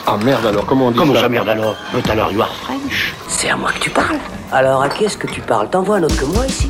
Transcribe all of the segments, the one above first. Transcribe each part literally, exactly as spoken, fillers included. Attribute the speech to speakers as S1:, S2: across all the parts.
S1: Ah merde alors, comment on dit
S2: Comment
S1: ça
S2: ça merde alors? But alors you are French.
S3: C'est à moi que tu parles. Alors à qui est-ce que tu parles? T'en vois un autre que moi ici?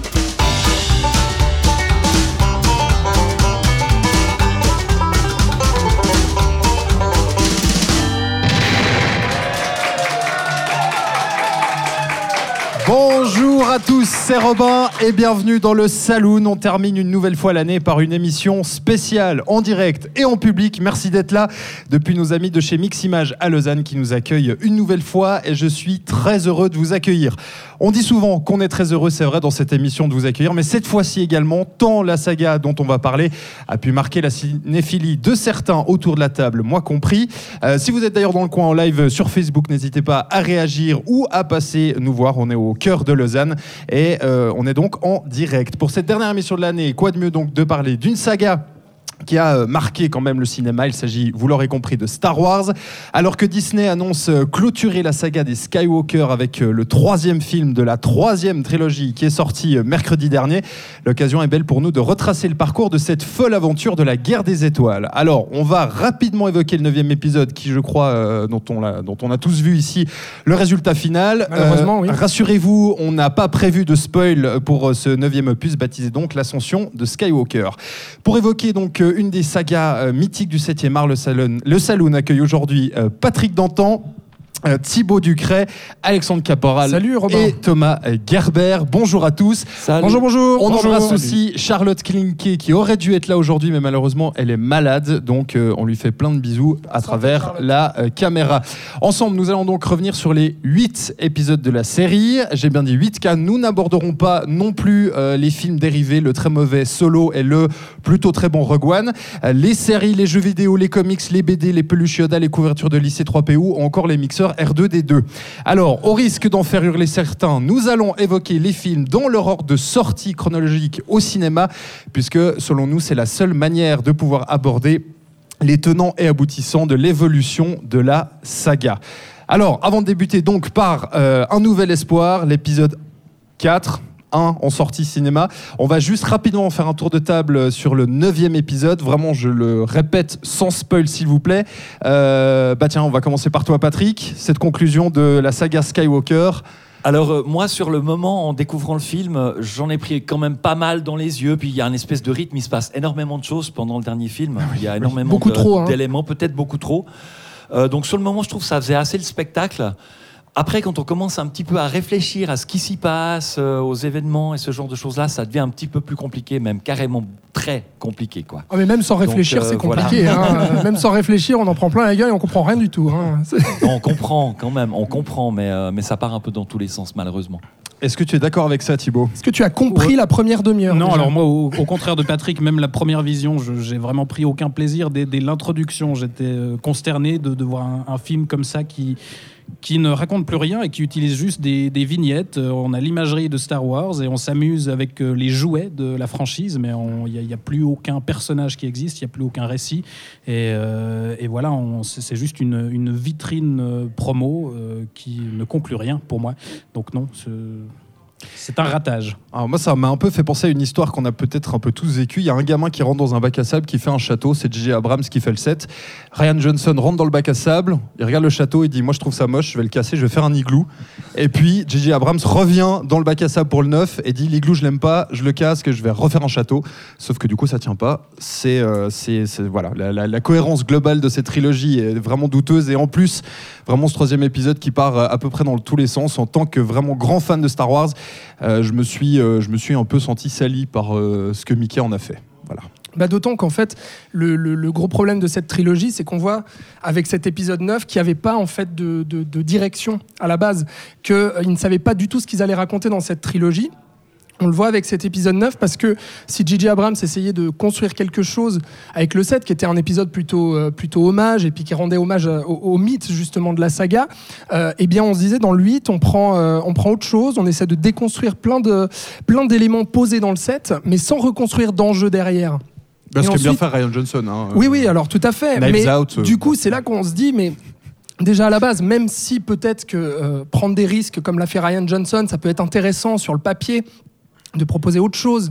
S4: Bonjour à tous, c'est Robin et bienvenue dans le Saloon. On termine une nouvelle fois l'année par une émission spéciale en direct et en public. Merci d'être là depuis nos amis de chez Mix Images à Lausanne qui nous accueillent une nouvelle fois et je suis très heureux de vous accueillir. On dit souvent qu'on est très heureux, c'est vrai, dans cette émission de vous accueillir, mais cette fois-ci également, tant la saga dont on va parler a pu marquer la cinéphilie de certains autour de la table, moi compris. Euh, si vous êtes d'ailleurs dans le coin en live sur Facebook, n'hésitez pas à réagir ou à passer nous voir. On est au cœur de Lausanne et euh, on est donc en direct. Pour cette dernière émission de l'année, quoi de mieux donc de parler d'une saga qui a marqué quand même le cinéma. Il s'agit, vous l'aurez compris, de Star Wars. Alors que Disney annonce clôturer la saga des Skywalker avec le troisième film de la troisième trilogie qui est sorti mercredi dernier, l'occasion est belle pour nous de retracer le parcours de cette folle aventure de la guerre des étoiles. Alors, on va rapidement évoquer le neuvième épisode qui, je crois, euh, dont, on a, dont on a tous vu ici le résultat final.
S5: Malheureusement, euh, oui.
S4: Rassurez-vous, on n'a pas prévu de spoil pour ce neuvième opus, baptisé donc l'Ascension de Skywalker. Pour évoquer donc une des sagas euh, mythiques du septième art, le Saloon, le Saloon accueille aujourd'hui euh, Patrick Dantan, euh, Thibaut Ducret, Alexandre Caporal.
S5: Salut, Robin.
S4: Et Thomas Gerber. Bonjour à tous.
S5: Salut. Bonjour, bonjour.
S4: On
S5: bonjour.
S4: embrasse aussi Charlotte Klinke qui aurait dû être là aujourd'hui, mais malheureusement elle est malade, donc euh, on lui fait plein de bisous à travers Charlotte. la euh, caméra. Ensemble, nous allons donc revenir sur les huit épisodes de la série. J'ai bien dit huit, car nous n'aborderons pas non plus euh, les films dérivés, le très mauvais Solo et le plutôt très bon Rogue One, euh, les séries, les jeux vidéo, les comics, les B D, les peluches Yoda, les couvertures de lycée trois P U ou encore les mixeurs R deux D deux. Alors, au risque d'en faire hurler certains, nous allons évoquer les films dans leur ordre de sortie chronologique au cinéma, puisque selon nous, c'est la seule manière de pouvoir aborder les tenants et aboutissants de l'évolution de la saga. Alors, avant de débuter donc par euh, un nouvel espoir, l'épisode quatre, un en sortie cinéma. On va juste rapidement faire un tour de table sur le neuvième épisode. Vraiment, je le répète sans spoil, s'il vous plaît. Euh, bah tiens, on va commencer par toi, Patrick. Cette conclusion de la saga Skywalker.
S6: Alors euh, moi, sur le moment, en découvrant le film, j'en ai pris quand même pas mal dans les yeux. Puis il y a un espèce de rythme, il se passe énormément de choses pendant le dernier film. Il y a énormément
S5: beaucoup
S6: de,
S5: trop, hein.
S6: d'éléments, peut-être beaucoup trop. Euh, donc sur le moment, je trouve que ça faisait assez le spectacle. Après, quand on commence un petit peu à réfléchir à ce qui s'y passe, euh, aux événements et ce genre de choses-là, ça devient un petit peu plus compliqué, même carrément très compliqué, quoi.
S5: Ah, mais même sans réfléchir, Donc, euh, c'est compliqué. Voilà. Hein. Même sans réfléchir, on en prend plein la gueule et on comprend rien du tout. Hein.
S6: Non, on comprend quand même, on comprend, mais, euh, mais ça part un peu dans tous les sens, malheureusement.
S4: Est-ce que tu es d'accord avec ça, Thibaut ?
S5: Est-ce que tu as compris ouais. la première demi-heure ?
S7: Non,
S5: déjà
S7: alors moi, au, au contraire de Patrick, même la première vision, je, j'ai vraiment pris aucun plaisir. Dès, dès l'introduction, j'étais euh, consterné de, de voir un, un film comme ça qui... qui ne raconte plus rien et qui utilise juste des, des vignettes. On a l'imagerie de Star Wars et on s'amuse avec les jouets de la franchise, mais il n'y a, a plus aucun personnage qui existe, il n'y a plus aucun récit. Et, euh, et voilà, on, c'est, c'est juste une, une vitrine promo euh, qui ne conclut rien pour moi. Donc non, c'est... C'est un ratage.
S4: Alors moi, ça m'a un peu fait penser à une histoire qu'on a peut-être un peu tous vécue. Il y a un gamin qui rentre dans un bac à sable, qui fait un château. C'est J J Abrams qui fait le set. Ryan Johnson rentre dans le bac à sable. Il regarde le château et dit « Moi, je trouve ça moche. Je vais le casser. Je vais faire un igloo. » Et puis, J J Abrams revient dans le bac à sable pour le neuf et dit « L'igloo, je l'aime pas. Je le casse. Que je vais refaire un château. » Sauf que du coup, ça tient pas. C'est, euh, c'est, c'est voilà, la, la, la cohérence globale de cette trilogie est vraiment douteuse. Et en plus, vraiment ce troisième épisode qui part à peu près dans tous les sens. En tant que vraiment grand fan de Star Wars, Euh, je, me suis, euh, je me suis un peu senti sali par euh, ce que Mickey en a fait. Voilà.
S5: Bah d'autant qu'en fait, le, le, le gros problème de cette trilogie, c'est qu'on voit avec cet épisode neuf qu'il n'y avait pas en fait, de, de, de direction à la base, qu'ils euh, ne savaient pas du tout ce qu'ils allaient raconter dans cette trilogie. On le voit avec cet épisode neuf parce que si J J Abrams essayait de construire quelque chose avec le sept, qui était un épisode plutôt, euh, plutôt hommage et puis qui rendait hommage au, au mythe justement de la saga, euh, eh bien on se disait dans le huit, on prend, euh, on prend autre chose, on essaie de déconstruire plein, de, plein d'éléments posés dans le sept, mais sans reconstruire d'enjeux derrière.
S4: Parce
S5: et
S4: que
S5: ensuite,
S4: bien faire Ryan Johnson. Hein,
S5: oui, oui, alors tout à fait.
S4: Knives
S5: mais
S4: Out, euh,
S5: du coup, c'est là qu'on se dit, mais déjà à la base, même si peut-être que euh, prendre des risques comme l'a fait Ryan Johnson, ça peut être intéressant sur le papier, de proposer autre chose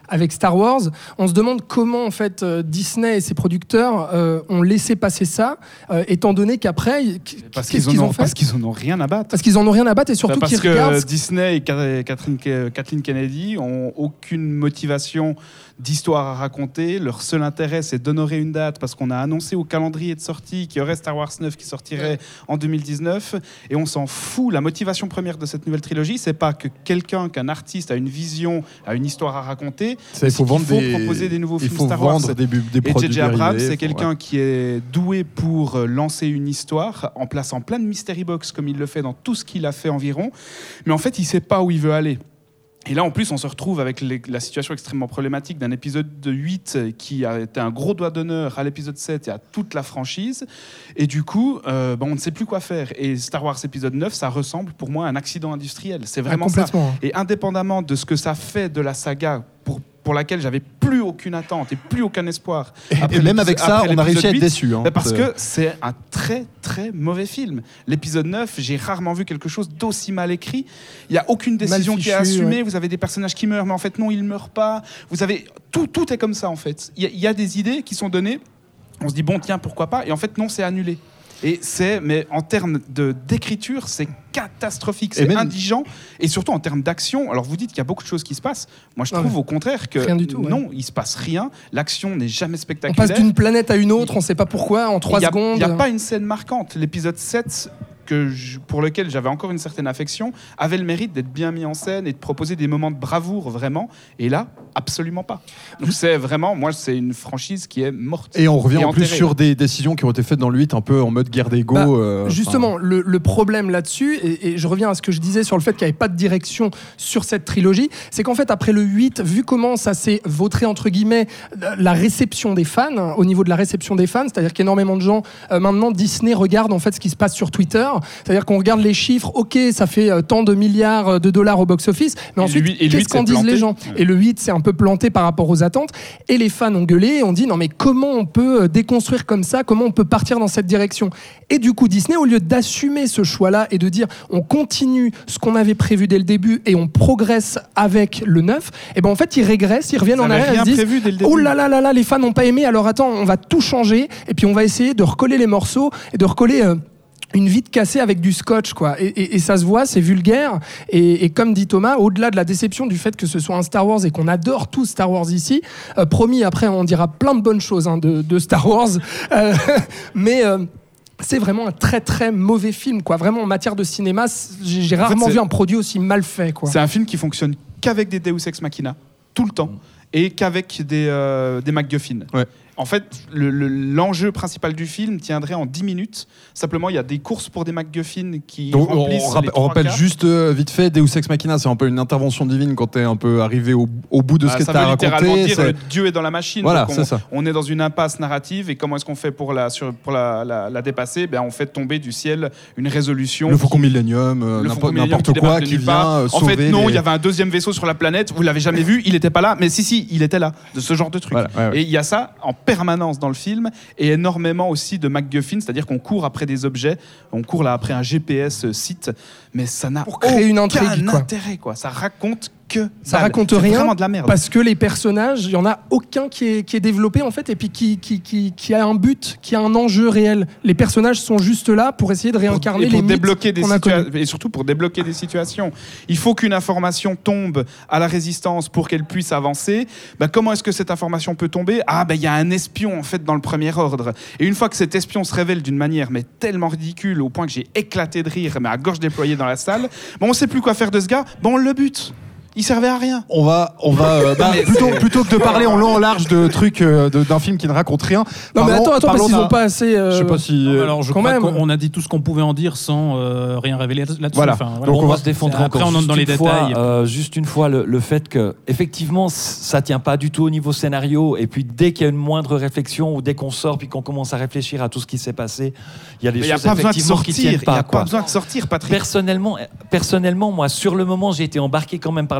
S5: avec Star Wars. On se demande comment en fait euh, Disney et ses producteurs euh, ont laissé passer ça, euh, étant donné qu'après,
S1: parce
S5: qu'est-ce
S1: qu'ils,
S5: qu'ils
S1: en
S5: ont
S1: ont,
S5: fait
S1: parce qu'ils en ont rien à battre.
S5: Parce qu'ils en ont rien à battre et surtout
S1: parce
S5: qu'ils
S1: que
S5: regardent.
S1: Disney et Catherine, Kathleen Kennedy ont aucune motivation d'histoire à raconter. Leur seul intérêt, c'est d'honorer une date parce qu'on a annoncé au calendrier de sortie qu'il y aurait Star Wars neuf qui sortirait ouais. en deux mille dix-neuf et on s'en fout. La motivation première de cette nouvelle trilogie, c'est pas que quelqu'un, qu'un artiste a une vision, a une histoire à raconter.
S4: Ça, il faut, vendre
S1: faut
S4: des...
S1: proposer des nouveaux
S4: il
S1: films
S4: faut
S1: Star Wars.
S4: Vendre des, des
S1: et J J Abrams,
S4: dérivés,
S1: c'est quelqu'un
S4: ouais.
S1: qui est doué pour lancer une histoire en plaçant plein de mystery box comme il le fait dans tout ce qu'il a fait environ. Mais en fait, il sait pas où il veut aller. Et là, en plus, on se retrouve avec les, la situation extrêmement problématique d'un épisode de huit qui a été un gros doigt d'honneur à l'épisode sept et à toute la franchise. Et du coup, euh, ben, on ne sait plus quoi faire. Et Star Wars épisode neuf, ça ressemble pour moi à un accident industriel. C'est vraiment
S5: ah,
S1: ça. Et indépendamment de ce que ça fait de la saga pour pour laquelle j'avais plus aucune attente et plus aucun espoir.
S4: Et, et même avec ça, on a réussi à être déçus. Hein,
S1: parce que c'est un très très mauvais film. L'épisode neuf, j'ai rarement vu quelque chose d'aussi mal écrit. Il n'y a aucune décision fichu, qui est assumée. Ouais. Vous avez des personnages qui meurent, mais en fait non, ils ne meurent pas. Vous avez tout, tout est comme ça en fait. Il y, y a des idées qui sont données. On se dit bon tiens pourquoi pas, et en fait non, c'est annulé. Et c'est, mais en termes de, d'écriture, c'est catastrophique, c'est même... indigent. Et surtout en termes d'action, alors vous dites qu'il y a beaucoup de choses qui se passent. Moi, je trouve ouais. au contraire que
S5: rien du tout,
S1: non,
S5: ouais.
S1: il se passe rien. L'action n'est jamais spectaculaire.
S5: On passe d'une planète à une autre, on ne sait pas pourquoi, en trois secondes.
S1: Il n'y a pas une scène marquante. L'épisode sept... Que je, pour lequel j'avais encore une certaine affection, avait le mérite d'être bien mis en scène et de proposer des moments de bravoure vraiment. Et là, absolument pas. Donc c'est vraiment, moi, c'est une franchise qui est morte.
S4: Et on revient
S1: et
S4: en
S1: enterrée.
S4: plus sur des décisions qui ont été faites dans le huit, un peu en mode guerre d'ego.
S5: Bah,
S4: euh,
S5: justement, le, le problème là-dessus, et, et je reviens à ce que je disais sur le fait qu'il n'y avait pas de direction sur cette trilogie, c'est qu'en fait, après le huit, vu comment ça s'est vautré, entre guillemets, la réception des fans, au niveau de la réception des fans, c'est-à-dire qu'énormément de gens, euh, maintenant, Disney regarde en fait ce qui se passe sur Twitter. C'est-à-dire qu'on regarde les chiffres, ok, ça fait euh, tant de milliards de dollars au box-office, mais
S1: et
S5: ensuite,
S1: lui, et
S5: qu'est-ce
S1: lui,
S5: qu'en disent
S1: planté.
S5: les gens
S1: ouais.
S5: Et le huit, c'est un peu planté par rapport aux attentes. Et les fans ont gueulé et ont dit, non mais comment on peut déconstruire comme ça, comment on peut partir dans cette direction ? Et du coup, Disney, au lieu d'assumer ce choix-là et de dire, on continue ce qu'on avait prévu dès le début et on progresse avec le neuf, et ben en fait, ils régressent, ils reviennent
S1: Vous
S5: en arrière et
S1: rien
S5: ils disent,
S1: prévu dès le début.
S5: oh là là là là, les fans n'ont pas aimé, alors attends, on va tout changer et puis on va essayer de recoller les morceaux et de recoller... Euh, une vitre cassée avec du scotch, quoi. Et, et, et ça se voit, c'est vulgaire. Et, et comme dit Thomas, au-delà de la déception du fait que ce soit un Star Wars et qu'on adore tous Star Wars ici, euh, promis, après, on dira plein de bonnes choses hein, de, de Star Wars. Euh, mais... Euh, c'est vraiment un très très mauvais film, quoi. Vraiment en matière de cinéma, j'ai, j'ai rarement
S1: en fait,
S5: vu un produit aussi mal fait, quoi.
S1: C'est un film qui fonctionne qu'avec des Deus Ex Machina, tout le temps, et qu'avec des, euh, des MacGuffin.
S4: Ouais.
S1: En fait, le, le, l'enjeu principal du film tiendrait en dix minutes. Simplement, il y a des courses pour des MacGuffin qui
S4: Donc,
S1: remplissent
S4: on,
S1: les
S4: on rappelle
S1: quarts.
S4: juste euh, vite fait, Deus Ex Machina, c'est un peu une intervention divine quand t'es un peu arrivé au, au bout de ce
S1: Ah,
S4: que
S1: ça
S4: t'as
S1: veut littéralement
S4: raconté.
S1: dire
S4: c'est...
S1: le Dieu est dans la machine.
S4: Voilà,
S1: Donc on,
S4: c'est ça.
S1: on est dans une impasse narrative et comment est-ce qu'on fait pour la, sur, pour la, la, la dépasser ? Ben, on fait tomber du ciel une résolution.
S4: Le Faucon Millennium, euh,
S1: Le
S4: n'importe,
S1: Faucon Millennium
S4: n'importe
S1: qui
S4: quoi
S1: débarque de
S4: qui
S1: nulle part.
S4: vient euh,
S1: En
S4: sauver
S1: fait, non, il
S4: les...
S1: y avait un deuxième vaisseau sur la planète, vous l'avez jamais vu, il n'était pas là, mais si, si, il était là, de ce genre de truc.
S4: Voilà, ouais, ouais.
S1: Et il y a ça en permanence dans le film, et énormément aussi de MacGuffin, c'est-à-dire qu'on court après des objets, on court là après un G P S site, mais ça n'a
S5: Pour créer une
S1: aucun
S5: intrigue, quoi.
S1: intérêt, quoi. Ça raconte que
S5: Ça
S1: dalle.
S5: raconte
S1: C'est
S5: rien
S1: vraiment de la merde.
S5: parce que les personnages, il y en a aucun qui est, qui est développé en fait et puis qui, qui, qui, qui a un but, qui a un enjeu réel. Les personnages sont juste là pour essayer de réincarner
S1: et pour
S5: les
S1: débloquer
S5: mythes
S1: des
S5: qu'on a
S1: situa-
S5: connus.
S1: et surtout pour débloquer des situations. Il faut qu'une information tombe à la résistance pour qu'elle puisse avancer. Bah, comment est-ce que cette information peut tomber ? Ah, ben bah, il y a un espion en fait dans le premier ordre. Et une fois que cet espion se révèle d'une manière mais tellement ridicule au point que j'ai éclaté de rire, mais à gorge déployée dans la salle, bon, on sait plus quoi faire de ce gars. Bon, on le bute. Il servait à rien.
S4: On va, on va euh, bah, plutôt, plutôt que de parler en long en large de trucs euh, de, d'un film qui ne raconte rien.
S5: Non mais
S4: parlons-
S5: attends, attends parce
S4: parlons
S5: qu'ils
S4: d'un-
S5: n'ont pas assez. euh,
S4: Je sais pas si. euh,
S7: Alors, je
S5: quand
S7: crois
S5: même.
S7: qu'on a dit tout ce qu'on pouvait en dire sans euh, rien révéler là-dessus.
S1: Voilà.
S7: Enfin,
S6: Donc
S7: Bon,
S6: on va se défendre
S7: Après,
S6: encore.
S7: on entre dans
S6: Juste
S7: les
S6: une fois,
S7: détails.
S6: euh, juste une fois, le, le fait que effectivement, ça tient pas du tout au niveau scénario. Et puis dès qu'il y a une moindre réflexion ou dès qu'on sort puis qu'on commence à réfléchir à tout ce qui s'est passé, il y a des
S1: Mais il n'y a
S6: choses
S1: pas besoin de
S6: effectivement qui
S1: sortir. Il
S6: tiennent
S1: n'y
S6: pas.
S1: a
S6: quoi.
S1: pas besoin de sortir, Patrick.
S6: Personnellement, personnellement, moi, sur le moment, j'ai été embarqué quand même par le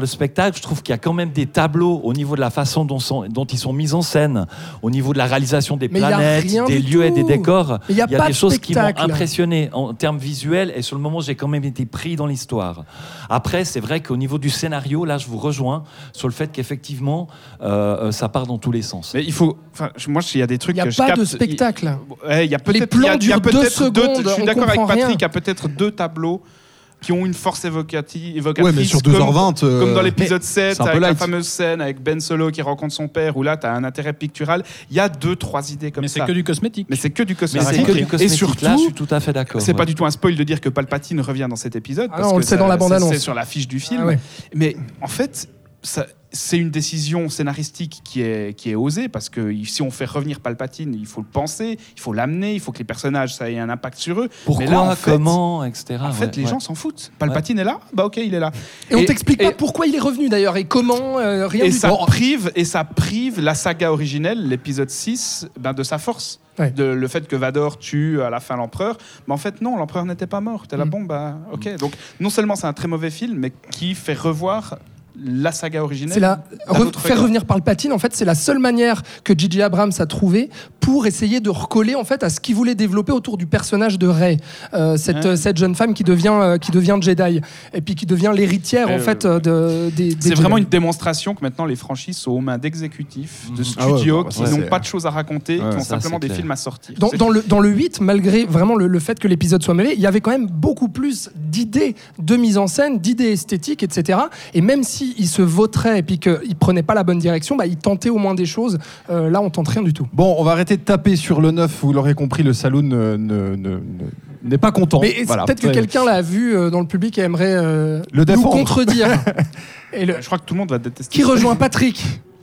S6: le spectacle, je trouve qu'il y a quand même des tableaux au niveau de la façon dont, sont, dont ils sont mis en scène, au niveau de la réalisation des
S5: Mais
S6: planètes, des lieux et des décors.
S5: Il y a,
S6: il y a
S5: pas
S6: des
S5: de
S6: choses
S5: spectacle.
S6: qui m'ont impressionné en termes visuels et sur le moment, j'ai quand même été pris dans l'histoire. Après, c'est vrai qu'au niveau du scénario, là, je vous rejoins sur le fait qu'effectivement, euh, ça part dans tous les sens.
S1: Mais il faut. Enfin, moi, il y a des trucs
S5: Il
S1: que
S5: n'y a
S1: je
S5: pas
S1: capte.
S5: de spectacle.
S1: Il ouais, y a peut-être.
S5: Les plans
S1: il y a, il y a
S5: durent deux
S1: peut-être deux.
S5: secondes,
S1: Je suis
S5: on
S1: d'accord avec
S5: comprend
S1: Patrick.
S5: rien.
S1: Il y a peut-être deux tableaux qui ont une force évocative, évocatrice.
S4: Ouais, mais sur deux heures vingt.
S1: Comme,
S4: euh,
S1: comme dans l'épisode sept,
S4: c'est un peu
S1: avec la
S4: light.
S1: fameuse scène avec Ben Solo qui rencontre son père, où là, tu as un intérêt pictural. Il y a deux, trois idées comme
S7: Mais
S1: ça.
S7: c'est que du cosmétique.
S1: Mais c'est que du
S6: Mais
S1: cosmétique.
S6: c'est que du
S1: Et
S6: cosmétique.
S1: surtout,
S6: Là, je suis tout à fait d'accord.
S1: c'est
S6: ouais.
S1: pas du tout un spoil de dire que Palpatine revient dans cet épisode.
S5: Ah
S1: parce
S5: non, on
S1: que
S5: le sait
S1: ça-
S5: dans la
S1: ça-
S5: bande-annonce.
S1: C'est sur l'affiche du film.
S5: Ah ouais.
S1: Mais en fait, ça, c'est une décision scénaristique qui est, qui est osée, parce que si on fait revenir Palpatine, il faut le penser, il faut l'amener, il faut que les personnages, ça ait un impact sur eux.
S6: Pourquoi,
S1: Mais là, en fait,
S6: comment, et cetera.
S1: En fait,
S6: ouais,
S1: les
S6: ouais.
S1: gens s'en foutent. Palpatine est là, bah ok, il est là.
S5: Et on t'explique pas
S1: et-
S5: pourquoi il est revenu d'ailleurs et comment, euh, rien
S1: Et
S5: du
S1: ça,
S5: tout.
S1: prive, et ça prive la saga originelle, l'épisode six, ben, de sa force.
S5: Ouais.
S1: De, le fait que Vador tue à la fin l'empereur. Mais en fait, non, l'empereur n'était pas mort. T'es là,
S5: Mm.
S1: bon, bah ok. Donc, non seulement c'est un très mauvais film, mais qui fait revoir la saga originelle.
S5: C'est la
S1: d'un
S5: re-
S1: autre
S5: faire
S1: regard.
S5: revenir Palpatine. En fait, c'est la seule manière que J J Abrams a trouvé pour essayer de recoller en fait à ce qu'il voulait développer autour du personnage de Rey, euh, cette,
S1: Ouais.
S5: euh, cette jeune femme qui devient euh, qui devient Jedi et puis qui devient l'héritière
S1: Euh,
S5: en fait euh, de, des. des
S1: C'est
S5: Jedi.
S1: vraiment une démonstration que maintenant les franchises sont aux mains d'exécutifs, de
S4: Ah ouais,
S1: studios
S4: bah,
S1: qui
S4: ça,
S1: n'ont
S4: c'est-
S1: pas de choses à raconter,
S4: Ouais,
S1: qui ont
S6: ça,
S1: simplement
S6: c'est
S1: des
S6: clair.
S1: films à sortir.
S5: Dans,
S1: C'est
S5: dans
S1: tout.
S5: le, dans le huit, malgré vraiment le, le fait que l'épisode soit mauvais, il y avait quand même beaucoup plus d'idées de mise en scène, d'idées esthétiques, et cetera. Et même s'il se vautrait et puis qu'il prenait pas la bonne direction, bah, il tentait au moins des choses. Euh, là, on tente rien du tout.
S4: Bon, on va arrêter de taper sur le neuf, vous l'aurez compris, le Saloon ne- ne- ne- ne- n'est pas content.
S5: Mais
S4: Voilà.
S5: peut-être que
S4: Ouais.
S5: quelqu'un l'a vu euh, dans le public et aimerait euh,
S4: Le
S5: nous
S4: défendre.
S5: contredire. Et le-
S1: Je crois que tout le monde va détester.
S5: Qui rejoint Patrick?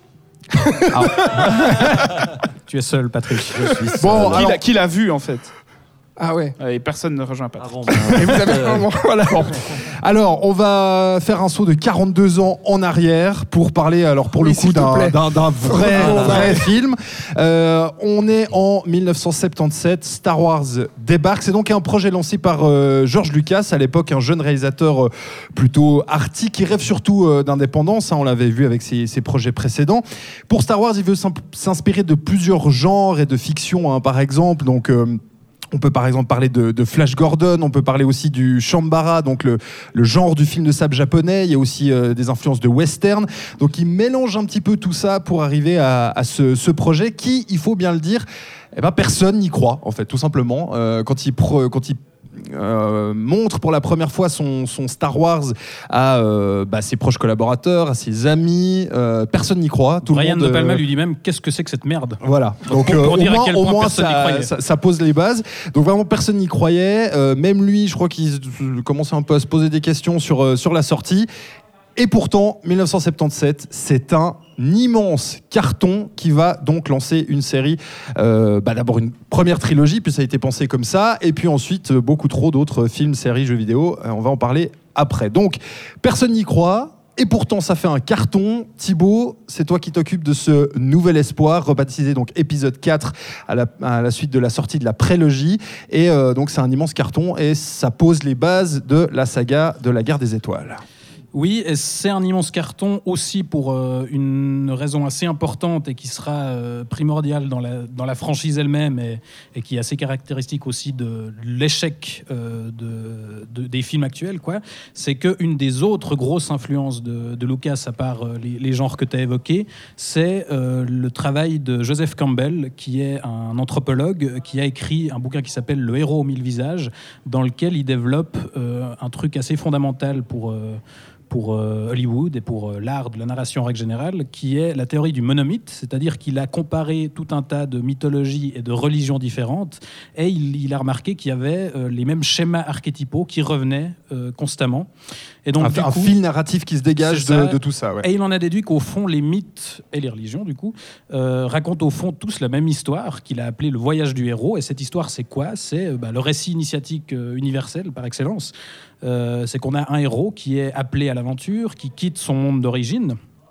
S7: Tu es seul, Patrick.
S4: Bon,
S1: Qui
S4: alors,
S1: l'a- Qui l'a vu en fait.
S5: Ah ouais.
S1: Et personne ne rejoint pas.
S6: Ah bon, ben,
S5: Et vous avez vraiment- voilà.
S4: alors, on va faire un saut de quarante-deux ans en arrière pour parler, alors pour
S5: Oui,
S4: le coup,
S5: s'il te
S4: d'un,
S5: plaît.
S4: d'un- d'un vrai,
S5: Vraiment,
S4: vrai
S5: ouais.
S4: film. Euh, on est en dix-neuf cent soixante-dix-sept, Star Wars débarque. C'est donc un projet lancé par euh, George Lucas, à l'époque un jeune réalisateur euh, plutôt arty qui rêve surtout euh, d'indépendance. Hein, on l'avait vu avec ses, ses projets précédents. Pour Star Wars, il veut s'imp- s'inspirer de plusieurs genres et de fiction, hein, par exemple. Donc euh, on peut par exemple parler de, de Flash Gordon, on peut parler aussi du Shambara, donc le, le genre du film de sabre japonais. Il y a aussi euh, des influences de western. Donc il mélange un petit peu tout ça pour arriver à, à ce, ce projet qui, il faut bien le dire, eh ben, personne n'y croit, en fait, tout simplement. Euh, quand il, pro, quand il euh, montre pour la première fois son, son Star Wars à euh, bah, ses proches collaborateurs, à ses amis, euh, personne n'y croit. Tout
S7: Brian
S4: le monde,
S7: De Palma
S4: euh,
S7: lui dit même qu'est-ce que c'est que cette merde.
S4: voilà. Donc
S7: Pour- pour
S4: euh,
S7: dire
S4: au
S7: à
S4: moins,
S7: quel
S4: au
S7: point
S4: moins,
S7: personne n'y
S4: ça,
S7: croyait.
S4: ça, ça pose les bases. Donc vraiment personne n'y croyait. Euh, même lui, je crois qu'il se- commençait un peu à se poser des questions sur euh, sur la sortie. Et pourtant, dix-neuf cent soixante-dix-sept, c'est un immense carton qui va donc lancer une série. Euh, bah d'abord une première trilogie, puis ça a été pensé comme ça, et puis ensuite euh, beaucoup trop d'autres films, séries, jeux vidéo. Euh, on va en parler après. Donc personne n'y croit. Et pourtant, ça fait un carton. Thibaut, c'est toi qui t'occupes de ce nouvel espoir, rebaptisé donc épisode quatre à la, à la suite de la sortie de la prélogie. Et euh, donc, c'est un immense carton et ça pose les bases de la saga de la Guerre des Étoiles.
S7: Oui, et c'est un immense carton aussi pour euh, une raison assez importante et qui sera euh, primordiale dans la, dans la franchise elle-même et, et qui est assez caractéristique aussi de l'échec euh, de, de- des films actuels, quoi. C'est qu'une des autres grosses influences de, de Lucas, à part euh, les, les genres que tu as évoqués, c'est euh, le travail de Joseph Campbell, qui est un anthropologue qui a écrit un bouquin qui s'appelle Le héros aux mille visages, dans lequel il développe euh, un truc assez fondamental pour... euh, pour euh, Hollywood et pour euh, l'art de la narration en règle générale, qui est la théorie du monomythe, c'est-à-dire qu'il a comparé tout un tas de mythologies et de religions différentes, et il, il a remarqué qu'il y avait euh, les mêmes schémas archétypaux qui revenaient euh, constamment. Et donc,
S4: un
S7: du
S4: un
S7: coup,
S4: fil narratif qui se dégage
S7: c'est
S4: de,
S7: ça.
S4: de tout ça. Ouais.
S7: et il en a déduit qu'au fond, les mythes et les religions, du coup, euh, racontent au fond tous la même histoire qu'il a appelée le voyage du héros. Et cette histoire, c'est quoi ? C'est euh, bah, le récit initiatique euh, universel par excellence. Euh, c'est qu'on a un héros qui est appelé à l'aventure, qui quitte son monde d'origine,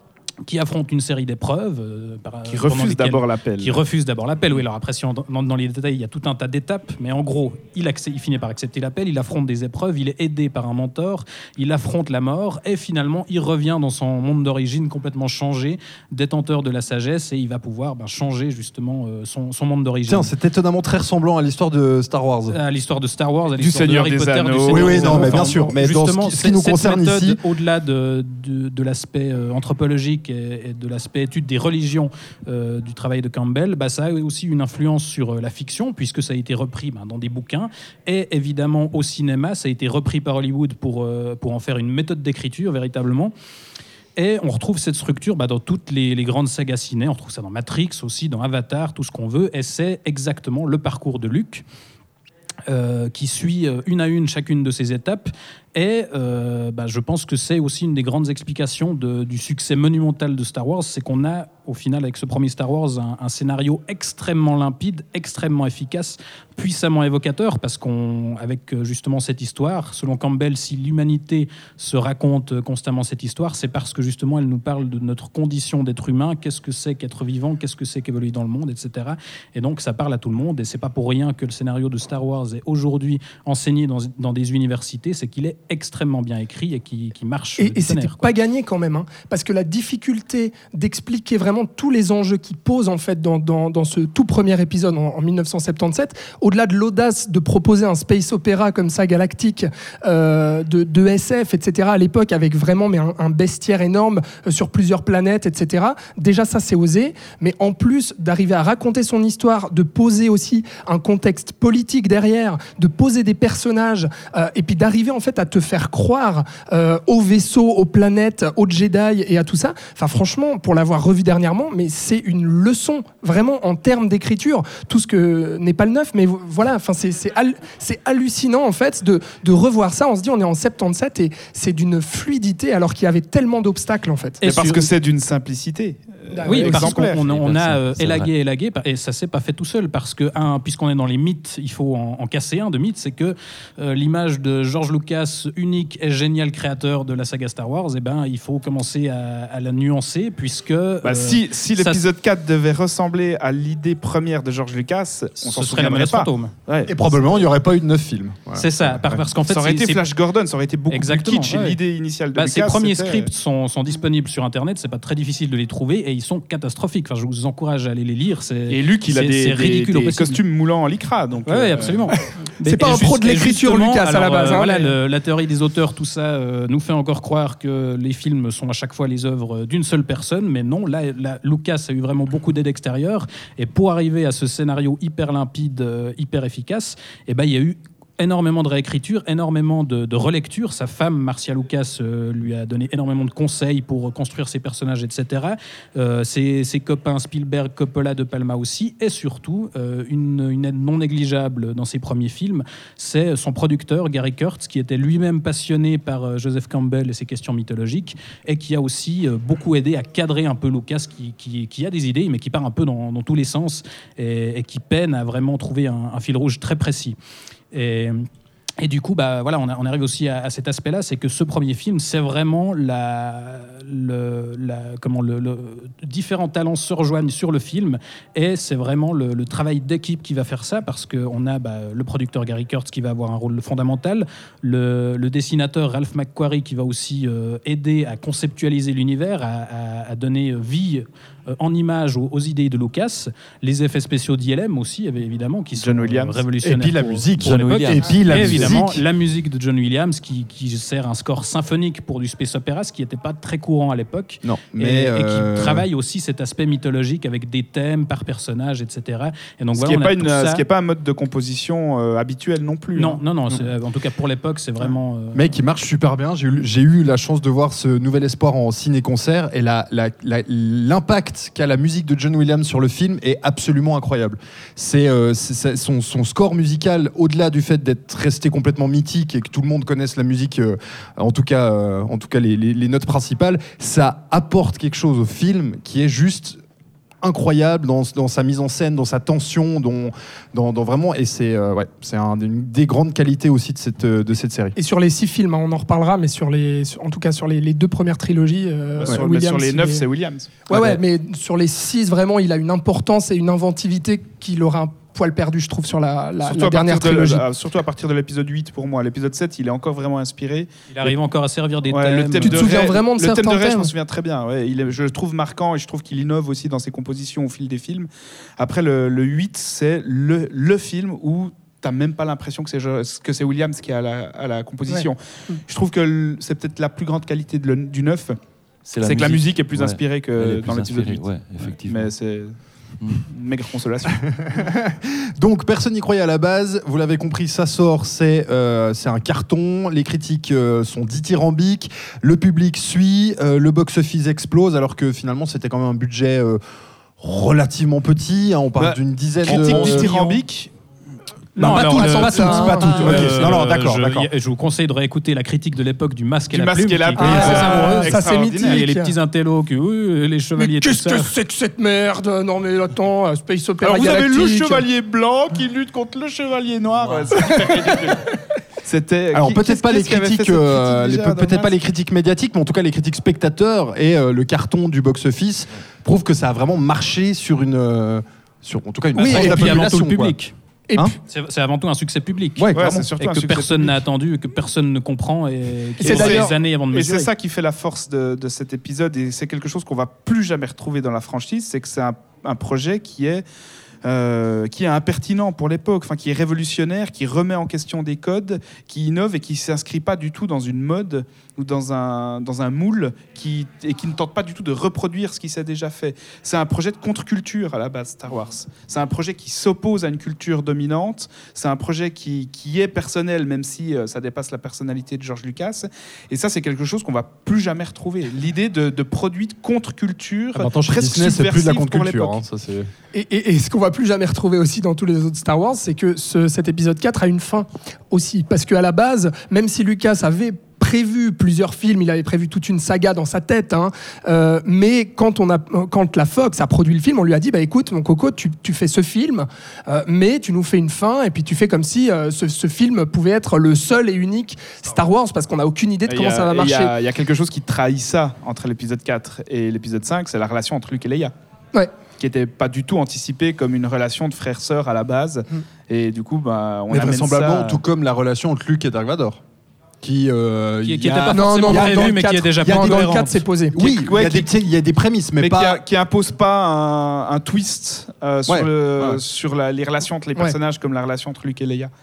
S7: qui affronte une série d'épreuves. Euh, par,
S1: qui refuse d'abord l'appel.
S7: Qui refuse d'abord l'appel, oui. Alors après, si on dans, dans les détails, il y a tout un tas d'étapes, mais en gros, il, accède, il finit par accepter l'appel, il affronte des épreuves, il est aidé par un mentor, il affronte la mort, et finalement, il revient dans son monde d'origine complètement changé, détenteur de la sagesse, et il va pouvoir ben, changer justement euh, son, son monde d'origine.
S4: Tiens, c'est étonnamment très ressemblant à l'histoire de Star Wars.
S7: À l'histoire de Star Wars, à
S1: du
S7: l'histoire
S1: Seigneur
S7: de Harry
S1: des
S7: Potter,
S1: Anneaux.
S7: du Seigneur
S4: oui, oui,
S7: des
S4: non,
S7: Anneaux.
S4: mais bien
S7: Enfin,
S4: sûr. Mais dans ce qui, ce qui nous
S7: cette
S4: concerne
S7: méthode,
S4: ici,
S7: au-delà de, de, de l'aspect euh, anthropologique et, et de l'aspect étude des religions euh, du travail de Campbell, bah, ça a aussi une influence sur euh, la fiction, puisque ça a été repris bah, dans des bouquins, et évidemment au cinéma, ça a été repris par Hollywood pour, euh, pour en faire une méthode d'écriture, véritablement. Et on retrouve cette structure bah, dans toutes les, les grandes sagas ciné, on retrouve ça dans Matrix aussi, dans Avatar, tout ce qu'on veut, et c'est exactement le parcours de Luke, euh, qui suit euh, une à une chacune de ces étapes. Et euh, bah, je pense que c'est aussi une des grandes explications de, du succès monumental de Star Wars, c'est qu'on a au final avec ce premier Star Wars un, un scénario extrêmement limpide, extrêmement efficace, puissamment évocateur, parce qu'on avec justement cette histoire, selon Campbell, si l'humanité se raconte constamment cette histoire, c'est parce que justement elle nous parle de notre condition d'être humain, qu'est-ce que c'est qu'être vivant, qu'est-ce que c'est qu'évoluer dans le monde, et cetera. Et donc ça parle à tout le monde, et c'est pas pour rien que le scénario de Star Wars est aujourd'hui enseigné dans, dans des universités, c'est qu'il est extrêmement bien écrit et qui, qui marche.
S5: Et, et c'était quoi. Pas gagné quand même, hein, parce que la difficulté d'expliquer vraiment tous les enjeux qu'il pose en fait dans, dans, dans ce tout premier épisode en, en dix-neuf cent soixante-dix-sept, au-delà de l'audace de proposer un space opéra comme ça galactique, euh, de, de S F, et cetera à l'époque avec vraiment mais un, un bestiaire énorme euh, sur plusieurs planètes, et cetera. Déjà ça c'est osé, mais en plus d'arriver à raconter son histoire, de poser aussi un contexte politique derrière, de poser des personnages euh, et puis d'arriver en fait à te faire croire euh, aux vaisseaux, aux planètes, aux Jedi et à tout ça. Enfin franchement, pour l'avoir revu dernièrement, mais c'est une leçon vraiment en termes d'écriture. Tout ce que n'est pas le neuf, mais voilà. Enfin c'est c'est, hal- c'est hallucinant en fait de de revoir ça. On se dit on est en soixante-dix-sept et c'est d'une fluidité alors qu'il y avait tellement d'obstacles en fait.
S1: Et, et parce sur... que c'est d'une simplicité.
S7: Euh, oui, parce qu'on on, on a euh, élagué, élagué, et ça s'est pas fait tout seul, parce que, un, puisqu'on est dans les mythes, il faut en, en casser un de mythe, c'est que euh, l'image de George Lucas, unique et génial créateur de la saga Star Wars, eh ben, il faut commencer à, à la nuancer, puisque...
S1: Bah, euh, si si l'épisode ça... quatre devait ressembler à l'idée première de George Lucas, on s'en souviendrait pas.
S4: Ouais, et probablement, il n'y aurait pas eu de neuf films.
S7: Voilà. C'est ça, ouais. parce qu'en fait...
S1: Ça aurait été Flash Gordon, ça aurait été beaucoup Exactement, plus kitsch, ouais. L'idée initiale de
S7: bah,
S1: Lucas...
S7: Ces premiers
S1: c'était...
S7: scripts sont, sont disponibles sur Internet, c'est pas très difficile de les trouver, et ils sont catastrophiques. Enfin, je vous encourage à aller les lire. C'est,
S1: et Luc, il a des, des, des costumes moulants en lycra. Donc,
S7: oui, euh, absolument.
S5: C'est pas un pro de l'écriture, Lucas, alors, à la base.
S7: Euh,
S5: hein,
S7: voilà,
S5: mais...
S7: le, la théorie des auteurs, tout ça, euh, nous fait encore croire que les films sont à chaque fois les œuvres d'une seule personne, mais non, là, là Lucas a eu vraiment beaucoup d'aide extérieure, et pour arriver à ce scénario hyper limpide, euh, hyper efficace, eh ben, il y a eu énormément de réécriture, énormément de, de relecture. Sa femme, Marcia Lucas, euh, lui a donné énormément de conseils pour construire ses personnages, et cetera. Euh, ses, ses copains Spielberg, Coppola, De Palma aussi. Et surtout, euh, une, une aide non négligeable dans ses premiers films, c'est son producteur, Gary Kurtz, qui était lui-même passionné par euh, Joseph Campbell et ses questions mythologiques, et qui a aussi euh, beaucoup aidé à cadrer un peu Lucas, qui, qui, qui a des idées, mais qui part un peu dans, dans tous les sens, et, et qui peine à vraiment trouver un, un fil rouge très précis. Et, et du coup, bah, voilà, on, a, on arrive aussi à, à cet aspect-là, c'est que ce premier film, c'est vraiment la, le, la, comment le, le, différents talents se rejoignent sur le film, et c'est vraiment le, le travail d'équipe qui va faire ça, parce qu'on a bah, le producteur Gary Kurtz qui va avoir un rôle fondamental, le, le dessinateur Ralph McQuarrie qui va aussi euh, aider à conceptualiser l'univers, à, à, à donner vie euh, en images aux, aux idées de Lucas, les effets spéciaux d'I L M aussi, évidemment, qui sont euh, révolutionnaires.
S4: Et puis la
S7: pour,
S4: musique,
S7: pour l'époque.
S4: Et puis la
S7: et
S4: musique.
S7: évidemment, la musique de John Williams qui, qui sert un score symphonique pour du space opéra, ce qui n'était pas très courant à l'époque.
S4: Non, mais
S7: et,
S4: euh...
S7: et qui travaille aussi cet aspect mythologique avec des thèmes par personnage, et cetera. Et donc,
S1: ce
S7: voilà,
S1: qui n'est pas,
S7: ça...
S1: pas un mode de composition euh, habituel non plus.
S7: Non,
S1: hein.
S7: non, non. C'est, en tout cas, pour l'époque, c'est vraiment... Euh...
S4: Mais qui marche super bien. J'ai eu, j'ai eu la chance de voir ce Nouvel Espoir en ciné-concert, et la, la, la, l'impact qu'a la musique de John Williams sur le film est absolument incroyable. C'est, euh, c'est, c'est son, son score musical, au-delà du fait d'être resté complètement mythique et que tout le monde connaisse la musique, euh, en tout cas, euh, en tout cas les, les, les notes principales, ça apporte quelque chose au film qui est juste incroyable dans, dans sa mise en scène, dans sa tension, dans, dans, dans vraiment, et c'est, euh, ouais, c'est un, une des grandes qualités aussi de cette, de cette série.
S5: Et sur les six films, hein, on en reparlera, mais sur les, sur, en tout cas sur les, les deux premières trilogies, euh,
S1: ouais, sur,
S5: Williams,
S1: sur les neuf,
S5: est...
S1: c'est Williams.
S5: Ouais, ouais, ouais, mais sur les six, vraiment, il a une importance et une inventivité qu'il aura un poil perdu, je trouve, sur la, la, la dernière trilogie.
S1: De, surtout à partir de l'épisode huit, pour moi. L'épisode sept, il est encore vraiment inspiré.
S7: Il arrive et... encore à servir des
S1: ouais,
S7: thèmes.
S1: Le thème
S5: tu te souviens
S1: Ray,
S5: vraiment de
S1: le
S5: certains
S1: thème de Ray,
S5: thèmes.
S1: je m'en souviens très bien. Ouais, il est, je le trouve marquant et je trouve qu'il innove aussi dans ses compositions au fil des films. Après, le, le huit, c'est le, le film où t'as même pas l'impression que c'est, que c'est Williams qui est à la, à la composition. Ouais. Je trouve que c'est peut-être la plus grande qualité de le, du neuf. C'est, c'est que la musique est plus ouais. inspirée que
S6: plus
S1: dans l'épisode
S6: inspirée,
S1: huit.
S6: Ouais, effectivement.
S1: Mais c'est... Une méga consolation.
S4: Donc personne n'y croyait à la base, vous l'avez compris, ça sort, c'est, euh, c'est un carton, les critiques euh, sont dithyrambiques, le public suit, euh, le box-office explose, alors que finalement c'était quand même un budget euh, relativement petit, hein, on parle bah, d'une dizaine
S1: critique
S4: de...
S1: Critique dithyrambique.
S7: Non,
S4: pas
S7: alors,
S4: tout,
S7: euh,
S4: pas tout,
S5: ça,
S4: pas tout.
S7: Euh,
S4: okay. Non, non, d'accord,
S7: je,
S4: d'accord.
S7: Je vous conseille de réécouter la critique de l'époque du Masque et
S1: du
S7: la
S1: Plume.
S7: Plume.
S1: Et la
S7: qui,
S1: Plume.
S5: Ah,
S1: c'est
S5: ça, ça c'est mythique.
S7: Il y a les petits intellos qui, oui, les chevaliers.
S5: Mais qu'est-ce
S7: tout ça.
S5: que c'est que cette merde? Non mais attends, Space Opera.
S1: Alors vous avez
S5: Galactique.
S1: le chevalier blanc qui lutte contre le chevalier noir. Ouais. C'était.
S4: Alors
S1: qui,
S4: peut-être pas les critiques, euh, les, peut, peut-être pas les critiques médiatiques, mais en tout cas les critiques spectateurs et euh, le carton du box-office prouvent que ça a vraiment marché sur une, euh, sur en tout cas une.
S7: Oui, et puis avant tout le
S4: quoi.
S7: public.
S5: Et
S4: hein
S7: c'est, c'est avant tout un succès public.
S4: Ouais,
S1: ouais, c'est surtout
S7: et
S1: un
S7: que
S1: succès
S7: personne
S1: public.
S7: n'a attendu, et que personne ne comprend, et qui
S5: c'est
S7: prend
S5: d'ailleurs,
S7: des années avant de
S1: Et
S7: mesurer.
S1: c'est ça qui fait la force de, de cet épisode, et c'est quelque chose qu'on va plus jamais retrouver dans la franchise, c'est que c'est un, un projet qui est Euh, qui est impertinent pour l'époque, enfin qui est révolutionnaire, qui remet en question des codes, qui innove et qui s'inscrit pas du tout dans une mode ou dans un dans un moule qui et qui ne tente pas du tout de reproduire ce qui s'est déjà fait. C'est un projet de contre-culture à la base, Star Wars. C'est un projet qui s'oppose à une culture dominante. C'est un projet qui qui est personnel, même si euh, ça dépasse la personnalité de George Lucas. Et ça, c'est quelque chose qu'on va plus jamais retrouver. L'idée de, de produit de contre-culture,
S4: ah, maintenant, chez
S1: presque
S4: Disney, c'est plus de la
S1: subversive pour
S4: contre-culture.
S1: l'époque.
S4: Hein, ça, c'est...
S5: Et, et, et ce qu'on va plus jamais retrouver aussi dans tous les autres Star Wars, c'est que ce, cet épisode quatre a une fin aussi. Parce qu'à la base, même si Lucas avait prévu plusieurs films, il avait prévu toute une saga dans sa tête, hein, euh, mais quand, on a, quand la Fox a produit le film, on lui a dit bah, écoute, mon coco, tu, tu fais ce film, euh, mais tu nous fais une fin, et puis tu fais comme si euh, ce, ce film pouvait être le seul et unique Star Wars, parce qu'on n'a aucune idée de comment
S1: a,
S5: ça va marcher.
S1: Il y, y a quelque chose qui trahit ça entre l'épisode quatre et l'épisode cinq, c'est la relation entre Luke et Leia.
S5: Ouais.
S1: Qui n'était pas du tout anticipée comme une relation de frère-sœur à la base. Mm. Et du coup, bah, on
S4: mais
S1: amène
S4: vraisemblablement,
S1: ça...
S4: tout comme la relation entre Luke et Dark Vador. Qui, euh,
S7: qui, qui
S4: a...
S7: était pas
S5: non,
S7: forcément
S5: non,
S7: prévu, mais qui est déjà
S5: pas dans le quatre,
S7: cohérente.
S5: c'est posé.
S4: Oui,
S1: qui, ouais,
S4: il, y a
S1: qui,
S4: des, il y a des prémices, mais,
S1: mais
S4: pas...
S1: qui, impose pas un, un twist euh, sur,
S4: ouais,
S1: le,
S4: ouais.
S1: sur la, les relations entre les personnages, ouais. comme la relation entre Luke et Leia.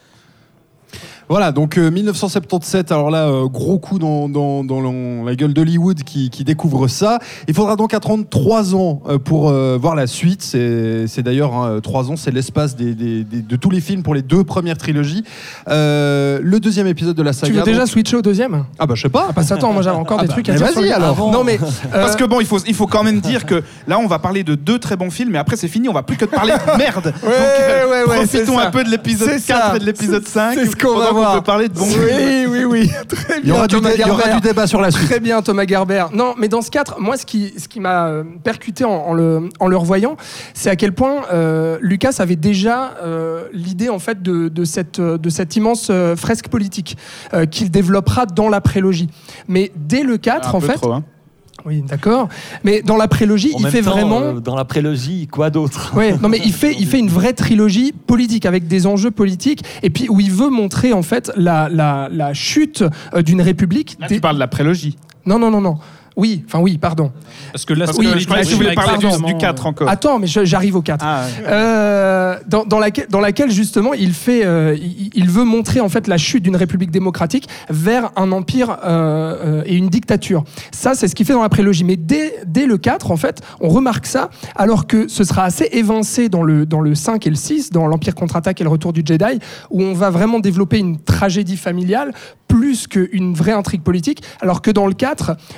S4: Voilà, donc euh, dix-neuf cent soixante-dix-sept, alors là, euh, gros coup dans, dans, dans la gueule d'Hollywood qui, qui découvre ça. Il faudra donc attendre trois ans euh, pour euh, voir la suite. C'est, c'est d'ailleurs, hein, trois ans, c'est l'espace des, des, des, de tous les films pour les deux premières trilogies. Euh, le deuxième épisode de la saga...
S5: Tu veux déjà
S4: donc...
S5: switcher au deuxième?
S4: Ah bah je sais pas.
S5: Ah bah attends, moi j'avais encore
S4: ah
S5: des
S4: bah,
S5: trucs à dire.
S4: Vas-y
S5: sur les...
S4: alors.
S5: Non mais... Euh...
S1: Parce que bon, il faut, il faut quand même dire que là, on va parler de deux très bons films, mais après c'est fini, on va plus que de parler de merde.
S5: Ouais,
S1: donc, euh,
S5: ouais, ouais,
S1: profitons un peu de l'épisode
S5: c'est
S1: quatre
S5: ça.
S1: et de l'épisode cinq.
S5: C'est ce qu'on va voir.
S1: On peut parler de bons films.
S5: Oui, oui, oui. Très bien.
S4: Il y aura, du, dé- il y aura du débat sur la suite.
S5: Très bien, Thomas Gerber. Non, mais dans ce quatre, moi, ce qui, ce qui m'a euh, percuté en, en, le, en le revoyant, c'est à quel point euh, Lucas avait déjà euh, l'idée en fait de, de, cette, de cette immense euh, fresque politique euh, qu'il développera dans la prélogie. Mais dès le quatre,
S1: un
S5: en
S1: peu
S5: fait.
S1: Trop, hein.
S5: Oui, d'accord. Mais dans la prélogie,
S6: en
S5: il
S6: même
S5: fait
S6: temps,
S5: vraiment.
S6: Euh, dans la prélogie, quoi d'autre?
S5: Ouais, non mais il fait, il fait une vraie trilogie politique avec des enjeux politiques et puis où il veut montrer en fait la, la, la chute euh, d'une république.
S1: Là,
S5: des...
S1: tu parles de la prélogie.
S5: Non, non, non, non. Oui, enfin oui, pardon.
S7: Parce que là,
S1: Parce
S7: oui,
S1: que je croyais que tu voulais parler du,
S7: exactement...
S1: du quatre encore.
S5: Attends, mais je, j'arrive au quatre.
S1: Ah, ouais.
S5: euh, dans, dans, laquelle, dans laquelle, justement, il, fait, euh, il, il veut montrer en fait, la chute d'une république démocratique vers un empire euh, euh, et une dictature. Ça, c'est ce qu'il fait dans la prélogie. Mais dès, dès le quatre, en fait, on remarque ça, alors que ce sera assez évincé dans le, dans le cinq et le six, dans l'Empire contre-attaque et le retour du Jedi, où on va vraiment développer une tragédie familiale plus qu'une vraie intrigue politique, alors que dans le quatre, moi, il y a ce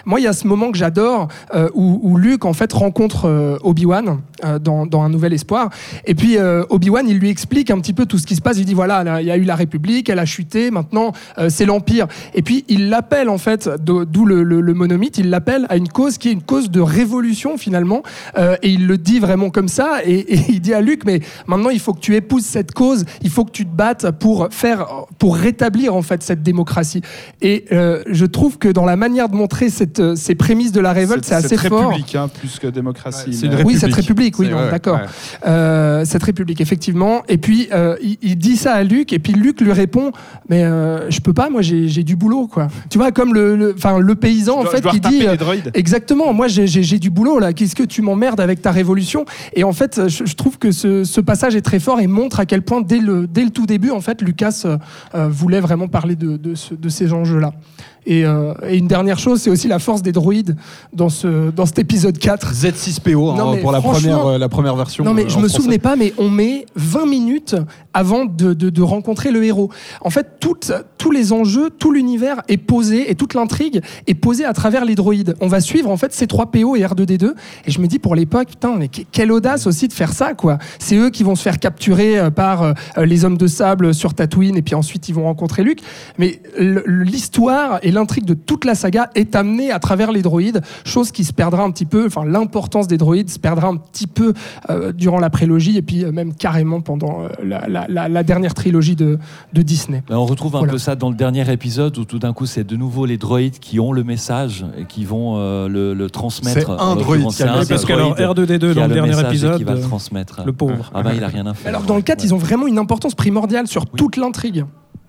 S5: moment que j'adore euh, où, où Luke en fait rencontre euh, Obi-Wan euh, dans, dans Un Nouvel Espoir. Et puis euh, Obi-Wan, il lui explique un petit peu tout ce qui se passe. Il dit voilà, là, il y a eu la République, elle a chuté, maintenant euh, c'est l'Empire. Et puis il l'appelle en fait, d'où le, le, le monomythe, il l'appelle à une cause qui est une cause de révolution finalement. Euh, et il le dit vraiment comme ça. Et, et il dit à Luke, mais maintenant il faut que tu épouses cette cause, il faut que tu te battes pour faire, pour rétablir en fait cette démocratie. Et euh, je trouve que dans la manière de montrer cette, ces prémices de la révolte, c'est, c'est assez fort.
S1: C'est république, hein, plus que démocratie.
S4: Ouais, c'est
S1: mais...
S4: une
S5: Oui, cette république, oui,
S4: c'est,
S5: non,
S4: ouais,
S5: d'accord.
S4: Ouais.
S5: Euh, cette république, effectivement. Et puis euh, il, il dit ça à Luke, et puis Luke lui répond, mais euh, je peux pas, moi j'ai, j'ai du boulot, quoi. Tu vois, comme le, le, enfin, le paysan en
S1: dois,
S5: fait qui dit,
S1: les droïdes.
S5: Exactement. Moi j'ai, j'ai, j'ai du boulot là. Qu'est-ce que tu m'emmerdes avec ta révolution? Et en fait, je, je trouve que ce, ce passage est très fort et montre à quel point dès le, dès le tout début, en fait, Lucas euh, voulait vraiment parler de, de, ce, de ces enjeux-là. Et, euh, et une dernière chose, c'est aussi la force des droïdes dans, ce, dans cet épisode quatre.
S4: Z six P O,
S5: Non,
S4: hein, pour la première, euh, la première version.
S5: Non mais
S4: euh,
S5: je
S4: en
S5: me
S4: français.
S5: souvenais pas, mais on met vingt minutes avant de, de, de rencontrer le héros. En fait, toutes, tous les enjeux, tout l'univers est posé et toute l'intrigue est posée à travers les droïdes. On va suivre en fait C trois P O et R deux D deux. Et je me dis pour l'époque, putain, mais quelle audace aussi de faire ça, quoi. C'est eux qui vont se faire capturer par euh, les hommes de sable sur Tatooine et puis ensuite ils vont rencontrer Luke. Mais l'histoire et l'intrigue de toute la saga est amenée à travers les droïdes, chose qui se perdra un petit peu, enfin l'importance des droïdes se perdra un petit peu euh, durant la prélogie et puis euh, même carrément pendant euh, la, la, la, la dernière trilogie de, de Disney.
S6: Ben on retrouve un
S5: Voilà.
S6: peu ça dans le dernier épisode où tout d'un coup c'est de nouveau les droïdes qui ont le message et qui vont euh, le, le transmettre.
S4: C'est un droïde qui a le
S6: un
S4: message.
S7: Parce que alors R deux D deux
S6: qui a
S7: dans le dernier
S6: message et
S7: épisode,
S6: qui va le
S7: euh,
S6: transmettre.
S7: le pauvre.
S6: Ah ben il a rien à faire.
S5: Alors dans le quatre,
S6: Ouais.
S5: ils ont vraiment une importance primordiale sur
S6: Oui.
S5: toute l'intrigue.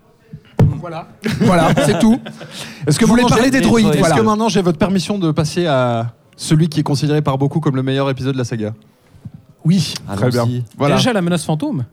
S5: Voilà, voilà, c'est tout.
S4: Est-ce que
S5: Je voulais
S4: maintenant,
S5: parler
S4: j'ai-
S5: des droïdes,
S4: Est-ce
S5: voilà.
S4: que maintenant j'ai votre permission de passer à celui qui est considéré par beaucoup comme le meilleur épisode de la saga?
S5: Oui.
S4: Très bien.
S6: Allons-y.
S4: Voilà.
S7: Déjà la menace fantôme.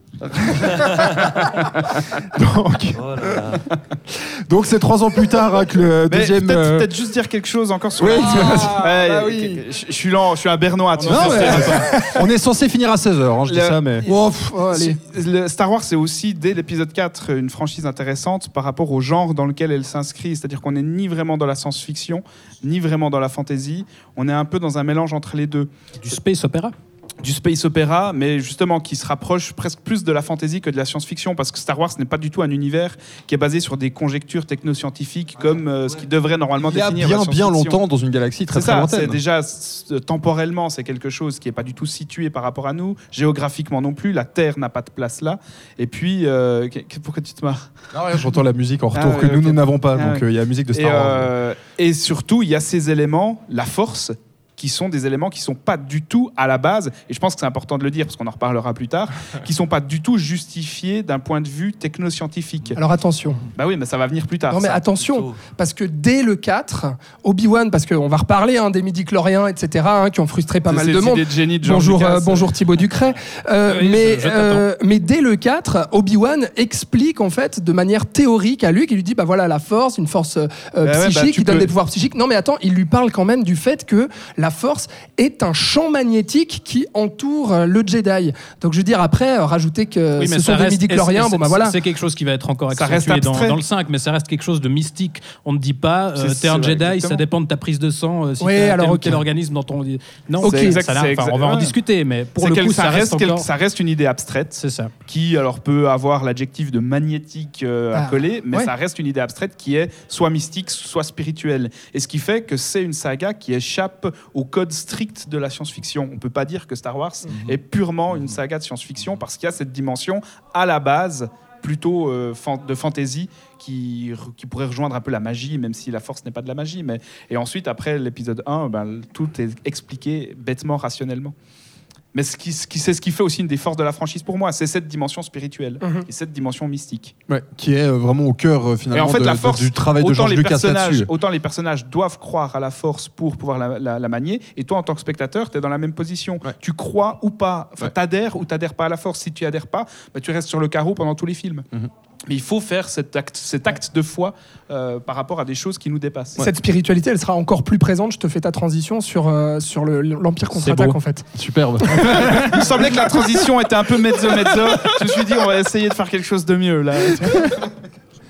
S4: Donc,
S6: Oh là là.
S4: donc c'est trois ans plus tard hein, que le
S1: Mais
S4: deuxième.
S1: peut-être,
S4: euh,
S1: peut-être juste dire quelque chose encore sur
S4: Oui,
S1: la...
S4: ah,
S1: Ouais,
S4: bah
S1: ok,
S4: oui.
S1: ok. Je, je suis lent, je suis un bernois. tu
S4: Non,
S1: sais,
S4: mais-
S1: c'est-
S4: on est censé finir à seize heures, hein, je dis
S1: Le-
S4: ça, mais.
S5: Oh, pff, oh, allez.
S1: Le Star Wars, c'est aussi, dès l'épisode quatre, une franchise intéressante par rapport au genre dans lequel elle s'inscrit. C'est-à-dire qu'on n'est ni vraiment dans la science-fiction, ni vraiment dans la fantasy. On est un peu dans un mélange entre les deux.
S7: Du space opéra.
S1: Du space opéra, mais justement qui se rapproche presque plus de la fantasy que de la science-fiction, parce que Star Wars n'est pas du tout un univers qui est basé sur des conjectures technoscientifiques comme euh, ce qui devrait normalement
S4: Il y a
S1: définir
S4: bien,
S1: la
S4: bien
S1: science-fiction.
S4: longtemps dans une galaxie très
S1: C'est
S4: très
S1: ça,
S4: lointaine.
S1: c'est déjà c- temporellement, c'est quelque chose qui n'est pas du tout situé par rapport à nous, géographiquement non plus, la Terre n'a pas de place là. Et puis, euh, que- que- pourquoi tu te marres?
S4: Ah ouais, j'entends la musique en retour
S1: Ah
S4: que
S1: ouais,
S4: nous,
S1: ok.
S4: nous n'avons pas.
S1: Ah
S4: donc euh, il
S1: ouais.
S4: y a la musique de
S1: Et,
S4: Star Wars.
S1: euh, et surtout, il y a ces éléments, la force, qui sont des éléments qui sont pas du tout à la base, et je pense que c'est important de le dire parce qu'on en reparlera plus tard, qui sont pas du tout justifiés d'un point de vue technoscientifique.
S5: Alors attention.
S1: Bah oui, mais ça va venir plus tard.
S5: Non mais
S1: ça.
S5: attention,
S6: plutôt.
S5: parce que dès le quatre, Obi-Wan, parce qu'on va reparler hein, des midi-chloriens, et cetera, hein, qui ont frustré pas
S1: C'est
S5: mal
S1: ces
S5: de monde.
S1: idées de génie de George
S5: Bonjour,
S1: Lucas.
S5: euh, bonjour Thibaut Ducret. Euh,
S7: Oui,
S5: mais,
S7: je- je
S5: euh, mais dès le quatre, Obi-Wan explique en fait de manière théorique à Luke, il lui dit bah voilà la force, une force euh,
S1: Bah ouais, bah,
S5: psychique,
S1: tu
S5: il donne
S1: peux-
S5: des pouvoirs psychiques. Non mais attends, il lui parle quand même du fait que la force est un champ magnétique qui entoure euh, le Jedi. Donc je veux dire après euh, rajouter que
S7: Oui, mais
S5: ce
S7: ça
S5: sont des
S7: reste-
S5: midi-chloriens,
S7: c'est-
S5: bon bah
S7: c'est-
S5: voilà.
S7: C'est quelque chose qui va être encore
S1: Ça reste
S7: accentué dans,
S1: abstrait.
S7: dans le cinq, mais ça reste quelque chose de mystique. On ne dit pas, euh,
S1: C'est-
S7: t'es un
S1: c'est-
S7: Jedi,
S1: exactement.
S7: ça dépend de ta prise de sang, euh, si
S5: Oui,
S7: t'as
S5: alors,
S7: tel ou
S5: ok.
S7: tel organisme dans ton... Non,
S5: Ok.
S1: C'est exact-
S7: ça a l'air-
S1: c'est
S7: enfin,
S1: exact-
S7: on va en
S1: ouais.
S7: discuter, mais pour
S1: C'est
S7: le
S1: quel-
S7: coup,
S1: ça,
S7: ça reste
S1: quel-
S7: encore...
S1: ça reste une idée abstraite.
S7: C'est ça.
S1: Qui alors peut avoir l'adjectif de magnétique euh, à
S5: Ah,
S1: coller, mais
S5: ouais.
S1: ça reste une idée abstraite qui est soit mystique, soit spirituelle. Et ce qui fait que c'est une saga qui échappe au code strict de la science-fiction. On peut pas dire que Star Wars est purement une saga de science-fiction parce qu'il y a cette dimension à la base plutôt euh, fan- de fantasy qui, qui pourrait rejoindre un peu la magie, même si la force n'est pas de la magie. Mais... Et ensuite, après l'épisode un, ben, tout est expliqué bêtement, rationnellement. Mais ce qui, ce qui, c'est ce qui fait aussi une des forces de la franchise pour moi, c'est cette dimension spirituelle
S5: Mhm.
S1: et cette dimension mystique.
S4: Ouais, qui est euh, vraiment au cœur euh,
S1: Et
S4: finalement
S1: en fait,
S4: de-
S1: la
S4: de-
S1: force,
S4: du travail de
S1: autant
S4: George
S1: les,
S4: Lucas
S1: personnages,
S4: là-dessus.
S1: autant les personnages doivent croire à la force pour pouvoir la, la- la manier, et toi, en tant que spectateur, tu es dans la même position.
S4: Ouais.
S1: Tu crois ou pas, enfin,
S4: Ouais.
S1: t'adhères ou t'adhères pas à la force. Si tu adhères pas, bah, tu restes sur le carreau pendant tous les films.
S4: Mhm.
S1: Mais il faut faire cet acte, cet acte de foi euh, par rapport à des choses qui nous dépassent.
S5: Cette spiritualité, elle sera encore plus présente. Je te fais ta transition sur, euh, sur le- l'Empire contre-attaque,
S7: beau.
S5: en fait.
S4: Superbe.
S1: Il me semblait que la transition était un peu mezzo-mezzo. Je me suis dit, on va essayer de faire quelque chose de mieux là.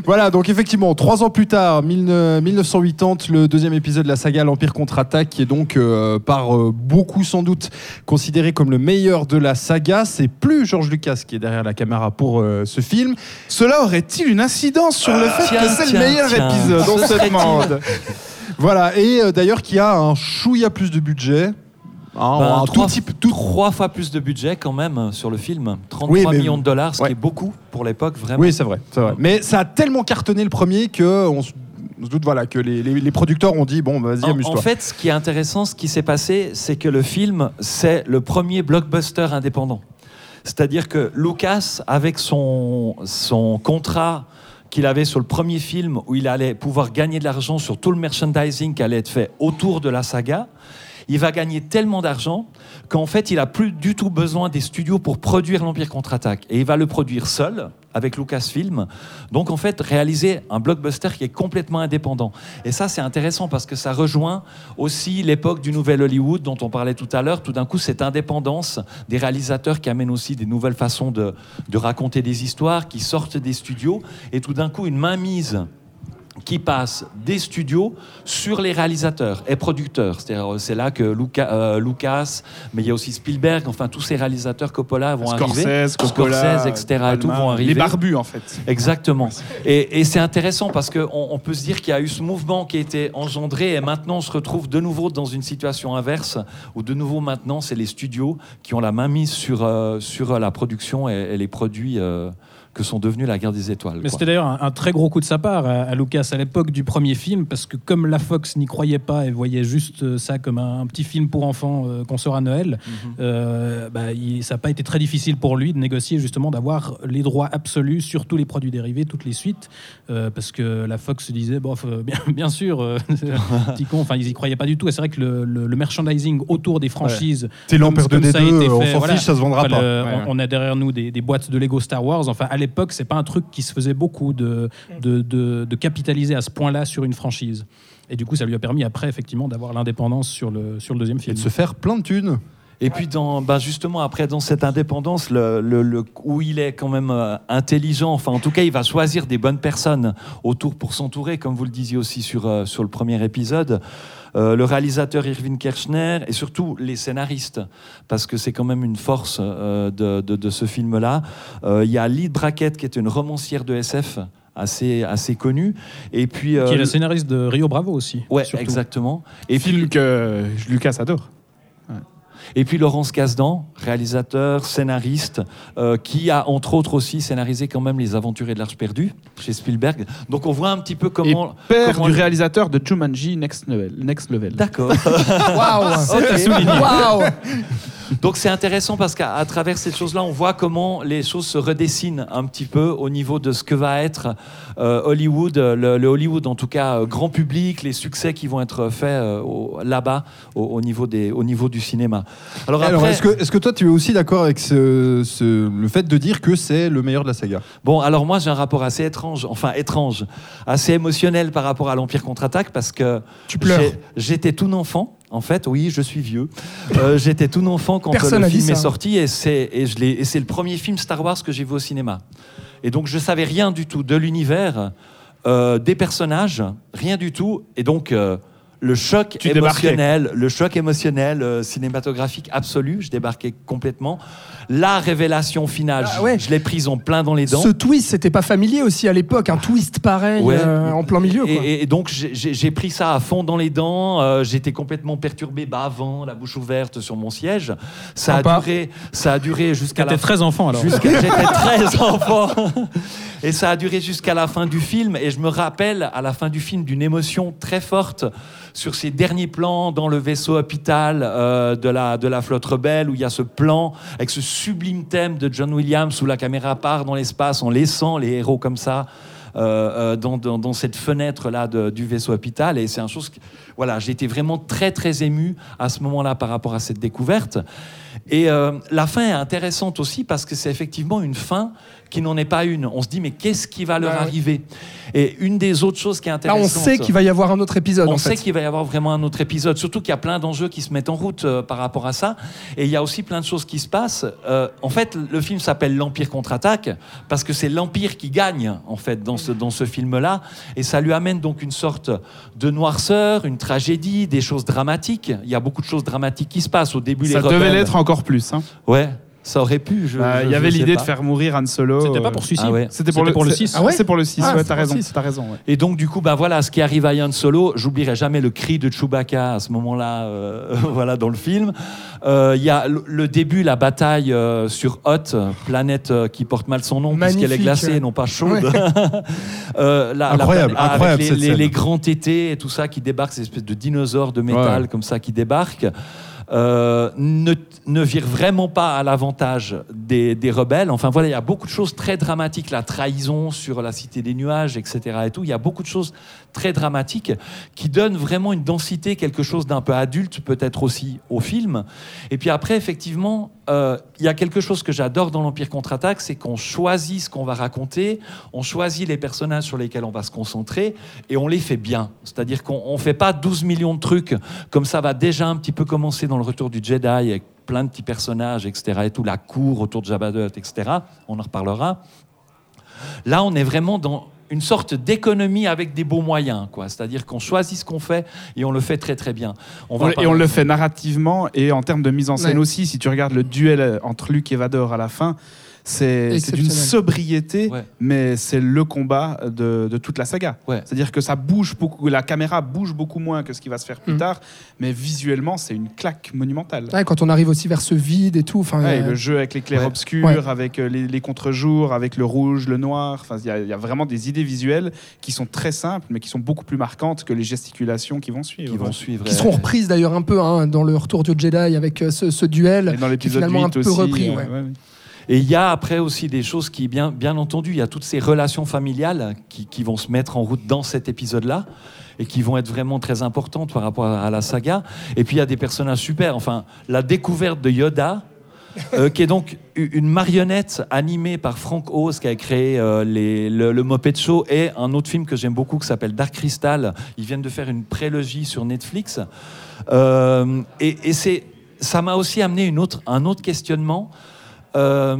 S4: Voilà, donc effectivement, trois ans plus tard, mille neuf cent quatre-vingt-dix, le deuxième épisode de la saga L'Empire contre-attaque, qui est donc euh, par euh, beaucoup sans doute considéré comme le meilleur de la saga. C'est plus George Lucas qui est derrière la caméra pour euh, ce film.
S1: Cela aurait-il une incidence sur le fait
S6: tiens,
S1: que c'est
S6: tiens,
S1: le meilleur
S6: tiens.
S1: épisode? On
S6: Ce
S1: se
S6: serait-il
S1: demande.
S4: Voilà, et euh, d'ailleurs qui a un chouïa plus de budget. Hein,
S6: Ben,
S4: un
S6: trois,
S4: tout type, tout...
S6: trois fois plus de budget quand même sur le film. trente-trois
S4: Oui, mais-
S6: millions de dollars, ce
S4: ouais.
S6: qui est beaucoup pour l'époque, vraiment.
S4: Oui, c'est vrai, c'est vrai. Mais ça a tellement cartonné le premier que on se on se doute voilà, que les, les, les producteurs ont dit bon, bah, vas-y,
S6: En,
S4: amuse-toi.
S6: en fait, ce qui est intéressant, ce qui s'est passé, c'est que le film, c'est le premier blockbuster indépendant. C'est-à-dire que Lucas, avec son, son contrat qu'il avait sur le premier film, où il allait pouvoir gagner de l'argent sur tout le merchandising qui allait être fait autour de la saga, il va gagner tellement d'argent qu'en fait, il n'a plus du tout besoin des studios pour produire l'Empire contre-attaque. Et il va le produire seul, avec Lucasfilm. Donc, en fait, réaliser un blockbuster qui est complètement indépendant. Et ça, c'est intéressant parce que ça rejoint aussi l'époque du Nouvel Hollywood dont on parlait tout à l'heure. Tout d'un coup, cette indépendance des réalisateurs qui amènent aussi des nouvelles façons de, de raconter des histoires, qui sortent des studios. Et tout d'un coup, une mainmise qui passe des studios sur les réalisateurs et producteurs. C'est-à-dire, c'est là que Luca, euh, Lucas, mais il y a aussi Spielberg, enfin tous ces réalisateurs Coppola vont
S1: Scorsese,
S6: arriver.
S1: Coppola,
S6: Scorsese, et cetera et tout vont arriver.
S1: Les barbus, en fait.
S6: Exactement. Et, et c'est intéressant parce qu'on on peut se dire qu'il y a eu ce mouvement qui a été engendré et maintenant on se retrouve de nouveau dans une situation inverse où de nouveau maintenant c'est les studios qui ont la main mise sur, euh, sur la production et, et les produits euh, que sont devenus la guerre des étoiles.
S7: Mais
S6: quoi.
S7: c'était d'ailleurs un, un très gros coup de sa part à, à Lucas à l'époque du premier film, parce que comme la Fox n'y croyait pas et voyait juste ça comme un, un petit film pour enfants euh, qu'on sort à Noël, mm-hmm. euh, bah, il, ça n'a pas été très difficile pour lui de négocier justement d'avoir les droits absolus sur tous les produits dérivés, toutes les suites, euh, parce que la Fox se disait, bon, euh, bien, bien sûr, euh, petit con, enfin ils n'y croyaient pas du tout. Et c'est vrai que le, le, le merchandising autour des franchises,
S4: ouais. C'est l'Empire de D deux, on s'en
S7: voilà,
S4: fiche, ça se vendra
S7: enfin,
S4: pas.
S7: Le,
S4: ouais,
S7: on, on a derrière nous des, des boîtes de Lego Star Wars, enfin à l'époque, c'est pas un truc qui se faisait beaucoup de, de, de, de capitaliser à ce point-là sur une franchise. Et du coup, ça lui a permis après, effectivement, d'avoir l'indépendance sur le, sur le deuxième film.
S4: Et de se faire plein de thunes.
S6: Et puis, dans, bah justement, après, dans cette indépendance, le, le, le, où il est quand même euh, intelligent, enfin, en tout cas, il va choisir des bonnes personnes autour pour s'entourer, comme vous le disiez aussi sur, euh, sur le premier épisode. Euh, le réalisateur Irving Kershner et surtout les scénaristes, parce que c'est quand même une force euh, de, de, de ce film-là. Euh, il y a Leigh Brackett, qui est une romancière de S F, assez, assez connue. Et puis, euh,
S7: qui est le scénariste de Rio Bravo aussi.
S6: Ouais,
S7: surtout.
S6: exactement. Et
S1: film
S6: puis,
S1: que Lucas adore.
S6: Ouais. Et puis Laurence Kasdan, réalisateur, scénariste, euh, qui a entre autres aussi scénarisé quand même Les Aventuriers de l'Arche perdue chez Spielberg. Donc on voit un petit peu comment...
S1: Et père
S6: comment
S1: du
S6: le...
S1: réalisateur de Jumanji Next Level. Next Level.
S6: D'accord.
S5: Waouh.
S6: Okay.
S5: Waouh.
S6: Donc c'est intéressant parce qu'à à travers ces choses-là, on voit comment les choses se redessinent un petit peu au niveau de ce que va être euh, Hollywood, le, le Hollywood en tout cas euh, grand public, les succès qui vont être faits euh, au, là-bas au, au, niveau des, au niveau du cinéma. Alors, après,
S4: alors est-ce que, est-ce que toi tu es aussi d'accord avec ce, ce, le fait de dire que c'est le meilleur de la saga?
S6: Bon, alors moi j'ai un rapport assez étrange, enfin étrange, assez émotionnel par rapport à l'Empire contre-attaque parce que
S5: tu pleures.
S6: J'ai, j'étais tout enfant. En fait, oui, je suis vieux. Euh, j'étais tout enfant quand
S5: Personne
S6: le film
S5: est
S6: sorti et c'est, et, je l'ai, et c'est le premier film Star Wars que j'ai vu au cinéma. Et donc, je savais rien du tout de l'univers, euh, des personnages, rien du tout. Et donc, euh, le choc
S1: tu
S6: émotionnel, le choc émotionnel euh, cinématographique absolu, je débarquais complètement. La révélation finale,
S5: ah ouais.
S6: je, je l'ai prise en plein dans les dents.
S5: Ce twist, c'était pas familier aussi à l'époque, un twist pareil
S6: ouais.
S5: euh, en plein milieu. Quoi.
S6: Et, et donc j'ai, j'ai pris ça à fond dans les dents. Euh, j'étais complètement perturbé, bavant, la bouche ouverte sur mon siège. Ça
S5: Sympa.
S6: a duré, ça a duré jusqu'à.
S7: T'étais
S6: la
S7: treize enfants alors.
S6: Jusqu'à, j'étais treize enfants. Et ça a duré jusqu'à la fin du film. Et je me rappelle à la fin du film d'une émotion très forte sur ces derniers plans dans le vaisseau hôpital euh, de la de la flotte rebelle où il y a ce plan avec ce sublime thème de John Williams où la caméra part dans l'espace en laissant les héros comme ça euh, euh, dans, dans, dans cette fenêtre là de, du vaisseau hôpital. Et c'est une chose que, voilà, j'ai été vraiment très très ému à ce moment-là par rapport à cette découverte. Et euh, la fin est intéressante aussi parce que c'est effectivement une fin qui n'en est pas une. On se dit, mais qu'est-ce qui va leur
S5: ouais,
S6: arriver ? Et une des autres choses qui est intéressante...
S5: Là, on sait qu'il va y avoir un autre épisode,
S6: On
S5: en
S6: sait
S5: fait.
S6: qu'il va y avoir vraiment un autre épisode, surtout qu'il y a plein d'enjeux qui se mettent en route euh, par rapport à ça. Et il y a aussi plein de choses qui se passent. Euh, en fait, le film s'appelle L'Empire contre-attaque parce que c'est l'Empire qui gagne, en fait, dans ce, dans ce film-là. Et ça lui amène donc une sorte de noirceur, une tragédie, des choses dramatiques. Il y a beaucoup de choses dramatiques qui se passent. Au début,
S1: ça
S6: les rebelles...
S1: devait l'être encore plus. Hein.
S6: Ouais. Ça aurait pu. Je,
S1: bah,
S6: je,
S1: il y avait
S6: je
S1: l'idée
S6: pas.
S1: de faire mourir Han Solo.
S7: C'était pas pour celui-ci.
S6: Ah ouais.
S1: C'était pour,
S7: C'était
S1: le,
S7: pour le
S1: c'est,
S7: six.
S1: Ah ouais, c'est pour le six.
S5: Ah,
S1: ouais,
S5: c'est
S1: t'as
S5: pour le
S1: raison.
S5: six.
S1: T'as raison. Ouais.
S6: Et donc du coup, bah voilà, ce qui arrive à Han Solo, j'oublierai jamais le cri de Chewbacca à ce moment-là, euh, voilà, dans le film. Il euh, y a le, le début, la bataille euh, sur Hoth, planète euh, qui porte mal son nom puisqu'elle est glacée,
S5: ouais.
S6: et non pas chaude.
S5: Ouais.
S6: euh, la,
S4: incroyable,
S6: la,
S4: incroyable
S6: avec
S4: cette
S6: les, les,
S4: scène.
S6: les grands tétés et tout ça qui débarquent, ces espèces de dinosaures de métal
S4: ouais.
S6: comme ça qui débarquent. Euh, ne, ne vire vraiment pas à l'avantage des, des rebelles. Enfin voilà, il y a beaucoup de choses très dramatiques, la trahison sur la Cité des Nuages, et cetera. Et tout. Il y a beaucoup de choses très dramatiques qui donnent vraiment une densité, quelque chose d'un peu adulte peut-être aussi au film. Et puis après, effectivement, euh, il y a quelque chose que j'adore dans l'Empire contre-attaque, c'est qu'on choisit ce qu'on va raconter, on choisit les personnages sur lesquels on va se concentrer et on les fait bien. C'est-à-dire qu'on ne fait pas douze millions de trucs comme ça va déjà un petit peu commencer dans le Retour du Jedi avec plein de petits personnages, et cetera. Et tout, la cour autour de Jabba the Hutt, et cetera. On en reparlera. Là, on est vraiment dans une sorte d'économie avec des beaux moyens, quoi. C'est-à-dire qu'on choisit ce qu'on fait et on le fait très très bien. On va
S1: et
S6: parler...
S1: on le fait narrativement et en termes de mise en scène
S5: ouais.
S1: aussi. Si tu regardes le duel entre Luke et Vador à la fin, c'est, c'est d'une sobriété,
S6: ouais.
S1: mais c'est le combat de, de toute la saga.
S6: Ouais.
S1: C'est-à-dire que ça bouge beaucoup, la caméra bouge beaucoup moins que ce qui va se faire plus
S5: mmh.
S1: tard, mais visuellement, c'est une claque monumentale.
S5: Ouais, quand on arrive aussi vers ce vide et tout. Enfin,
S1: ouais,
S5: euh...
S1: le jeu avec les clairs-obscurs,
S5: ouais.
S1: avec les, les contre-jours, avec le rouge, le noir. Enfin, il y, y a vraiment des idées visuelles qui sont très simples, mais qui sont beaucoup plus marquantes que les gesticulations qui vont suivre.
S6: Qui vont suivre.
S5: Qui seront reprises d'ailleurs un peu hein, dans le Retour du Jedi avec euh, ce, ce duel.
S1: Et dans l'épisode
S5: qui finalement
S1: huit
S5: un peu
S1: aussi,
S5: repris.
S1: euh,
S5: ouais.
S1: ouais, ouais.
S6: Et il y a après aussi des choses qui, bien, bien entendu, il y a toutes ces relations familiales qui, qui vont se mettre en route dans cet épisode-là et qui vont être vraiment très importantes par rapport à la saga. Et puis il y a des personnages super. Enfin, la découverte de Yoda, euh, qui est donc une marionnette animée par Frank Oz, qui a créé euh, les, le, le Muppet Show, et un autre film que j'aime beaucoup qui s'appelle Dark Crystal. Ils viennent de faire une prélogie sur Netflix. Euh, et et c'est, ça m'a aussi amené une autre, un autre questionnement. Il euh,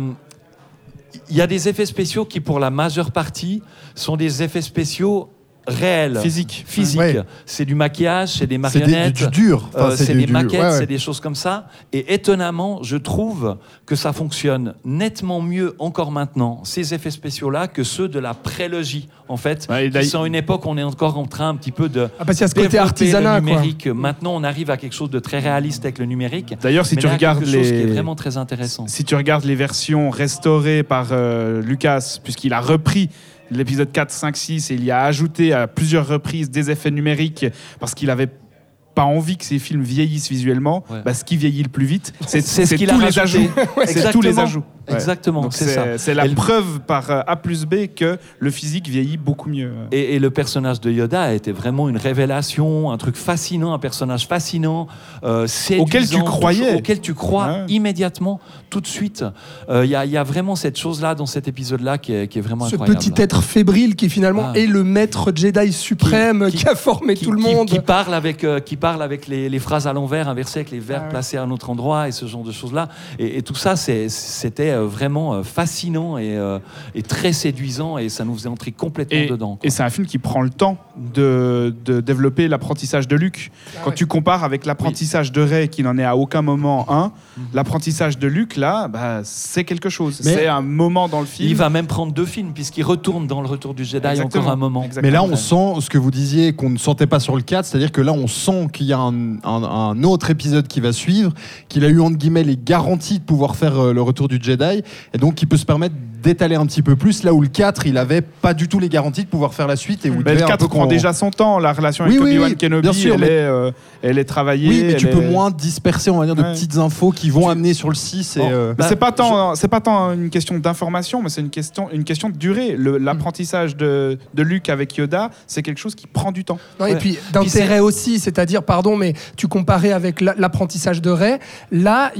S6: y a des effets spéciaux qui, pour la majeure partie, sont des effets spéciaux réels.
S1: Physique.
S6: Physique.
S4: Ouais.
S6: C'est du maquillage, c'est des marionnettes.
S4: C'est des, du dur. Enfin,
S6: euh,
S4: c'est
S6: c'est
S4: du,
S6: des
S4: du...
S6: maquettes,
S4: ouais, ouais.
S6: c'est des choses comme ça. Et étonnamment, je trouve que ça fonctionne nettement mieux encore maintenant, ces effets spéciaux-là, que ceux de la prélogie, en fait.
S1: Ouais,
S6: qui sont une époque où on est encore en train un petit peu de
S5: Ah, parce qu'il y a ce côté
S6: développer
S5: artisanat,
S6: le
S5: quoi.
S6: numérique. Maintenant, on arrive à quelque chose de très réaliste avec le numérique.
S1: D'ailleurs, si
S6: Mais
S1: tu
S6: là, il y a
S1: regardes
S6: quelque chose qui est
S1: les...
S6: vraiment très intéressant.
S1: Si tu regardes les versions restaurées par euh, Lucas, puisqu'il a repris l'épisode quatre, cinq, six et il y a ajouté à plusieurs reprises des effets numériques parce qu'il avait pas envie que ces films vieillissent visuellement,
S6: Ouais.
S1: bah, ce qui vieillit le plus vite, c'est,
S6: C'est ce
S1: c'est
S6: qu'il
S1: tous
S6: a
S1: les
S6: rajouté.
S1: ajouts. C'est tous les
S6: Exactement.
S1: ajouts. Ouais.
S6: Exactement,
S1: Donc
S6: c'est,
S1: c'est,
S6: ça.
S1: c'est la
S6: Et le-
S1: preuve par euh, A plus B que le physique vieillit beaucoup mieux.
S6: Et, et le personnage de Yoda a été vraiment une révélation, un truc fascinant, un personnage fascinant, euh, séduisant,
S1: Auquel tu croyais.
S6: toujours- auquel tu crois
S1: Ouais.
S6: immédiatement, tout de suite. Il euh, y, a, y a vraiment cette chose-là dans cet épisode-là qui est, qui est vraiment
S5: Ce
S6: incroyable.
S5: petit être fébrile qui finalement
S6: Ah.
S5: est le maître Jedi suprême qui,
S6: Qui-
S5: a formé
S6: Qui,
S5: tout le
S6: qui-
S5: monde.
S6: qui parle avec, euh, qui parle avec les, les phrases à l'envers, inversées, avec les verbes
S5: Ah ouais.
S6: placés à un autre endroit et ce genre de choses-là. Et, et tout ça, c'est, c'était euh, vraiment euh, fascinant et, euh, et très séduisant et ça nous faisait entrer complètement
S1: Et,
S6: dedans. quoi.
S1: et c'est un film qui prend le temps de, de développer l'apprentissage de Luke. Quand
S5: ouais.
S1: tu compares avec l'apprentissage de Rey, qui n'en est à aucun moment un, l'apprentissage de Luke, là, bah, c'est quelque chose.
S4: Mais-
S1: c'est un moment dans le film.
S6: Il va même prendre deux films puisqu'il retourne dans le Retour du Jedi
S1: Exactement.
S6: encore un moment.
S1: Exactement.
S4: Mais là, on sent ce que vous disiez qu'on ne sentait pas sur le quatre, c'est-à-dire que là, on sent qu'il y a un, un- un autre épisode qui va suivre, qu'il a eu, entre guillemets, les garanties de pouvoir faire euh, le Retour du Jedi, et donc il peut se permettre d'étaler un petit peu plus, là où le quatre, il avait pas du tout les garanties de pouvoir faire la suite. Et où il
S1: Mais le
S4: devait un
S1: quatre
S4: peu
S1: prend
S4: qu'on-
S1: déjà son temps. La relation avec
S4: Oui, oui,
S1: Obi-Wan
S4: oui,
S1: Kenobi,
S4: bien sûr,
S1: elle,
S4: mais-
S1: est, euh, elle est travaillée.
S4: Oui, mais tu
S1: elle
S4: peux
S1: est-
S4: moins disperser, on va dire, de
S1: Ouais.
S4: petites infos qui vont amener sur le six. Et,
S6: Bon,
S4: euh,
S1: Mais
S6: Bah,
S1: c'est pas tant, c'est pas tant une question d'information, mais c'est une question, une question de durée. Le- l'apprentissage de, de Luke avec Yoda, c'est quelque chose qui prend du temps.
S5: Non, Et
S6: Ouais.
S5: puis
S6: Puis
S5: d'intérêt aussi, c'est-à-dire, pardon, mais tu comparais avec la- l'apprentissage de Rey, là, il y a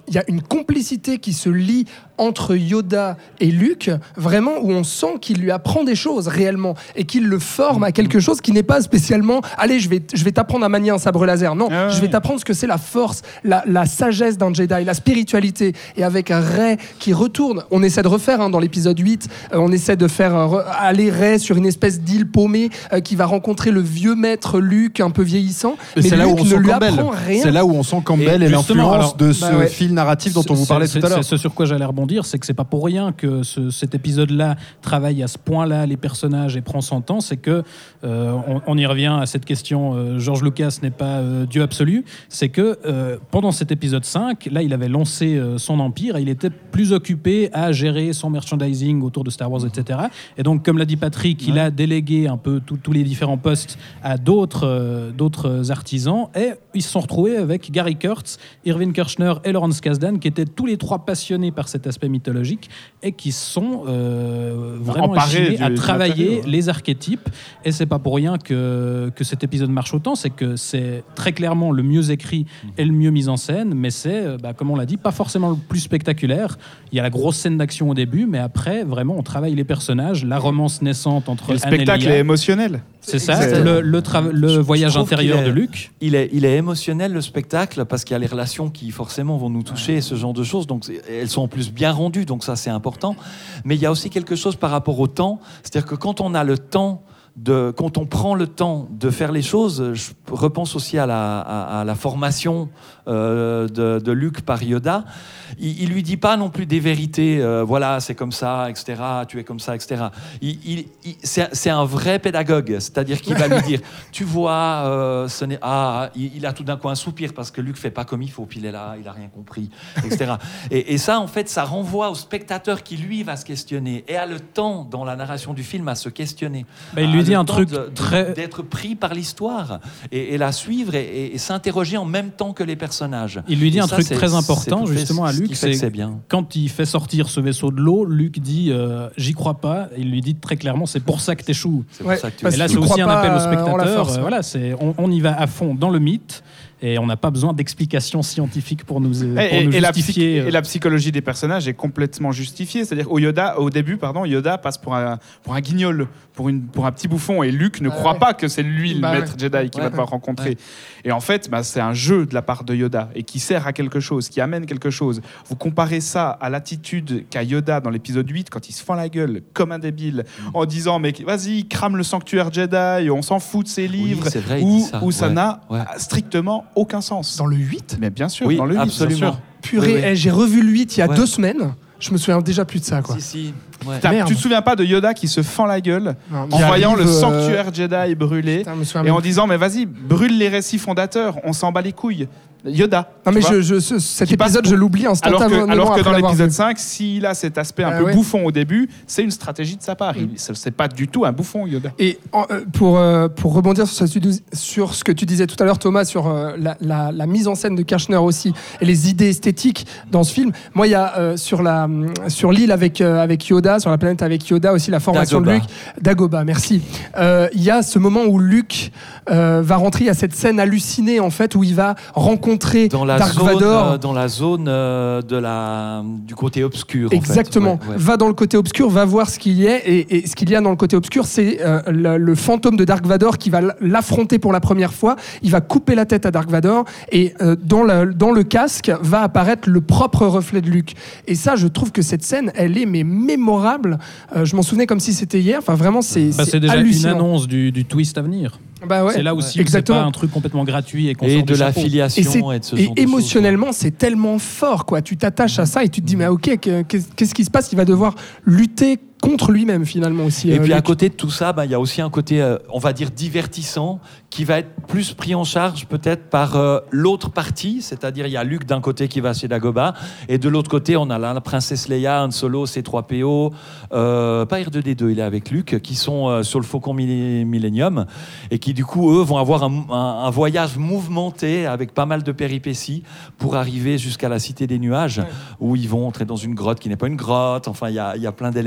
S5: il y a une complicité qui se lie entre Yoda et Luke, vraiment où on sent qu'il lui apprend des choses réellement et qu'il le forme à quelque chose qui n'est pas spécialement allez je vais, je vais t'apprendre à manier un sabre laser, non, ah ouais. je vais t'apprendre ce que c'est la force, la, la sagesse d'un Jedi, la spiritualité, et avec Rey qui retourne, on essaie de refaire hein, dans l'épisode huit, euh, on essaie de faire euh, aller Rey sur une espèce d'île paumée euh, qui va rencontrer le vieux maître Luke un peu vieillissant,
S4: et
S5: mais
S4: c'est
S5: Luke
S4: là où on
S5: ne
S4: sent
S5: lui
S4: Campbell.
S5: apprend rien.
S4: C'est là où on sent Campbell et, et l'influence alors, de ce bah ouais. fil narratif dont on vous parlait tout à l'heure.
S7: C'est ce sur quoi j'allais rebondir, c'est que c'est pas pour rien que ce, cet épisode-là travaille à ce point-là les personnages et prend son temps, c'est que euh, on, on y revient à cette question euh, George Lucas n'est pas euh, Dieu absolu, c'est que euh, pendant cet épisode cinq, là il avait lancé euh, son empire et il était plus occupé à gérer son merchandising autour de Star Wars, et cetera. Et donc comme l'a dit Patrick, ouais. il a délégué un peu tous les différents postes à d'autres, euh, d'autres artisans et ils se sont retrouvés avec Gary Kurtz, Irvin Kershner et Lawrence Kasdan qui étaient tous les trois passionnés par cet aspect mythologique et qui sont euh, vraiment échillés à travailler ouais. les archétypes. Et c'est pas pour rien que, que cet épisode marche autant, c'est que c'est très clairement le mieux écrit et le mieux mis en scène, mais c'est, bah, comme on l'a dit, pas forcément le plus spectaculaire. Il y a la grosse scène d'action au début, mais après, vraiment, on travaille les personnages, la romance naissante entre
S1: le spectacle est émotionnel.
S7: C'est ça, c'est le, le, tra- le voyage intérieur
S6: est,
S7: de Luke.
S6: Il est, il est émotionnel, le spectacle, parce qu'il y a les relations qui forcément vont nous toucher, ouais. ce genre de choses. Donc elles sont en plus bien rendues, donc ça c'est important. Mais il y a aussi quelque chose par rapport au temps, c'est-à-dire que quand on a le temps, de, quand on prend le temps de faire les choses, je repense aussi à la, à, à la formation euh, de, de Luke par Yoda. Il, il lui dit pas non plus des vérités, euh, voilà, c'est comme ça, et cetera. Tu es comme ça, et cetera. Il, il, il, c'est, c'est un vrai pédagogue, c'est-à-dire qu'il va lui dire, tu vois, euh, ce n'est, ah, il, il a tout d'un coup un soupir parce que Luke fait pas comme il faut, puis il est là, il a rien compris, et cetera. et, et ça, en fait, ça renvoie au spectateur qui lui va se questionner et a le temps dans la narration du film à se questionner.
S7: Bah, il lui dit un truc
S6: de, de,
S7: très
S6: d'être pris par l'histoire et, et la suivre et, et, et s'interroger en même temps que les personnages.
S7: Il lui dit
S6: et
S7: un
S6: ça,
S7: truc
S6: c'est,
S7: très important justement à Luke, c'est, c'est
S6: bien.
S7: Quand il fait sortir ce vaisseau de l'eau, Luke dit euh, j'y crois pas. Il lui dit très clairement c'est pour ça que t'échoues.
S6: C'est pour
S5: ouais,
S6: ça que tu
S7: et là c'est aussi un appel au spectateur.
S5: Force,
S7: euh, voilà, c'est on, on y va à fond dans le mythe. Et on n'a pas besoin d'explications scientifiques pour nous, pour
S1: et,
S7: nous
S1: et
S7: justifier.
S1: La psy- et la psychologie des personnages est complètement justifiée. C'est-à-dire au Yoda, au début, pardon, Yoda passe pour un, pour un guignol, pour, une, pour un petit bouffon, et Luke ne bah croit ouais. pas que c'est lui le bah maître ouais. Jedi qui ouais. va devoir rencontrer. Ouais. Et en fait, bah, c'est un jeu de la part de Yoda et qui sert à quelque chose, qui amène quelque chose. Vous comparez ça à l'attitude qu'a Yoda dans l'épisode huit quand il se fend la gueule comme un débile mmh. en disant mais vas-y, crame le sanctuaire Jedi, on s'en fout de ses livres,
S6: oui, vrai,
S1: où,
S6: ça.
S1: où ça
S6: ouais.
S1: n'a
S6: ouais.
S1: strictement aucun sens.
S5: Dans le huit ?
S1: Mais bien sûr,
S6: oui,
S1: dans le huit,
S6: absolument.
S1: bien sûr.
S5: Purée, oui, oui. Hey, j'ai revu le huit il y a
S6: ouais.
S5: deux semaines. Je me souviens déjà plus de ça, quoi.
S6: Si, si. Ouais.
S1: Tu te souviens pas de Yoda qui se fend la gueule non, en voyant le euh... sanctuaire Jedi brûler Putain, et en disant mais vas-y, brûle les récits fondateurs, on s'en bat les couilles. Yoda.
S5: Non mais je, je, ce, cet épisode, passe... je l'oublie instantanément.
S1: Alors que, alors que dans l'épisode
S5: vu.
S1: cinq, s'il a cet aspect un euh, peu ouais. bouffon au début, c'est une stratégie de sa part. Mm. Il, c'est pas du tout un bouffon, Yoda.
S5: Et en, euh, pour, euh, pour rebondir sur ce, sur ce que tu disais tout à l'heure, Thomas, sur euh, la, la, la mise en scène de Kershner aussi, et les idées esthétiques dans ce film. Moi, il y a euh, sur, la, sur l'île avec, euh, avec Yoda, sur la planète avec Yoda aussi, la formation
S6: Dagobah.
S5: de Luke. Dagobah, merci. Il euh, y a ce moment où Luke euh, va rentrer à cette scène hallucinée, en fait, où il va rencontrer
S6: dans la
S5: Dark
S6: zone,
S5: Vador.
S6: Euh, dans la zone euh, de la, du côté obscur.
S5: Exactement.
S6: En fait. ouais, ouais.
S5: Va dans le côté obscur, va voir ce qu'il y a. Et, et ce qu'il y a dans le côté obscur, c'est euh, le, le fantôme de Dark Vador qui va l'affronter pour la première fois. Il va couper la tête à Dark Vador. Et euh, dans, le, dans le casque va apparaître le propre reflet de Luke. Et ça, je trouve que cette scène, elle est mais mémorable. Euh, je m'en souvenais comme si c'était hier. Enfin, vraiment, c'est,
S7: bah,
S5: c'est,
S7: c'est déjà
S5: hallucinant.
S7: Une annonce du, du twist à venir.
S5: Bah ouais,
S7: c'est là aussi
S5: ouais.
S7: où c'est pas un truc complètement gratuit et qu'on
S6: et
S7: sort
S6: de
S7: du
S6: la
S7: chapeau.
S6: filiation et, et de ce
S5: et
S6: genre de
S5: émotionnellement
S6: choses, ouais.
S5: c'est tellement fort quoi. Tu t'attaches à ça et tu te dis mais ok qu'est-ce qui se passe, il va devoir lutter contre lui-même finalement aussi.
S6: Et
S5: euh,
S6: puis
S5: Luke.
S6: à côté de tout ça, bah, y a aussi un côté, euh, on va dire, divertissant, qui va être plus pris en charge peut-être par euh, l'autre partie, c'est-à-dire il y a Luke d'un côté qui va chez Dagobah, et de l'autre côté on a la, la princesse Leia, Han Solo, C trois P O, euh, pas R deux D deux, il est avec Luke, qui sont euh, sur le Faucon Millennium, et qui du coup eux vont avoir un, un, un voyage mouvementé avec pas mal de péripéties pour arriver jusqu'à la Cité des Nuages, ouais. où ils vont entrer dans une grotte qui n'est pas une grotte, enfin il y a, y a plein d'éléments comme ça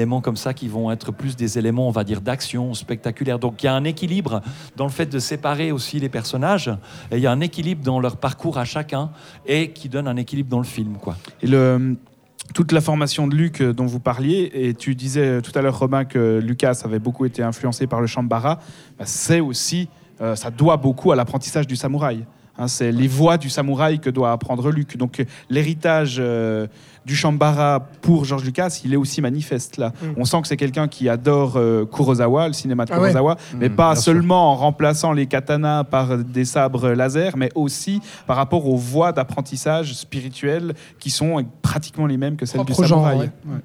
S6: ça qui vont être plus des éléments, on va dire, d'action spectaculaire. Donc il y a un équilibre dans le fait de séparer aussi les personnages, et il y a un équilibre dans leur parcours à chacun, et qui donne un équilibre dans le film, quoi.
S1: Et le... toute la formation de Luc dont vous parliez, et tu disais tout à l'heure, Robin, que Lucas avait beaucoup été influencé par le Shambhara, bah c'est aussi, euh, ça doit beaucoup à l'apprentissage du samouraï. Hein, c'est les voies du samouraï que doit apprendre Luc. Donc l'héritage euh, du Shambhara pour George Lucas, il est aussi manifeste là. Mm. On sent que c'est quelqu'un qui adore euh, Kurosawa, le cinéma de Kurosawa, ah ouais. mais mmh, pas seulement sûr. En remplaçant les katanas par des sabres laser, mais aussi par rapport aux voies d'apprentissage spirituel qui sont pratiquement les mêmes que celles Propre du samouraï. Genre, ouais. Ouais.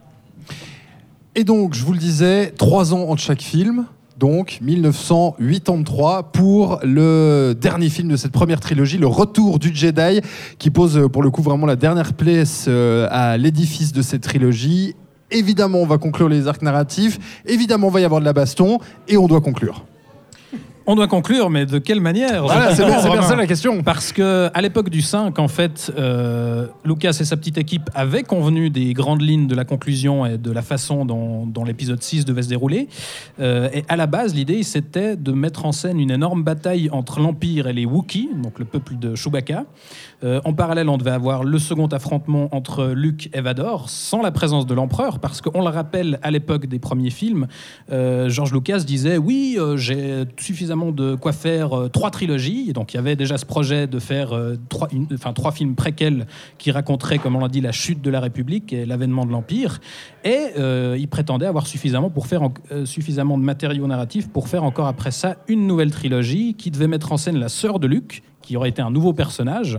S4: Et donc, je vous le disais, trois ans entre chaque film. Donc, dix-neuf cent quatre-vingt-trois pour le dernier film de cette première trilogie, Le Retour du Jedi, qui pose pour le coup vraiment la dernière pièce à l'édifice de cette trilogie. Évidemment, on va conclure les arcs narratifs. Évidemment, il va y avoir de la baston. Et on doit conclure.
S7: On doit conclure, mais de quelle manière ?
S4: Voilà, c'est bien, c'est bien ça la question.
S7: Parce qu'à l'époque du cinq, en fait, euh, Lucas et sa petite équipe avaient convenu des grandes lignes de la conclusion et de la façon dont, dont l'épisode six devait se dérouler. Euh, et à la base, l'idée, c'était de mettre en scène une énorme bataille entre l'Empire et les Wookiees, donc le peuple de Chewbacca. Euh, en parallèle, on devait avoir le second affrontement entre Luke et Vador, sans la présence de l'Empereur, parce qu'on le rappelle, à l'époque des premiers films, euh, George Lucas disait « Oui, euh, j'ai suffisamment de quoi faire euh, trois trilogies ». Donc il y avait déjà ce projet de faire euh, trois, une, enfin, trois films préquels qui raconteraient, comme on l'a dit, la chute de la République et l'avènement de l'Empire. Et euh, il prétendait avoir suffisamment, pour faire en, euh, suffisamment de matériaux narratifs pour faire encore après ça une nouvelle trilogie qui devait mettre en scène la sœur de Luke, qui aurait été un nouveau personnage,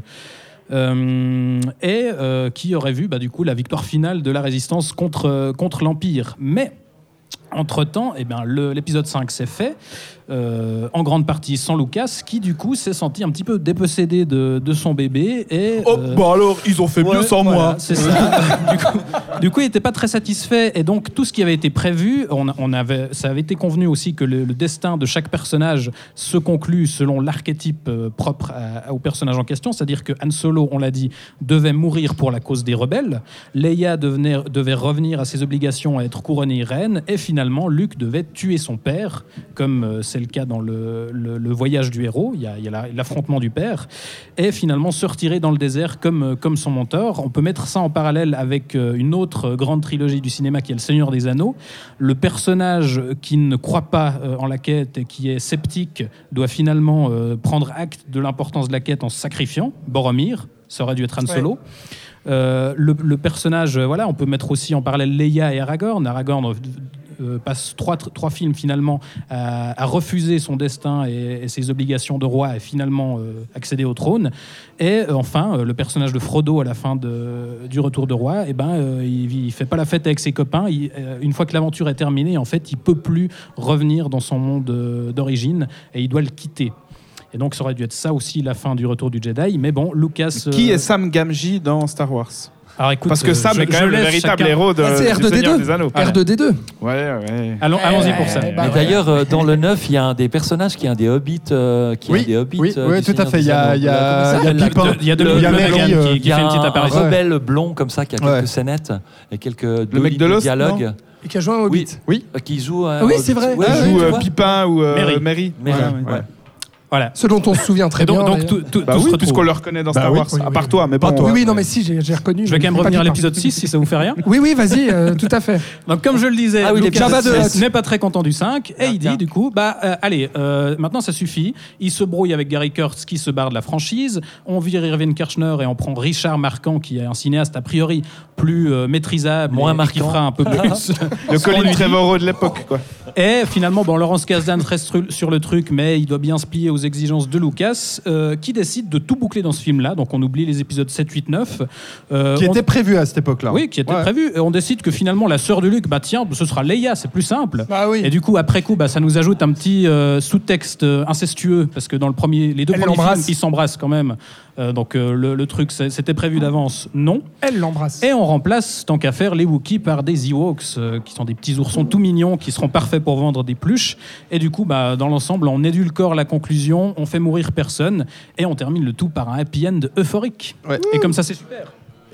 S7: euh, et euh, qui aurait vu bah, du coup la victoire finale de la résistance contre, euh, contre l'Empire. Mais entre-temps, eh ben, le, l'épisode cinq s'est fait, euh, en grande partie sans Lucas, qui du coup s'est senti un petit peu dépossédé de, de son bébé. Et,
S1: oh, euh, bah alors, ils ont fait ouais, mieux sans
S7: voilà,
S1: moi.
S7: C'est ça. du, coup, du coup, il n'était pas très satisfait. Et donc, tout ce qui avait été prévu, on, on avait, ça avait été convenu aussi que le, le destin de chaque personnage se conclut selon l'archétype euh, propre à, au personnage en question. C'est-à-dire que Han Solo, on l'a dit, devait mourir pour la cause des rebelles. Leia devenait, devait revenir à ses obligations à être couronnée reine. Et finalement, Luke devait tuer son père, comme euh, c'est le cas dans le, le, le voyage du héros. Il y a, il y a la, l'affrontement du père. Et finalement, se retirer dans le désert comme, comme son mentor. On peut mettre ça en parallèle avec euh, une autre grande trilogie du cinéma qui est Le Seigneur des Anneaux. Le personnage qui ne croit pas euh, en la quête et qui est sceptique doit finalement euh, prendre acte de l'importance de la quête en se sacrifiant. Boromir, ça aurait dû être Han Solo. Ouais. Euh, le, le personnage, euh, voilà, on peut mettre aussi en parallèle Leia et Aragorn. Aragorn euh, passe trois, trois films finalement à, à refuser son destin et, et ses obligations de roi et finalement euh, accéder au trône. Et euh, enfin, euh, le personnage de Frodo à la fin de, du Retour de roi, eh ben, euh, il, il fait pas la fête avec ses copains. Il, euh, une fois que l'aventure est terminée, en fait, il peut plus revenir dans son monde euh, d'origine et il doit le quitter. Et donc, ça aurait dû être ça aussi, la fin du Retour du Jedi. Mais bon, Lucas... Euh...
S1: Qui est Sam Gamgee dans Star Wars ?
S7: Alors, écoute,
S1: parce que Sam
S7: je,
S1: est quand même le véritable
S5: chacun...
S1: héros de,
S5: ah, c'est
S1: du
S5: R deux D deux.
S1: Seigneur des Anneaux.
S5: R deux D deux.
S1: Ouais, ouais.
S7: Allons, allons-y pour ça.
S6: Bah, Mais ouais. D'ailleurs, euh, dans le neuf, il y a un des personnages qui est un des hobbits. Euh, qui
S4: oui,
S6: est un des hobbits
S4: oui,
S6: euh,
S4: oui tout à fait. Il y a, il y a,
S7: il y a Pipin. Il y a de le, le mec qui, qui fait une petite apparition.
S6: Un rebelle blond comme ça qui a quelques ouais. scénettes et quelques
S1: le mec de,
S6: de dialogues.
S5: Et qui a joué un hobbit.
S6: Oui. oui. Qui joue un
S5: ah, oui, c'est vrai.
S1: Ouais,
S5: ah,
S1: joue
S5: oui,
S1: euh, Pipin ou euh, Mary. Mary.
S6: Mary. Ouais, ouais.
S7: Voilà.
S5: Ce dont on se souvient très
S7: donc,
S5: bien.
S7: Donc, tout, tout,
S1: bah
S7: tout
S1: oui, puisqu'on le reconnaît dans bah Star oui, Wars, oui, oui, à part oui. toi, mais pas bon,
S5: toi.
S1: Oui,
S5: oui, non, mais si, j'ai, j'ai reconnu.
S7: Je vais quand même revenir à l'épisode six, si ça vous fait rien.
S5: Oui, oui, vas-y, euh, tout à fait.
S7: Donc, comme je le disais,
S6: ah oui,
S7: Lucas
S5: de...
S7: n'est pas très content du cinq, et ah, il dit, du coup, bah, euh, allez, euh, maintenant ça suffit. Il se brouille avec Gary Kurtz, qui se barre de la franchise. On vire Irving Kershner et on prend Richard Marquand, qui est un cinéaste, a priori, plus euh, maîtrisable,
S6: moins
S7: et,
S6: marquant.
S7: Et qui fera un peu plus.
S1: Le Colin Trevorrow de l'époque, quoi.
S7: Et finalement, bon, Laurence Kasdan reste sur le truc, mais il doit bien se plier aux exigences de Lucas, euh, qui décide de tout boucler dans ce film-là. Donc on oublie les épisodes sept, huit, neuf.
S4: Euh, qui
S7: on...
S4: était prévu à cette époque-là.
S7: Oui, qui était
S4: ouais.
S7: prévu. Et on décide que finalement, la sœur de Luke, bah tiens, ce sera Leia, c'est plus simple.
S5: Bah oui.
S7: Et du coup, après coup, bah, ça nous ajoute un petit euh, sous-texte euh, incestueux, parce que dans le premier, les deux
S5: Elle
S7: premiers
S5: l'embrasse.
S7: films, ils s'embrassent quand même. Euh, donc euh, le, le truc, c'était prévu d'avance, non.
S5: Elle l'embrasse.
S7: Et on remplace, tant qu'à faire, les Wookiees par des Ewoks, euh, qui sont des petits oursons tout mignons, qui seront parfaits pour vendre des pluches. Et du coup, bah, dans l'ensemble, on édulcore la conclusion, on fait mourir personne, et on termine le tout par un happy end euphorique.
S4: Ouais.
S7: Et comme ça, c'est super.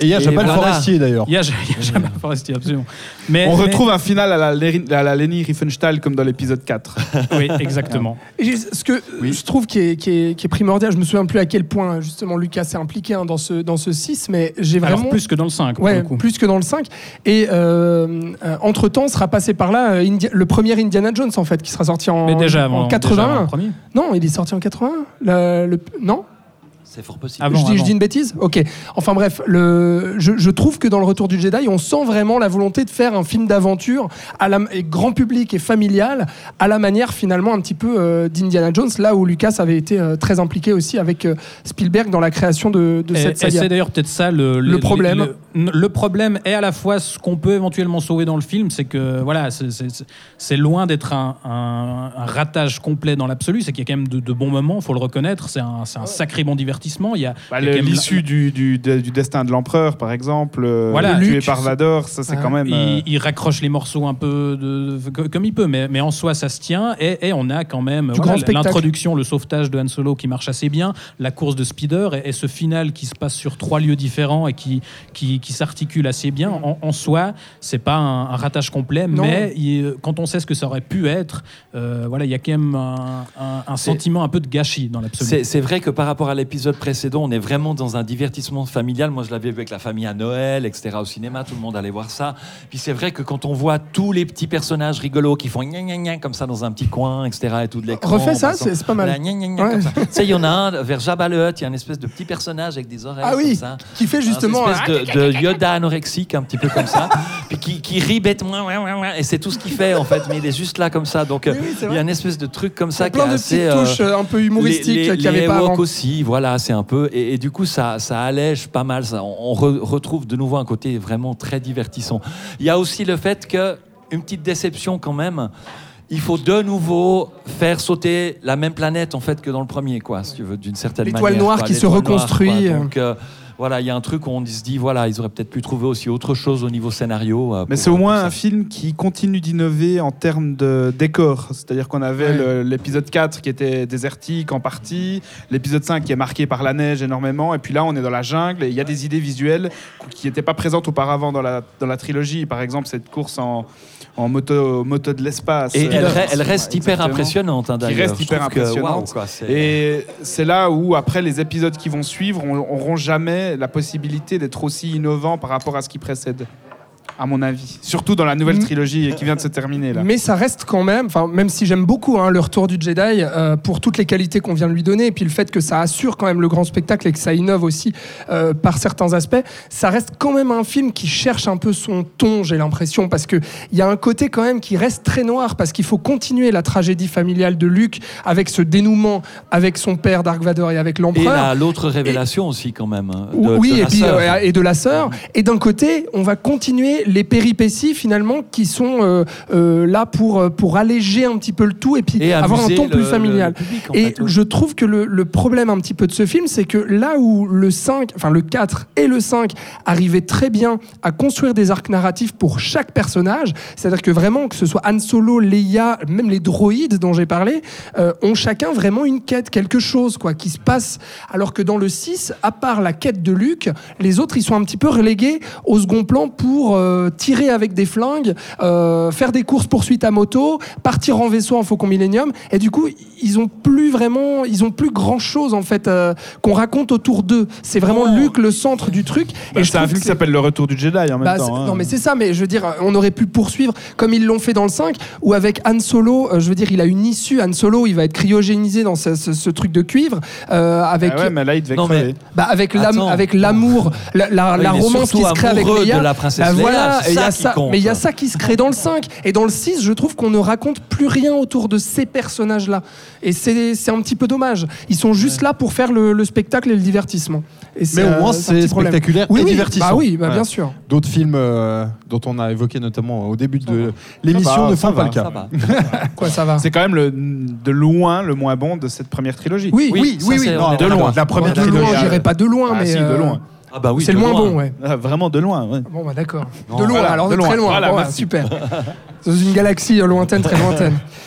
S4: Et il y a Jabba le
S6: voilà.
S4: Forestier d'ailleurs.
S7: Il y a, il y a Jabba le Forestier, absolument. Mais,
S1: On
S7: mais-
S1: retrouve un final à la, Leni- à la Leni Riefenstahl comme dans l'épisode quatre.
S7: Oui, exactement.
S5: Et j'ai- ce que je trouve qui est, qui, est, qui est primordial, je me souviens plus à quel point justement Lucas s'est impliqué hein, dans ce dans ce six, mais j'ai vraiment
S7: Alors plus que dans le cinq, pour
S5: ouais,
S7: le coup.
S5: plus que dans le cinq. Et euh, euh, entre temps sera passé par là euh, Indi- le premier Indiana Jones en fait qui sera sorti en,
S7: Mais déjà
S5: en
S7: avant,
S5: quatre-vingt-un.
S7: déjà avant le premier.
S5: Non, il est sorti en quatre-vingt-un. Le, le- non.
S6: C'est fort possible.
S7: Avant,
S5: je, dis, je
S7: avant.
S5: dis une bêtise. Ok. Enfin bref, le, je, je trouve que dans le Retour du Jedi, on sent vraiment la volonté de faire un film d'aventure à la et grand public et familial, à la manière finalement un petit peu euh, d'Indiana Jones, là où Lucas avait été euh, très impliqué aussi avec euh, Spielberg dans la création de, de
S7: Et,
S5: cette
S7: et
S5: saga.
S7: c'est d'ailleurs peut-être ça le,
S5: Le problème.
S7: Le, le problème est à la fois ce qu'on peut éventuellement sauver dans le film, c'est que voilà, c'est, c'est, c'est loin d'être un, un, un ratage complet dans l'absolu. C'est qu'il y a quand même de, de bons moments, il faut le reconnaître. C'est un, c'est un sacré bon divertissement. Il y a,
S1: Bah,
S7: il y a
S1: le-
S7: quand même
S1: L'issue du, du, de- du destin de l'empereur, par exemple, euh,
S7: Voilà.
S1: tué
S5: Luke.
S1: par Vador, ça c'est
S5: Ah.
S1: quand même. euh,
S7: Il, il raccroche les morceaux un peu de, de- comme il peut, mais, mais en soi ça se tient et, et on a quand même
S5: Du
S7: voilà,
S5: grand spectacle.
S7: l'introduction, le sauvetage de Han Solo qui marche assez bien, la course de Speeder et, et ce final qui se passe sur trois lieux différents et qui, qui, qui s'articule assez bien. En, en soi, c'est pas un, un ratage complet,
S5: Non.
S7: mais il- quand on sait ce que ça aurait pu être, euh, voilà, il y a quand même un, un- un
S6: C'est-
S7: sentiment un peu de gâchis dans l'absolu.
S6: C'est, c'est vrai que par rapport à l'épisode précédent, on est vraiment dans un divertissement familial. Moi, je l'avais vu avec la famille à Noël, et cetera. Au cinéma, tout le monde allait voir ça. Puis c'est vrai que quand on voit tous les petits personnages rigolos qui font gna gna gna comme ça dans un petit coin, et cetera. Et tout de l'écran.
S5: Refais ça,
S6: passant-
S5: c'est, c'est pas mal.
S6: Voilà, gna gna gna
S5: Ouais.
S6: comme ça. Tu sais, il y en a un vers Jabba le Hutt, il y a une espèce de petit personnage avec des oreilles
S5: Ah
S6: comme
S5: oui,
S6: ça.
S5: qui fait justement.
S6: Une espèce de, de Yoda anorexique, un petit peu comme ça, puis qui, qui rit bêtement, et c'est tout ce qu'il fait en fait, mais il est juste là comme ça. Donc
S5: Oui, oui, c'est
S6: il y
S5: vrai.
S6: a une espèce de truc comme ça qui
S5: plein
S6: est
S5: de
S6: assez.
S5: petites
S6: euh,
S5: touches euh, un peu humoristiques
S6: les, les,
S5: qu'il n'y avait
S6: les
S5: pas
S6: Ewoks
S5: avant.
S6: aussi, voilà, c'est un peu. Et, et du coup, ça, ça allège pas mal. Ça. On, on re- retrouve de nouveau un côté vraiment très divertissant. Il y a aussi le fait que, une petite déception quand même. Il faut de nouveau faire sauter la même planète en fait que dans le premier, quoi, si tu veux, d'une certaine manière.
S5: L'étoile noire
S6: quoi,
S5: qui se
S6: l'étoile noire,
S5: reconstruit.
S6: quoi. Donc euh, voilà, il y a un truc où on se dit, voilà, ils auraient peut-être pu trouver aussi autre chose au niveau scénario. euh,
S1: Mais
S6: pour-
S1: c'est au moins
S6: pour ça.
S1: un film qui continue d'innover en termes de décor. C'est-à-dire qu'on avait
S5: Ouais.
S1: le- l'épisode quatre qui était désertique en partie, l'épisode cinq qui est marqué par la neige énormément, et puis là on est dans la jungle et il y a des idées visuelles qui n'étaient pas présentes auparavant dans la, dans la trilogie. Par exemple, cette course en, en moto, moto de l'espace.
S6: Et elle,
S1: Euh,
S6: re- elle reste hyper
S1: exactement.
S6: impressionnante, hein,
S1: Qui
S6: d'ailleurs.
S1: reste
S6: Je
S1: hyper
S6: trouve que,
S1: impressionnante.
S6: waouh, quoi, c'est-
S1: Et c'est là où, après, les épisodes qui vont suivre n'auront jamais la possibilité d'être aussi innovants par rapport à ce qui précède, à mon avis. Surtout dans la nouvelle
S5: Mm.
S1: trilogie qui vient de se terminer, là.
S5: Mais ça reste quand même, enfin même si j'aime beaucoup hein, le retour du Jedi euh, pour toutes les qualités qu'on vient de lui donner et puis le fait que ça assure quand même le grand spectacle et que ça innove aussi euh, par certains aspects, ça reste quand même un film qui cherche un peu son ton, j'ai l'impression, parce que il y a un côté quand même qui reste très noir parce qu'il faut continuer la tragédie familiale de Luke avec ce dénouement avec son père Dark Vador et avec
S6: Et
S5: l'empereur.
S6: la- l'autre révélation aussi, quand même. hein, de-
S5: Oui,
S6: de
S5: et
S6: la
S5: puis
S6: sœur.
S5: euh, et de la sœur. Et d'un côté, on va continuer les péripéties finalement qui sont euh, euh, là pour pour alléger un petit peu le tout et puis
S6: Et
S5: avoir un
S6: amuser
S5: ton plus
S6: le-
S5: familial.
S6: le public, en
S5: Et
S6: fait, ouais.
S5: je trouve que le, le problème un petit peu de ce film, c'est que là où le cinq, enfin le quatre et le cinq arrivaient très bien à construire des arcs narratifs pour chaque personnage, c'est-à-dire que vraiment, que ce soit Han Solo, Leia, même les droïdes dont j'ai parlé, euh, ont chacun vraiment une quête, quelque chose quoi, qui se passe, alors que dans le six, à part la quête de Luke, les autres, ils sont un petit peu relégués au second plan pour euh, tirer avec des flingues, euh, faire des courses poursuites à moto, partir en vaisseau en Faucon Millenium, et du coup, ils ont plus vraiment, ils ont plus grand chose en fait euh, qu'on raconte autour d'eux. C'est vraiment
S1: Non.
S5: Luke le centre du truc.
S1: Bah,
S5: et je
S1: c'est un
S5: trouve
S1: film
S5: que
S1: qui s'appelle Le Retour du Jedi en même
S5: bah,
S1: temps.
S5: c'est-
S1: hein.
S5: Non mais c'est ça, mais je veux dire, on aurait pu poursuivre comme ils l'ont fait dans le cinq, où avec Han Solo, euh, je veux dire, il a une issue. Han Solo, il va être cryogénisé dans ce, ce- ce truc de cuivre, euh, avec,
S1: Ah ouais, mais là il devait
S6: Non,
S1: crever.
S6: mais-
S5: bah, avec, l'am-
S6: Attends.
S5: avec l'amour, la, la,
S6: Oui,
S5: la
S6: il est
S5: romance qui
S6: surtout
S5: se crée avec
S6: amoureux
S5: Leia.
S6: de la princesse
S5: Bah,
S6: Leia,
S5: voilà,
S6: c'est
S5: et il y
S6: ça
S5: a
S6: qui
S5: ça,
S6: compte.
S5: mais il y a ça qui se crée dans le cinq. Et dans le six, je trouve qu'on ne raconte plus rien autour de ces personnages-là. Et c'est c'est un petit peu dommage. Ils sont juste là pour faire le, le spectacle et le divertissement. Et
S4: Mais
S5: euh,
S4: au moins,
S5: un
S4: c'est
S5: petit problème.
S4: spectaculaire
S5: Oui,
S4: et
S5: oui,
S4: divertissant.
S5: Bah oui, bah,
S4: Ouais.
S5: bien sûr.
S4: D'autres films euh, dont on a évoqué notamment au début de
S1: va.
S4: l'émission
S1: Ça va,
S4: ne
S1: ça
S4: font pas
S1: va,
S4: le cas.
S6: Ça va.
S5: Quoi, ça va.
S1: C'est quand même le, de loin le moins bon de cette première trilogie.
S5: Oui,
S6: Oui,
S5: oui,
S6: ça,
S5: oui, oui.
S6: c'est-
S5: Non,
S6: on est
S1: de
S6: d'accord.
S1: loin.
S4: La première
S5: de loin,
S1: trilogie.
S5: j'irai pas de loin,
S1: Ah,
S5: mais
S1: si, de
S5: euh,
S1: loin.
S6: Ah bah oui,
S5: c'est
S6: de
S5: le moins
S6: loin.
S5: bon, ouais.
S1: Ah, vraiment de loin, ouais.
S5: Bon, bah d'accord.
S4: Non,
S5: De loin,
S1: voilà,
S5: alors
S1: de
S5: de très
S1: loin.
S5: loin.
S1: Voilà,
S5: Bon, bah,
S1: merci.
S5: super. Dans une galaxie lointaine, très lointaine.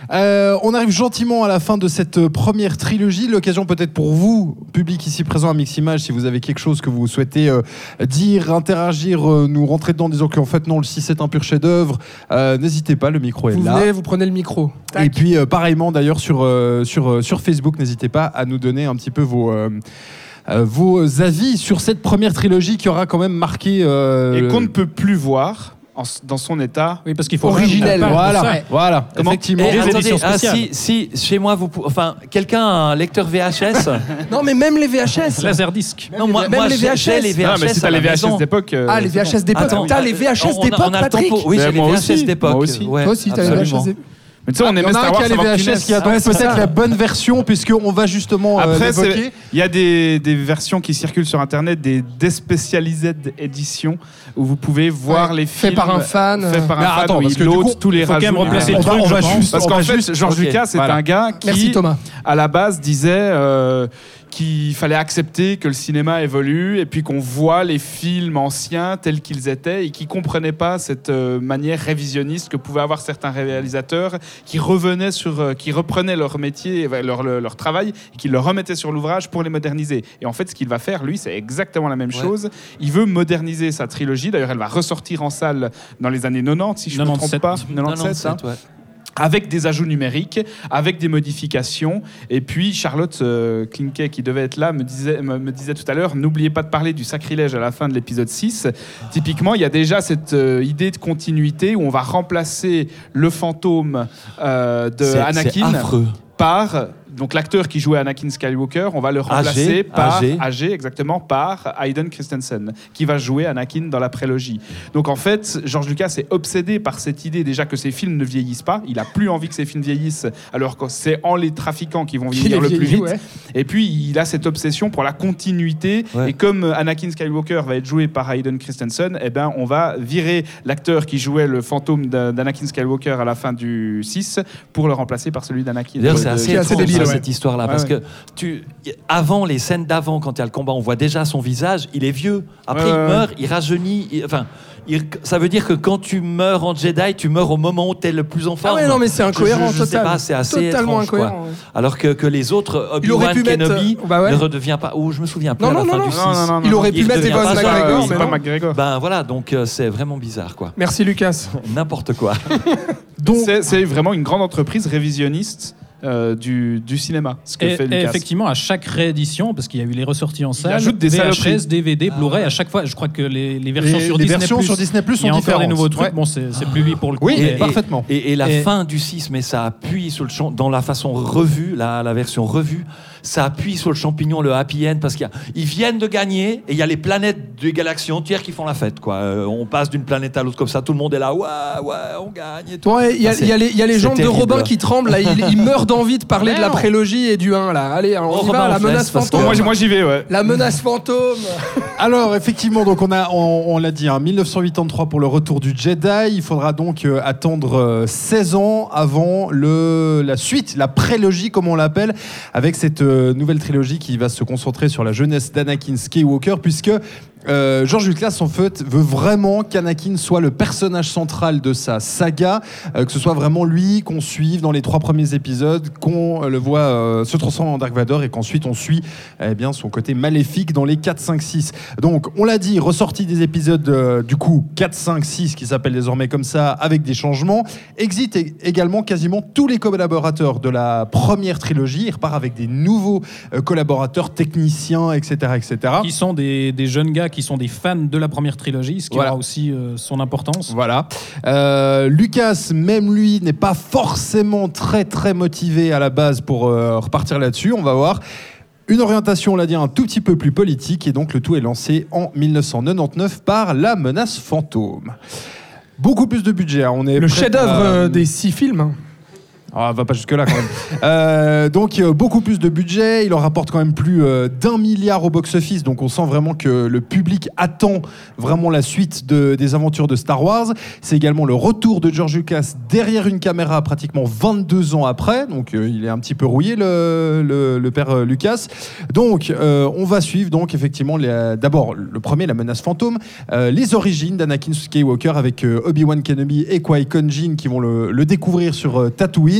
S4: Euh, on arrive gentiment à la fin de cette première trilogie. L'occasion peut-être pour vous, public ici présent à Miximage, si vous avez quelque chose que vous souhaitez euh, dire, interagir, euh, nous rentrer dedans en disant qu'en fait non, le six est un pur chef-d'œuvre, euh, n'hésitez pas, le micro est
S5: Vous
S4: là.
S5: venez, vous prenez le micro. Tac.
S4: Et puis euh, pareillement d'ailleurs sur, euh, sur, euh, sur Facebook, n'hésitez pas à nous donner un petit peu vos... Euh, Euh, vos avis sur cette première trilogie qui aura quand même marqué euh,
S1: et qu'on ne peut plus voir en, dans son état.
S7: Oui, parce qu'il faut
S5: Originel,
S4: voilà,
S5: Ouais.
S4: voilà,
S1: Comment
S4: effectivement.
S6: Et
S7: Des
S6: attendez,
S7: éditions
S6: ah,
S7: spéciales.
S6: si, si chez moi, vous, pou- enfin, quelqu'un a un lecteur V H S.
S5: Non, mais même les V H S.
S7: Laserdisc.
S6: Non, moi,
S5: Même
S6: moi
S5: les
S6: j'ai,
S5: V H S.
S6: j'ai les V H S.
S1: Non, mais si
S6: à
S1: t'as
S6: la
S1: les V H S
S6: maison.
S1: d'époque. euh,
S5: Ah, les V H S d'époque.
S6: Attends,
S5: T'as les V H S
S6: on a-
S5: d'époque,
S6: on a le temps
S5: Patrick.
S6: pour- Oui,
S1: Mais
S6: j'ai les
S1: moi
S6: V H S
S1: aussi,
S6: d'époque.
S1: moi aussi.
S6: Ouais,
S5: Toi aussi, t'as les V H S
S6: absolument.
S5: d'époque.
S1: Mais tu sais, on
S4: Il y
S1: aimait
S4: en a un
S1: Star
S4: qui
S1: Wars
S4: a les
S1: avant
S4: V
S1: que tu
S4: H S
S1: naisses.
S4: qui a donc
S5: Ouais, c'est
S4: peut-être
S5: ça.
S4: la bonne version, puisqu'on va justement euh,
S1: Après, c'est-
S4: l'évoquer.
S1: il y a des, des versions qui circulent sur Internet, des Despecialized éditions, où vous pouvez voir
S5: Ouais,
S1: les
S5: fait
S1: films.
S5: par un fan.
S1: Fait par un
S4: Mais
S1: fan,
S4: attends,
S1: où
S4: parce
S1: il
S4: que du
S1: load
S4: coup,
S1: tous les
S7: il faut quand même
S1: rajouts.
S7: replacer
S4: on
S7: le
S4: va,
S7: truc,
S4: on va
S7: je pense.
S4: juste,
S1: Parce
S4: on
S1: qu'en
S4: va
S1: fait,
S4: juste-
S1: George
S6: ok,
S1: Lucas, c'est
S4: voilà.
S1: un gars qui,
S5: Merci Thomas.
S1: à la base, disait euh, qu'il fallait accepter que le cinéma évolue et puis qu'on voit les films anciens tels qu'ils étaient et qu'il ne comprenait pas cette euh, manière révisionniste que pouvaient avoir certains réalisateurs qui revenaient sur, euh, qui reprenaient leur métier, leur, leur, leur travail et qui le remettaient sur l'ouvrage pour les moderniser. Et en fait, ce qu'il va faire, lui, c'est exactement la même
S6: Ouais.
S1: chose. Il veut moderniser sa trilogie. D'ailleurs, elle va ressortir en salle dans les années quatre-vingt-dix, si je ne me trompe
S7: quatre-vingt-dix-sept.
S1: pas. quatre-vingt-dix-sept, hein.
S6: quatre-vingt-dix-sept, ouais.
S1: Avec des ajouts numériques, avec des modifications. Et puis Charlotte euh, Klinkey, qui devait être là, me disait, me, me disait tout à l'heure, n'oubliez pas de parler du sacrilège à la fin de l'épisode six. Typiquement, il y a déjà cette euh, idée de continuité où on va remplacer le fantôme euh, de
S6: C'est-
S1: Anakin
S6: c'est affreux.
S1: par... Donc l'acteur qui jouait Anakin Skywalker, on va le remplacer
S6: Âgé,
S1: par
S6: âgé.
S1: âgé, exactement, par Hayden Christensen, qui va jouer Anakin dans la prélogie. Donc en fait, George Lucas est obsédé par cette idée déjà que ses films ne vieillissent pas. Il a plus envie que ses films vieillissent, alors que c'est en les trafiquant qu'ils vont
S5: Qu'il
S1: vieillir
S5: est
S1: le plus
S5: vieilli,
S1: vite.
S5: ouais.
S1: Et puis il a cette obsession pour la continuité.
S6: Ouais.
S1: Et comme Anakin Skywalker va être joué par Hayden Christensen, eh ben on va virer l'acteur qui jouait le fantôme d'A- d'Anakin Skywalker à la fin du six pour le remplacer par celui d'Anakin.
S6: D'ailleurs,
S1: De-
S6: c'est
S1: de-
S6: assez
S5: C'est assez
S6: étrange,
S5: débile,
S6: ça,
S5: ouais.
S6: cette histoire-là,
S1: Ouais,
S6: parce
S1: ouais.
S6: que tu, avant les scènes d'avant, quand il y a le combat, on voit déjà son visage. Il est vieux. Après,
S1: Ouais,
S6: il
S1: ouais,
S6: meurt, il rajeunit. il- enfin, il- ça veut dire que quand tu meurs en Jedi, tu meurs au moment où t'es le plus en
S5: Ah
S6: forme.
S5: ouais, non, mais c'est incohérent
S6: Je- je sais
S5: total.
S6: pas, c'est assez
S5: Totalement
S6: étrange, quoi.
S5: incohérent. ouais.
S6: Alors que, que les autres,
S5: Il aurait
S6: Obi-Wan
S5: pu mettre,
S6: Kenobi
S5: euh, bah ouais.
S6: ne redevient pas. Ou je me souviens plus
S5: Non,
S6: à la
S5: non,
S6: fin
S5: non,
S6: du
S5: non.
S6: six.
S1: Non, non, non,
S5: Il
S1: non.
S5: aurait pu
S6: Il
S5: mettre
S6: devient
S5: Evan
S6: pas ça,
S5: McGregor,
S6: il-
S5: mais
S1: pas
S5: non.
S1: McGregor.
S6: Ben voilà, donc euh, c'est vraiment bizarre, quoi.
S5: Merci Lucas.
S6: N'importe quoi.
S1: Donc c'est c'est vraiment une grande entreprise révisionniste euh, du, du cinéma, ce que
S7: Et,
S1: fait
S7: et
S1: Lucas.
S7: effectivement, à chaque réédition, parce qu'il y a eu les ressorties en salle,
S1: ajoute des
S7: V H
S1: saloperies.
S7: S, D V D, Blu-ray, à chaque fois, je crois que les, les versions
S4: Les-
S7: sur
S4: les
S7: Disney+,
S4: versions sur Disney+
S7: il
S4: sont
S7: y a encore
S4: différentes.
S7: des nouveaux trucs.
S4: Ouais.
S7: Bon, c'est c'est plus lui pour le coup.
S4: Oui,
S7: mais-
S4: parfaitement.
S6: Et, et la
S7: Et-
S6: fin du six, mais ça appuie sur le champ, dans la façon revue, la, la version revue, ça appuie sur le champignon, le happy end, parce qu'ils viennent de gagner et il y a les planètes des galaxies entières qui font la fête, quoi. Euh, on passe d'une planète à l'autre comme ça, tout le monde est là, ouais, ouais, on gagne et tout.
S5: Ouais, il y a,
S6: Ah, c'est-
S5: il y a les, il y a les
S6: c'est
S5: jambes de
S6: terrible.
S5: Robin qui tremblent, là. Il, il meurt d'envie de parler
S4: Mais
S5: de la
S4: non.
S5: prélogie et du un, là. Allez, on
S6: Oh,
S5: y
S6: Robin
S5: va, la
S6: en
S5: menace
S6: laisse, parce que-
S5: fantôme.
S1: Moi, j- moi j'y vais, ouais.
S5: La menace fantôme.
S4: Alors effectivement, donc on a, on, on l'a dit, hein, mille neuf cent quatre-vingt-trois pour le retour du Jedi. Il faudra donc euh, attendre euh, seize ans avant le, la suite, la prélogie comme on l'appelle, avec cette euh, nouvelle trilogie qui va se concentrer sur la jeunesse d'Anakin Skywalker, puisque euh, George Lucas en fait veut vraiment qu'Anakin soit le personnage central de sa saga, euh, que ce soit vraiment lui qu'on suive dans les trois premiers épisodes, qu'on euh, le voit euh, se transformer en Dark Vador et qu'ensuite on suit eh bien son côté maléfique dans les quatre, cinq, six. Donc on l'a dit, ressorti des épisodes euh, du coup quatre, cinq, six qui s'appellent désormais comme ça avec des changements. Exit é- également quasiment tous les collaborateurs de la première trilogie. Il repart avec des nouveaux euh, collaborateurs, techniciens, et cetera, et cetera.
S7: Qui sont des, des jeunes gars qui sont des fans de la première trilogie, ce qui
S4: Voilà.
S7: aura aussi euh, son importance.
S4: Voilà. Euh, Lucas, même lui, n'est pas forcément très très motivé à la base pour euh, repartir là-dessus. On va voir. Une orientation, on l'a dit, un tout petit peu plus politique, et donc le tout est lancé en mille neuf cent quatre-vingt-dix-neuf par La Menace Fantôme. Beaucoup plus de budget. hein. On est
S5: Le
S4: prêt
S5: chef-d'œuvre
S4: à-
S5: euh, des six films.
S4: Ah, va pas jusque-là quand même. Euh, donc euh, beaucoup plus de budget, il en rapporte quand même plus euh, d'un milliard au box-office, donc on sent vraiment que le public attend vraiment la suite de, des aventures de Star Wars. C'est également le retour de George Lucas derrière une caméra pratiquement vingt-deux ans après, donc euh, il est un petit peu rouillé le, le, le père euh, Lucas. Donc euh, on va suivre donc effectivement les- d'abord le premier, la menace fantôme, euh, les origines d'Anakin Skywalker avec euh, Obi-Wan Kenobi et Qui-Gon Jinn qui vont le, le découvrir sur euh, Tatooine.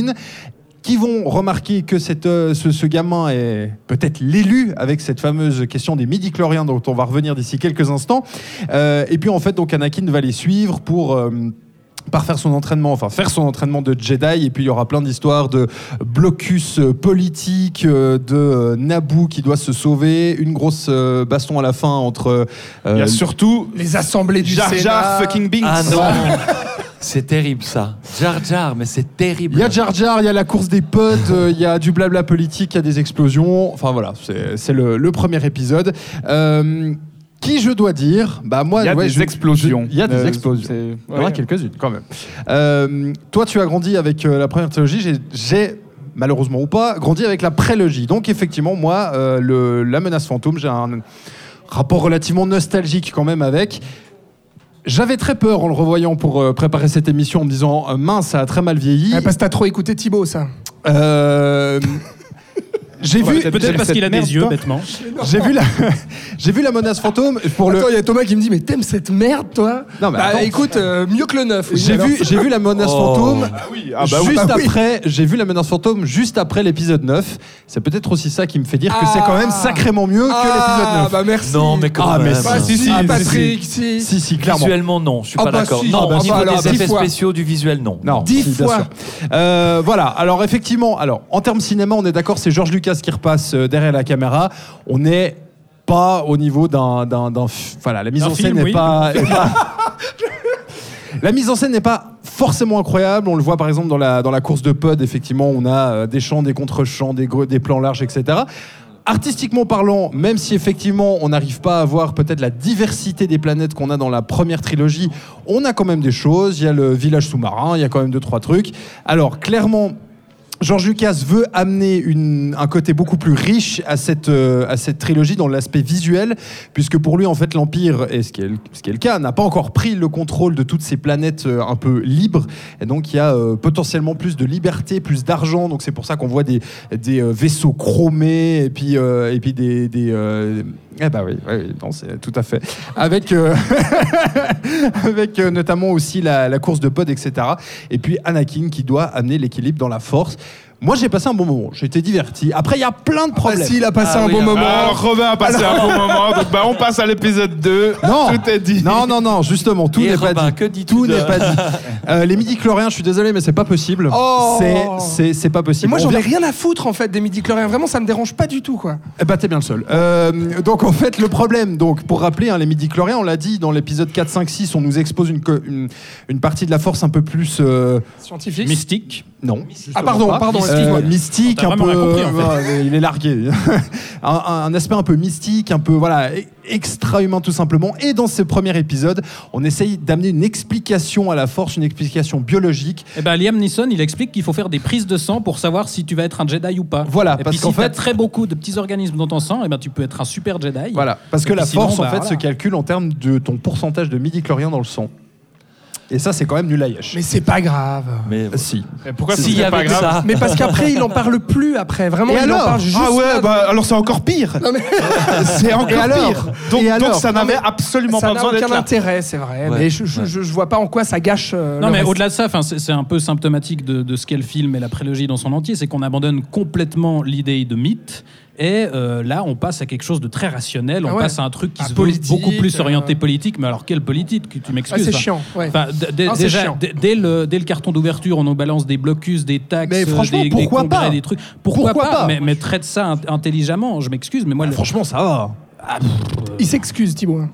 S4: Anakin, qui vont remarquer que cette, euh, ce, ce gamin est peut-être l'élu avec cette fameuse question des midi-chloriens dont on va revenir d'ici quelques instants. Euh, et puis en fait, donc Anakin va les suivre pour... Euh, par faire son entraînement, enfin faire son entraînement de Jedi, et puis il y aura plein d'histoires de blocus politique, de Naboo qui doit se sauver, une grosse baston à la fin entre... Euh,
S1: il y a surtout
S5: les assemblées du
S1: Jar
S5: Sénat.
S1: Jar fucking Binks.
S6: Ah non. C'est terrible ça. Jar Jar, mais c'est terrible.
S4: Il y a Jar Jar, il y a la course des pods, il y a du blabla politique, il y a des explosions. Enfin voilà, c'est, c'est le, le premier épisode. Euh, Qui je dois dire, bah moi,
S1: il y a
S4: ouais,
S1: des
S4: je,
S1: explosions.
S4: Il y a des
S1: euh,
S4: explosions.
S1: c'est...
S4: Il y en a
S1: ouais.
S4: quelques-unes quand même. Euh, toi, tu as grandi avec euh, la première trilogie. J'ai, j'ai, malheureusement ou pas, grandi avec la prélogie. Donc effectivement, moi, euh, le, la menace fantôme, j'ai un rapport relativement nostalgique quand même avec. J'avais très peur en le revoyant pour euh, préparer cette émission en me disant euh, mince, ça a très mal vieilli.
S5: Ouais, parce que t'as trop écouté Thibaut, ça.
S4: Euh... J'ai vu,
S7: peut-être parce qu'il a des yeux, bêtement.
S4: J'ai vu la, j'ai vu la menace fantôme pour
S5: Attends,
S4: le.
S5: il y a Thomas qui me dit mais t'aimes cette merde, toi?
S4: Non mais
S5: bah
S4: attends.
S5: écoute, euh, mieux que le neuf. Oui,
S4: j'ai
S5: alors.
S4: vu, j'ai vu la menace
S6: Oh.
S4: fantôme.
S1: Ah oui, ah bah oui.
S4: juste
S5: bah oui.
S4: après, j'ai vu la menace fantôme juste après l'épisode neuf. C'est peut-être aussi ça qui me fait dire que
S5: Ah.
S4: c'est quand même sacrément mieux que l'épisode
S5: Ah
S4: neuf.
S5: bah merci.
S6: Non, mais quand
S4: Ah,
S6: même.
S4: mais
S5: Bah, si, si,
S4: Ah, bah,
S5: Patrick, si.
S4: Si si clairement.
S6: Visuellement, non, je suis
S5: Ah
S6: pas
S5: bah
S6: d'accord.
S5: si.
S6: Non,
S5: Ah bah
S6: au niveau
S5: si, alors,
S6: des
S5: dix
S6: effets
S5: fois.
S6: spéciaux du visuel, non.
S4: Non,
S5: Dix
S4: si, bien
S5: fois.
S4: sûr. Euh, voilà. Alors effectivement, alors en termes cinéma, on est d'accord, c'est George Lucas qui repasse euh, derrière la caméra. On n'est pas au niveau d'un, d'un, d'un f- voilà, la mise
S7: D'un
S4: en scène
S7: film,
S4: n'est
S7: oui.
S4: pas. est pas- La mise en scène n'est pas forcément incroyable. On le voit par exemple dans la, dans la course de pod. Effectivement, on a euh, des champs, des contre-champs, des, gros- des plans larges, et cetera. Artistiquement parlant, même si effectivement on n'arrive pas à avoir peut-être la diversité des planètes qu'on a dans la première trilogie, on a quand même des choses. Il y a le village sous-marin, il y a quand même deux, trois trucs. Alors clairement, George Lucas veut amener une, un côté beaucoup plus riche à cette, euh, à cette trilogie dans l'aspect visuel, puisque pour lui, en fait, l'Empire, et ce qui est, le- ce qui est le cas, n'a pas encore pris le contrôle de toutes ces planètes euh, un peu libres, et donc il y a euh, potentiellement plus de liberté, plus d'argent, donc c'est pour ça qu'on voit des, des euh, vaisseaux chromés, et puis, euh, et puis des... des euh, eh bah oui, oui, oui, non, c'est tout à fait. Avec, euh, avec euh, notamment aussi la, la course de pod, et cetera. Et puis Anakin qui doit amener l'équilibre dans la force. Moi, j'ai passé un bon moment. J'ai été diverti. Après, il y a plein de
S5: Ah,
S4: problèmes.
S5: si, il a passé
S6: Ah
S5: un
S6: oui,
S5: bon
S6: ah,
S5: moment.
S1: Alors, Robin a passé un bon moment. Donc, bah, on passe à l'épisode deux.
S4: Non,
S1: Tout est dit.
S4: non, non, non, justement, tout
S6: Et
S4: n'est pas
S6: Robin,
S4: dit.
S6: que dis-tu
S4: Tout
S6: de-
S4: n'est pas dit. Euh, les midi-chloriens, je suis désolé, mais c'est pas possible.
S5: Oh.
S4: C'est, c'est, c'est pas
S5: Et
S4: possible.
S5: moi,
S4: On
S5: j'en ai
S4: vient-
S5: rien à foutre en fait des midi-chloriens. Vraiment, ça me dérange pas du tout, quoi.
S4: Eh ben, t'es bien le seul. Euh, donc, en fait, le problème, donc, pour rappeler, hein, les midi-chloriens, on l'a dit dans l'épisode quatre, cinq, six, on nous expose une, co- une, une partie de la force un peu plus. euh,
S5: Scientifique.
S7: Mystique.
S4: Non.
S5: Ah pardon,
S4: pas.
S5: pardon.
S4: Euh,
S5: excuse-moi.
S4: mystique,
S7: T'as
S4: un
S7: vraiment
S4: peu.
S7: rien compris, en fait.
S4: ouais, il est largué. un, un aspect un peu mystique, un peu voilà, e- extra-humain tout simplement. Et dans ce premier épisode, on essaye d'amener une explication à la force, une explication biologique.
S7: Eh ben, Liam Neeson, il explique qu'il faut faire des prises de sang pour savoir si tu vas être un Jedi ou pas.
S4: Voilà,
S7: et
S4: parce
S7: puis
S4: qu'en
S7: si t'as
S4: fait-
S7: très beaucoup de petits organismes dans ton sang, eh ben, tu peux être un super Jedi.
S4: Voilà, parce
S7: Et
S4: que
S7: puis
S4: la
S7: sinon,
S4: force en
S7: bah,
S4: fait
S7: voilà.
S4: se calcule en termes de ton pourcentage de midi-chloriens dans le sang. Et ça, c'est quand même nul à yesh.
S5: Mais c'est pas grave.
S6: Mais
S4: Si.
S1: Et pourquoi
S6: s'il y
S1: c'est pas
S6: avait
S1: grave
S6: ça,
S5: Mais parce qu'après, il en parle plus après. Vraiment,
S4: Et
S5: il
S4: alors
S5: en parle juste.
S1: Ah ouais,
S5: là.
S1: bah alors c'est encore pire.
S5: Non, mais
S1: C'est encore
S4: Et alors
S1: pire. Donc,
S4: Et
S1: donc
S4: alors
S1: ça n'avait absolument
S5: ça
S1: pas
S5: n'a
S1: besoin d'être
S5: aucun
S1: là.
S5: intérêt, c'est vrai.
S6: Ouais.
S5: Mais je, je, je, je vois pas en quoi ça gâche. euh,
S7: Non,
S5: le
S7: mais
S5: reste.
S7: au-delà de ça, 'fin, c'est c'est un peu symptomatique de, de ce qu'est le film et la prélogie dans son entier, c'est qu'on abandonne complètement l'idée de mythe. Et euh, là, on passe à quelque chose de très rationnel. On
S5: Ah ouais.
S7: passe à un truc qui
S5: Ah,
S7: se veut
S5: politique,
S7: beaucoup plus orienté
S5: euh.
S7: politique. Mais alors, quelle politique? Tu
S5: Ah,
S7: m'excuses.
S5: c'est
S7: enfin,
S5: chiant. Ouais.
S7: Enfin, d- d-
S5: Ah, c'est
S7: déjà,
S5: chiant.
S7: d- dès le, dès le carton d'ouverture, on nous balance des blocus, des taxes,
S4: Mais franchement,
S7: des, des
S4: pourquoi
S7: congrès,
S4: pas
S7: des trucs. Pourquoi,
S4: Pourquoi
S7: pas,
S4: pas
S7: mais, mais traite ça int- intelligemment. Je m'excuse, mais moi, le-
S4: Franchement, ça va.
S5: Il s'excuse, Thibaut. hein.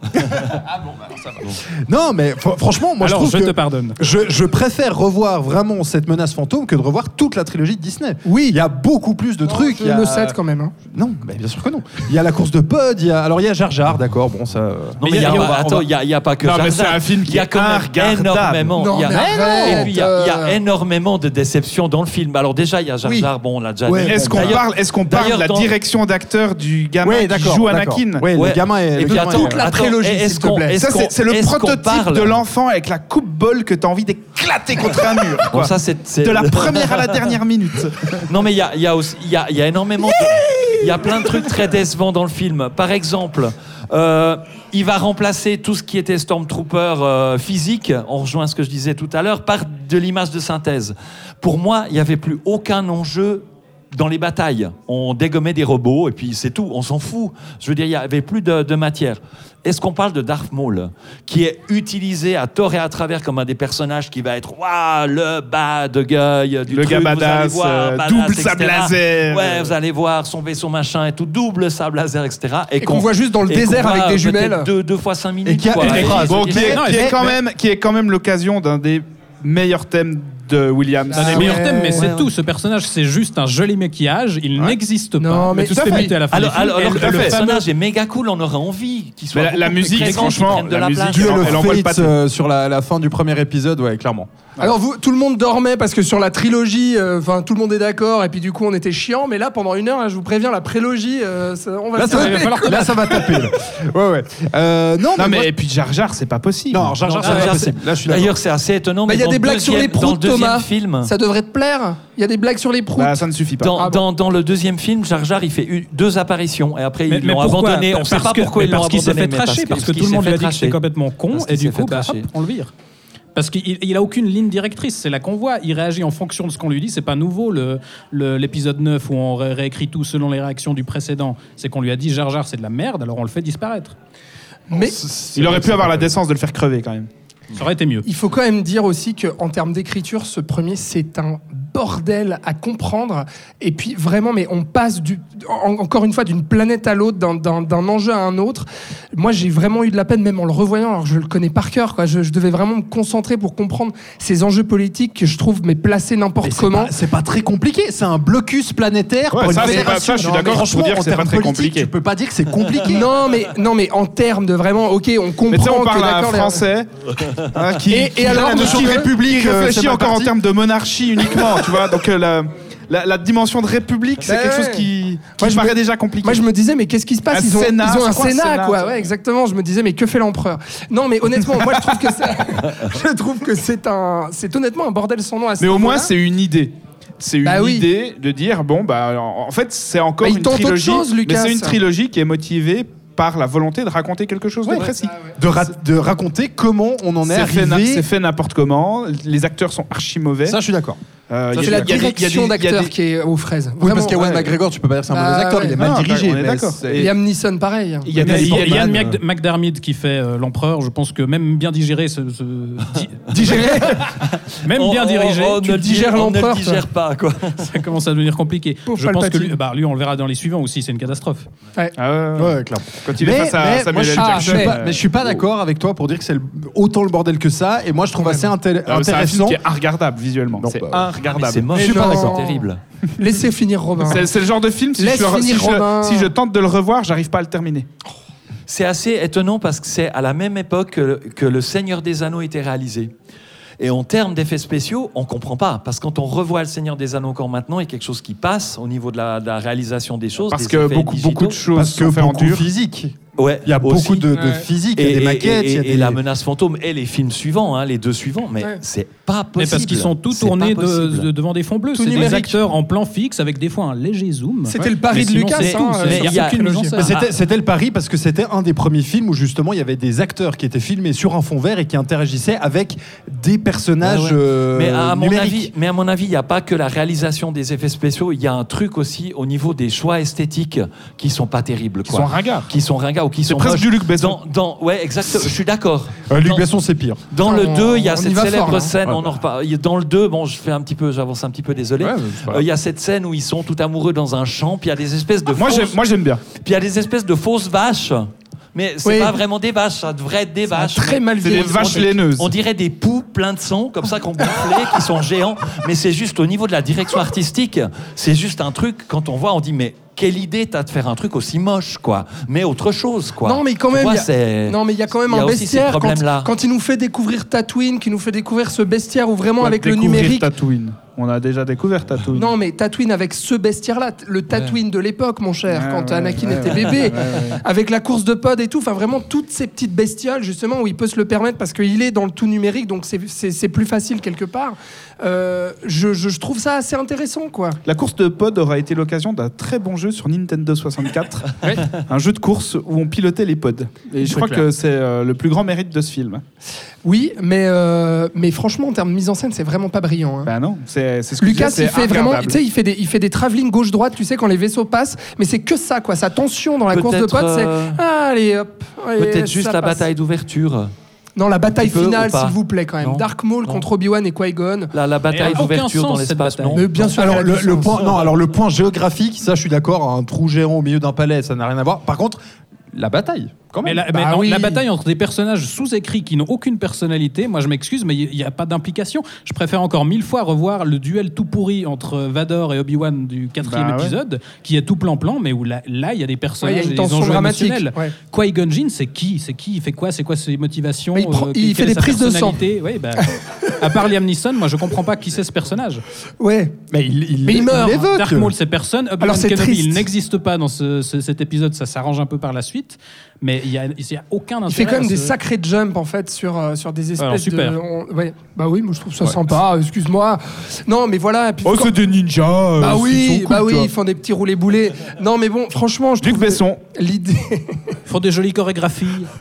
S4: Non, mais fr- franchement, moi
S7: alors
S4: je
S7: je
S4: trouve
S7: te
S4: que
S7: pardonne.
S4: je, je préfère revoir vraiment cette menace fantôme que de revoir toute la trilogie de Disney.
S5: Oui.
S4: Il y a beaucoup plus de trucs.
S5: Je
S4: il y a...
S5: le cède quand même. hein.
S4: Non, mais bien sûr que non. Il y a la course de pod, il y a... alors il y a Jar Jar, d'accord, bon ça... euh,
S6: non,
S7: Mais
S6: mais il y a,
S7: il y a-
S6: on va-
S7: on va-
S6: attends, il y a, il y a pas que
S1: Non,
S6: Jar
S1: mais
S6: Jar.
S1: c'est un film
S6: Il y a
S1: qui est
S6: quand même
S1: regardable.
S6: énormément.
S5: Non,
S6: il y a-
S5: mais arrête,
S6: Et puis il y, a, il y a
S5: euh.
S6: énormément de déceptions dans le film. Alors déjà, il y a Jar
S5: Oui.
S6: Jar, bon, on l'a déjà
S4: Ouais,
S6: dit.
S1: Est-ce qu'on
S6: D'ailleurs-
S1: parle, est-ce qu'on parle de
S6: d'ailleurs,
S1: la
S6: dans-
S1: direction d'acteur du gamin
S4: Ouais,
S1: qui
S4: d'accord,
S1: joue
S4: d'accord.
S1: Anakin?
S4: Ouais,
S6: Ouais.
S4: le gamin est...
S6: Et
S4: le
S6: puis
S4: gamin
S6: attends,
S4: est-
S5: toute la
S6: attends,
S5: prélogie,
S6: est-ce
S5: s'il te
S6: qu'on-
S5: plaît.
S6: est-ce
S1: Ça, c'est
S6: qu'on-
S1: c'est le
S6: est-ce qu'on
S1: prototype
S6: parle-
S1: de l'enfant avec la coupe-bol que t'as envie d'éclater contre un mur.
S6: Bon,
S1: quoi.
S6: ça, c'est- c'est-
S1: De la première à la dernière minute.
S6: Non, mais il y a, il y a aussi, il y a, il y a énormément de, il y a plein de trucs très décevants dans le film. Par exemple, Euh, il va remplacer tout ce qui était Stormtrooper euh, physique, on rejoint ce que je disais tout à l'heure, par de l'image de synthèse. Pour moi, il n'y avait plus aucun enjeu dans les batailles. On dégommait des robots et puis c'est tout, on s'en fout. Je veux dire, il n'y avait plus de, de matière. Est-ce qu'on parle de Darth Maul, qui est utilisé à tort et à travers comme un des personnages qui va être waouh, le bad guy du
S1: le
S6: truc,
S1: gars
S6: vous
S1: badass,
S6: allez voir,
S1: euh,
S6: badass,
S1: double
S6: et cetera.
S1: sable laser.
S6: Ouais, vous allez voir son vaisseau machin et tout, double sable laser, et cetera.
S5: Et qu'on voit juste dans le
S6: et
S5: désert
S6: qu'on
S5: avec
S6: voit
S5: des jumelles.
S6: peut-être Deux, deux fois cinq minutes.
S4: Et qui a
S6: quoi.
S4: une
S6: Et-
S4: phrase.
S1: Bon, qui est,
S7: Non,
S1: qui est
S7: mais-
S1: quand même, qui est quand même l'occasion d'un des meilleurs thèmes de Williams.
S7: C'est un des
S5: Ah
S7: meilleurs
S5: ouais,
S7: thèmes, mais c'est
S6: ouais,
S7: tout. Ce personnage, c'est juste un joli maquillage. Il
S1: Ouais.
S7: n'existe pas.
S5: Non, mais
S7: tout
S5: tout à
S7: se fait
S5: fait.
S7: buter à la fin
S6: Alors,
S7: du film.
S6: alors,
S7: Et
S6: alors
S7: le-
S6: que le
S7: le
S6: personnage est méga cool, on aurait envie qu'il soit.
S1: Mais la, la
S6: beaucoup plus
S1: musique,
S6: présent, qu'il
S1: franchement,
S6: prenne de
S1: la,
S6: la
S1: musique,
S6: place.
S1: elle,
S4: Duel
S1: elle
S4: of
S1: envoie le
S4: Fates
S1: pâté.
S4: euh, sur la, la fin du premier épisode, ouais, clairement.
S5: Alors vous, tout le monde dormait parce que sur la trilogie, enfin tout le monde est d'accord et puis du coup on était chiant. Mais là pendant une heure, là, je vous préviens, la prélogie, euh, ça- on va.
S4: Là,
S5: se
S4: ça va,
S5: lever, quoi.
S4: là, ça va taper. Là. Ouais, ouais. Euh, non,
S1: Non,
S4: mais,
S1: mais
S4: moi-
S1: et puis Jar Jar, c'est pas possible.
S4: non, Jar Jar,
S6: Non,
S4: c'est pas
S6: Jar,
S4: possible. Là, je suis d'accord.
S6: D'ailleurs, c'est assez étonnant.
S5: Bah,
S6: mais
S5: il y a
S6: dans
S5: des
S6: le
S5: blagues sur les
S6: deuxième- dans le
S5: proutes,
S6: deuxième
S5: Thomas.
S6: film,
S5: Ça devrait te plaire. Il y a des blagues sur les proutes.
S1: Bah, ça ne suffit pas.
S6: Dans,
S5: Ah bon.
S6: dans, dans le deuxième film, Jar Jar, il fait une- deux apparitions et après
S7: Mais,
S6: ils
S7: mais
S6: l'ont
S7: pourquoi
S6: abandonné. On ne sait
S7: Parce
S6: pas
S7: que-
S6: pourquoi
S7: mais
S6: ils l'ont
S7: parce qu'il s'est
S6: abandonné.
S7: fait
S6: mais
S7: tracher, parce que
S6: qu'il
S7: tout le
S6: s'est
S7: monde lui
S6: fait
S7: a dit que c'était
S6: tracher.
S7: complètement con,
S6: Parce
S7: et
S6: qu'il
S7: du
S6: s'est
S7: coup,
S6: fait
S7: bah,
S6: tracher.
S7: hop, on le vire. Parce qu'il il a aucune ligne directrice, c'est là qu'on voit. Il réagit en fonction de ce qu'on lui dit. C'est pas nouveau le, le- l'épisode neuf où on ré- réécrit tout selon les réactions du précédent. C'est qu'on lui a dit Jar Jar c'est de la merde, alors on le fait disparaître.
S5: Mais
S1: Il aurait pu avoir la décence de le faire crever quand même.
S7: Ça aurait été mieux.
S5: il faut quand même dire aussi qu'en termes d'écriture, ce premier, c'est un bordel à comprendre. Et puis vraiment, mais on passe du, en- encore une fois d'une planète à l'autre, d'un, d'un, d'un enjeu à un autre. Moi, j'ai vraiment eu de la peine, même en le revoyant, alors je le connais par cœur. Quoi. Je, je devais vraiment me concentrer pour comprendre ces enjeux politiques que je trouve mais placés n'importe
S4: Mais c'est
S5: comment.
S4: pas- C'est pas très compliqué, c'est un blocus planétaire
S1: Ouais,
S4: pour
S1: ça,
S4: une
S1: c'est pas-
S4: fédération.
S1: ça, je suis
S4: Non, mais
S1: d'accord pour
S4: franchement,
S1: dire que
S4: en
S1: c'est pas
S4: termes
S1: très
S4: politiques,
S1: compliqué.
S4: Tu peux pas dire que c'est compliqué.
S5: Non, mais, non, mais en termes de vraiment, ok, on comprend
S1: Mais tu sais, on
S5: que
S1: parle à un
S5: d'accord, les-
S1: Français hein, qui,
S5: Et-
S1: qui,
S5: et alors,
S1: qui
S5: de
S1: qui
S5: changer-
S1: république,
S4: qui
S1: euh,
S4: réfléchit
S1: réfléchit encore en
S4: parti.
S1: termes de monarchie uniquement, tu vois. Donc euh, la, la, la dimension de république, c'est
S5: Bah
S1: quelque
S5: ouais.
S1: chose qui, qui
S5: Moi,
S1: me
S5: je
S1: paraît
S5: me-
S1: déjà compliqué.
S5: Moi, je me disais, mais qu'est-ce qui se passe
S1: Un
S5: Ils ont,
S1: Sénat,
S5: ils ont un
S1: c'est quoi un
S5: Sénat,
S1: Sénat,
S5: quoi.
S1: ça
S5: Ouais, exactement. Je me disais, mais que fait l'empereur Non, mais honnêtement, moi, je trouve que c'est, je trouve que c'est un, c'est honnêtement un bordel sans nom à ce
S1: Mais au moins,
S5: niveau-là.
S1: c'est une idée. C'est une
S5: Bah oui.
S1: idée de dire bon bah en en fait c'est encore
S5: Bah, il
S1: une
S5: tente autre
S1: trilogie,
S5: chose,
S1: mais
S5: Lucas.
S1: c'est une trilogie qui est motivée par la volonté de raconter quelque chose
S5: Ouais,
S1: de précis.
S5: ça, ouais.
S4: De, ra- de raconter comment on en est,
S1: C'est fait, na-
S4: arrivé.
S1: c'est fait n'importe comment. Les acteurs sont archi mauvais.
S4: Ça, je suis d'accord.
S1: Euh,
S5: C'est
S1: il y a-
S5: la
S1: il y a des- il y a des-
S5: direction
S1: il y a
S5: d'acteur
S1: des-
S5: qui est aux fraises.
S4: Oui, parce
S5: Vraiment,
S4: qu'Ewan
S5: ouais.
S4: McGregor, tu peux pas dire que c'est un
S5: Bah,
S4: mauvais acteur,
S5: ouais.
S4: il est mal
S1: Non,
S4: dirigé.
S1: on est
S4: mais
S1: d'accord.
S4: c'est-
S1: Et-
S5: Liam Neeson, pareil.
S1: Il y a
S7: Mais
S1: des- il y a-
S7: Ian
S4: Batman,
S7: Mac-
S4: euh.
S7: McDermott qui fait euh, l'empereur, je pense que même bien digéré, ce, ce- di-
S5: Digéré
S7: même
S6: On-
S7: bien
S6: on-
S7: dirigé,
S6: on
S5: tu
S6: ne le
S5: digères
S6: digère- on ne
S5: l'empereur,
S6: le digère pas, quoi.
S7: ça commence à devenir compliqué.
S5: Pauvre
S7: je pense que
S5: Palpatine.
S7: lui, bah, lui, on le verra dans les suivants aussi, c'est une catastrophe.
S1: Ah ouais, ouais.
S4: Ouais, clairement.
S1: Quand il est
S4: Mais-
S1: face à
S4: mais
S1: Samuel
S4: moi, je
S1: L.
S4: suis-
S5: Ah,
S1: Jackson,
S4: je suis pas-
S1: euh,
S4: mais je suis pas d'accord avec toi pour dire que c'est le- autant le bordel que ça. Et moi, je trouve assez inté-
S1: euh, c'est un film
S4: intéressant.
S1: qui est regardable visuellement.
S4: Non,
S1: C'est
S4: bah,
S6: Mais
S1: regardable.
S6: c'est moche,
S5: Je suis pas
S6: c'est
S5: d'accord.
S6: terrible.
S5: Laissez finir Robin.
S1: C'est c'est le genre de film, si,
S5: Laisse
S1: je, le- si
S5: finir
S1: je-
S5: Robin.
S1: si je tente de le revoir, j'arrive pas à le terminer.
S6: C'est assez étonnant parce que c'est à la même époque que, que Le Seigneur des Anneaux était réalisé. Et en termes d'effets spéciaux, on comprend pas. Parce que quand on revoit Le Seigneur des Anneaux encore maintenant, il y a quelque chose qui passe au niveau de la, de la réalisation des choses.
S1: Parce
S6: des
S1: que
S6: effets
S1: beaucoup,
S6: digitaux.
S1: beaucoup de choses
S4: Parce que
S1: sont faites en
S4: beaucoup
S1: dur.
S4: physique.
S6: Ouais,
S4: Il y a
S6: aussi.
S4: beaucoup de, de
S5: Ouais.
S4: physique, il y a
S6: Et,
S4: des
S6: et-
S4: maquettes,
S6: et-
S4: il y a
S6: et
S4: des...
S6: la menace fantôme et les films suivants, hein, les deux suivants, mais
S5: Ouais.
S6: c'est pas possible.
S7: Mais parce qu'ils sont tous
S6: C'est
S7: tournés
S6: pas
S7: de-
S6: possible.
S7: de- devant des fonds bleus.
S5: Tout
S7: C'est des
S5: numérique.
S7: acteurs en plan fixe avec des fois un léger zoom.
S5: C'était le pari
S7: Mais
S5: de
S7: sinon,
S5: Lucas.
S7: c'est
S5: hein,
S7: tout,
S5: euh,
S7: c'est-
S5: sur
S6: il y a-
S5: cette trilogie.
S7: il y a-
S4: Mais C'était, c'était le pari parce que c'était un des premiers films où justement il y avait des acteurs qui étaient filmés sur un fond vert et qui interagissaient avec des personnages
S6: Ouais, ouais.
S4: euh,
S6: mais à mon
S4: numériques.
S6: avis, mais à mon avis, il n'y a pas que la réalisation des effets spéciaux. Il y a un truc aussi au niveau des choix esthétiques qui sont pas terribles,
S1: Qui
S6: quoi.
S1: sont ringards.
S6: Qui sont ringards ou qui
S1: C'est
S6: sont
S1: presque
S6: moches.
S1: du Luc Besson.
S6: Dans, dans, ouais, exactement. Je suis d'accord.
S4: Euh, Luc
S6: Dans-
S4: Besson, c'est pire.
S6: Dans le
S5: On-
S6: deux, il y a
S5: on y
S6: cette
S5: va
S6: célèbre
S5: fort, hein.
S6: scène.
S4: Ouais.
S6: On en reparle. Il y a- Dans le deux, bon, je fais un petit peu, j'avance un petit peu, désolé.
S4: Ouais,
S6: Euh,
S4: mais c'est pas grave.
S6: Il y a cette scène où ils sont tout amoureux dans un champ, puis il y a des espèces de
S1: Moi,
S6: fausses,
S1: j'aime, moi, j'aime bien.
S6: puis il y a des espèces de fausses vaches. Mais c'est
S5: Oui.
S6: pas vraiment des vaches, ça devrait être des vaches.
S5: Très mal
S1: C'est des
S5: vieilli.
S1: vaches
S6: On-
S1: laineuses.
S6: On dirait des poux pleins de sang, comme ça, qu'on gonflait, qui sont géants. Mais c'est juste au niveau de la direction artistique, c'est juste un truc, quand on voit, on dit, mais quelle idée t'as de faire un truc aussi moche, quoi. Mais autre chose, quoi.
S5: Non, mais quand
S6: Tu
S5: même,
S6: vois,
S5: il y a-
S6: c'est-
S5: Non, mais il y a quand même
S6: il y a
S5: un
S6: aussi ces
S5: bestiaire quand,
S6: problèmes-là.
S5: quand il nous fait découvrir Tatooine, qui nous fait découvrir ce bestiaire où vraiment avec le
S1: Découvrir
S5: numérique.
S1: Tatooine. On a déjà découvert Tatooine.
S5: Non, mais Tatooine avec ce bestiaire-là, le Tatooine ouais. de l'époque, mon cher, ouais, quand ouais, Anakin ouais, était ouais, bébé, ouais, ouais. avec la course de pod et tout, enfin vraiment toutes ces petites bestioles, justement, où il peut se le permettre parce qu'il est dans le tout numérique, donc c'est, c'est, c'est plus facile quelque part. Euh, je, je, je trouve ça assez intéressant, quoi.
S1: La course de pod aura été l'occasion d'un très bon jeu sur Nintendo soixante-quatre, ouais. un jeu de course où on pilotait les pods. Et je c'est crois clair. que c'est euh, le plus grand mérite de ce film.
S5: Oui, mais, euh, mais franchement, en termes de mise en scène, c'est vraiment pas brillant. Hein.
S1: Bah non, c'est, c'est ce que
S5: Lucas,
S1: je disais,
S5: il fait
S1: regardable.
S5: vraiment, tu sais, il fait des, il fait des travelling gauche-droite, tu sais, quand les vaisseaux passent, mais c'est que ça, quoi. Sa tension dans la
S6: peut-être
S5: course de potes,
S6: euh...
S5: c'est ah, allez, hop. Allez,
S6: peut-être juste la
S5: passe.
S6: bataille d'ouverture.
S5: Non, la bataille finale, s'il vous plaît, quand même.
S6: Non.
S5: Dark Maul non. contre Obi-Wan et Qui-Gon.
S6: La, la bataille d'ouverture dans l'espace, non.
S5: Mais bien sûr.
S4: Alors le, le point, non, alors le point géographique, ça, je suis d'accord. Un trou géant au milieu d'un palais, ça n'a rien à voir. Par contre, la bataille. Quand même.
S7: Mais, la,
S5: bah
S7: mais non,
S5: oui.
S7: la bataille entre des personnages sous-écrits qui n'ont aucune personnalité, moi je m'excuse, mais il n'y a pas d'implication. Je préfère encore mille fois revoir le duel tout pourri entre Vador et Obi-Wan du quatrième bah, épisode, ouais. qui est tout plan-plan, mais où là il là, y a des personnages, ouais, y a des enjeux émotionnels. Ouais. Qui-Gon Jinn, c'est qui C'est qui Il fait quoi C'est quoi ses motivations
S5: Il, prend,
S7: euh,
S5: il fait des prises de sang.
S7: Ouais, bah, à part Liam Neeson, moi je comprends pas qui c'est ce personnage.
S5: Ouais,
S4: mais il, il,
S5: mais il meurt.
S4: Il
S7: Dark Maul, c'est personne.
S5: Alors c'est
S7: Kenobi,
S5: triste.
S7: Il n'existe pas dans ce, ce, cet épisode, ça s'arrange un peu par la suite. Mais il n'y a, a aucun intérêt.
S5: Il fait quand même
S7: ce...
S5: des sacrés jumps en fait sur, euh, sur des espèces
S7: Alors, super.
S5: de. On, ouais, bah oui, moi je trouve ça ouais. sympa. Excuse-moi. Non, mais voilà. Puis,
S1: oh,
S5: quand...
S1: c'est des ninjas. Euh,
S5: bah oui,
S1: cool,
S5: bah oui, ils font des petits roulés boulés. Non, mais bon, franchement, je
S1: Luc
S5: trouve
S1: Besson.
S5: L'idée.
S7: Ils font des jolies chorégraphies.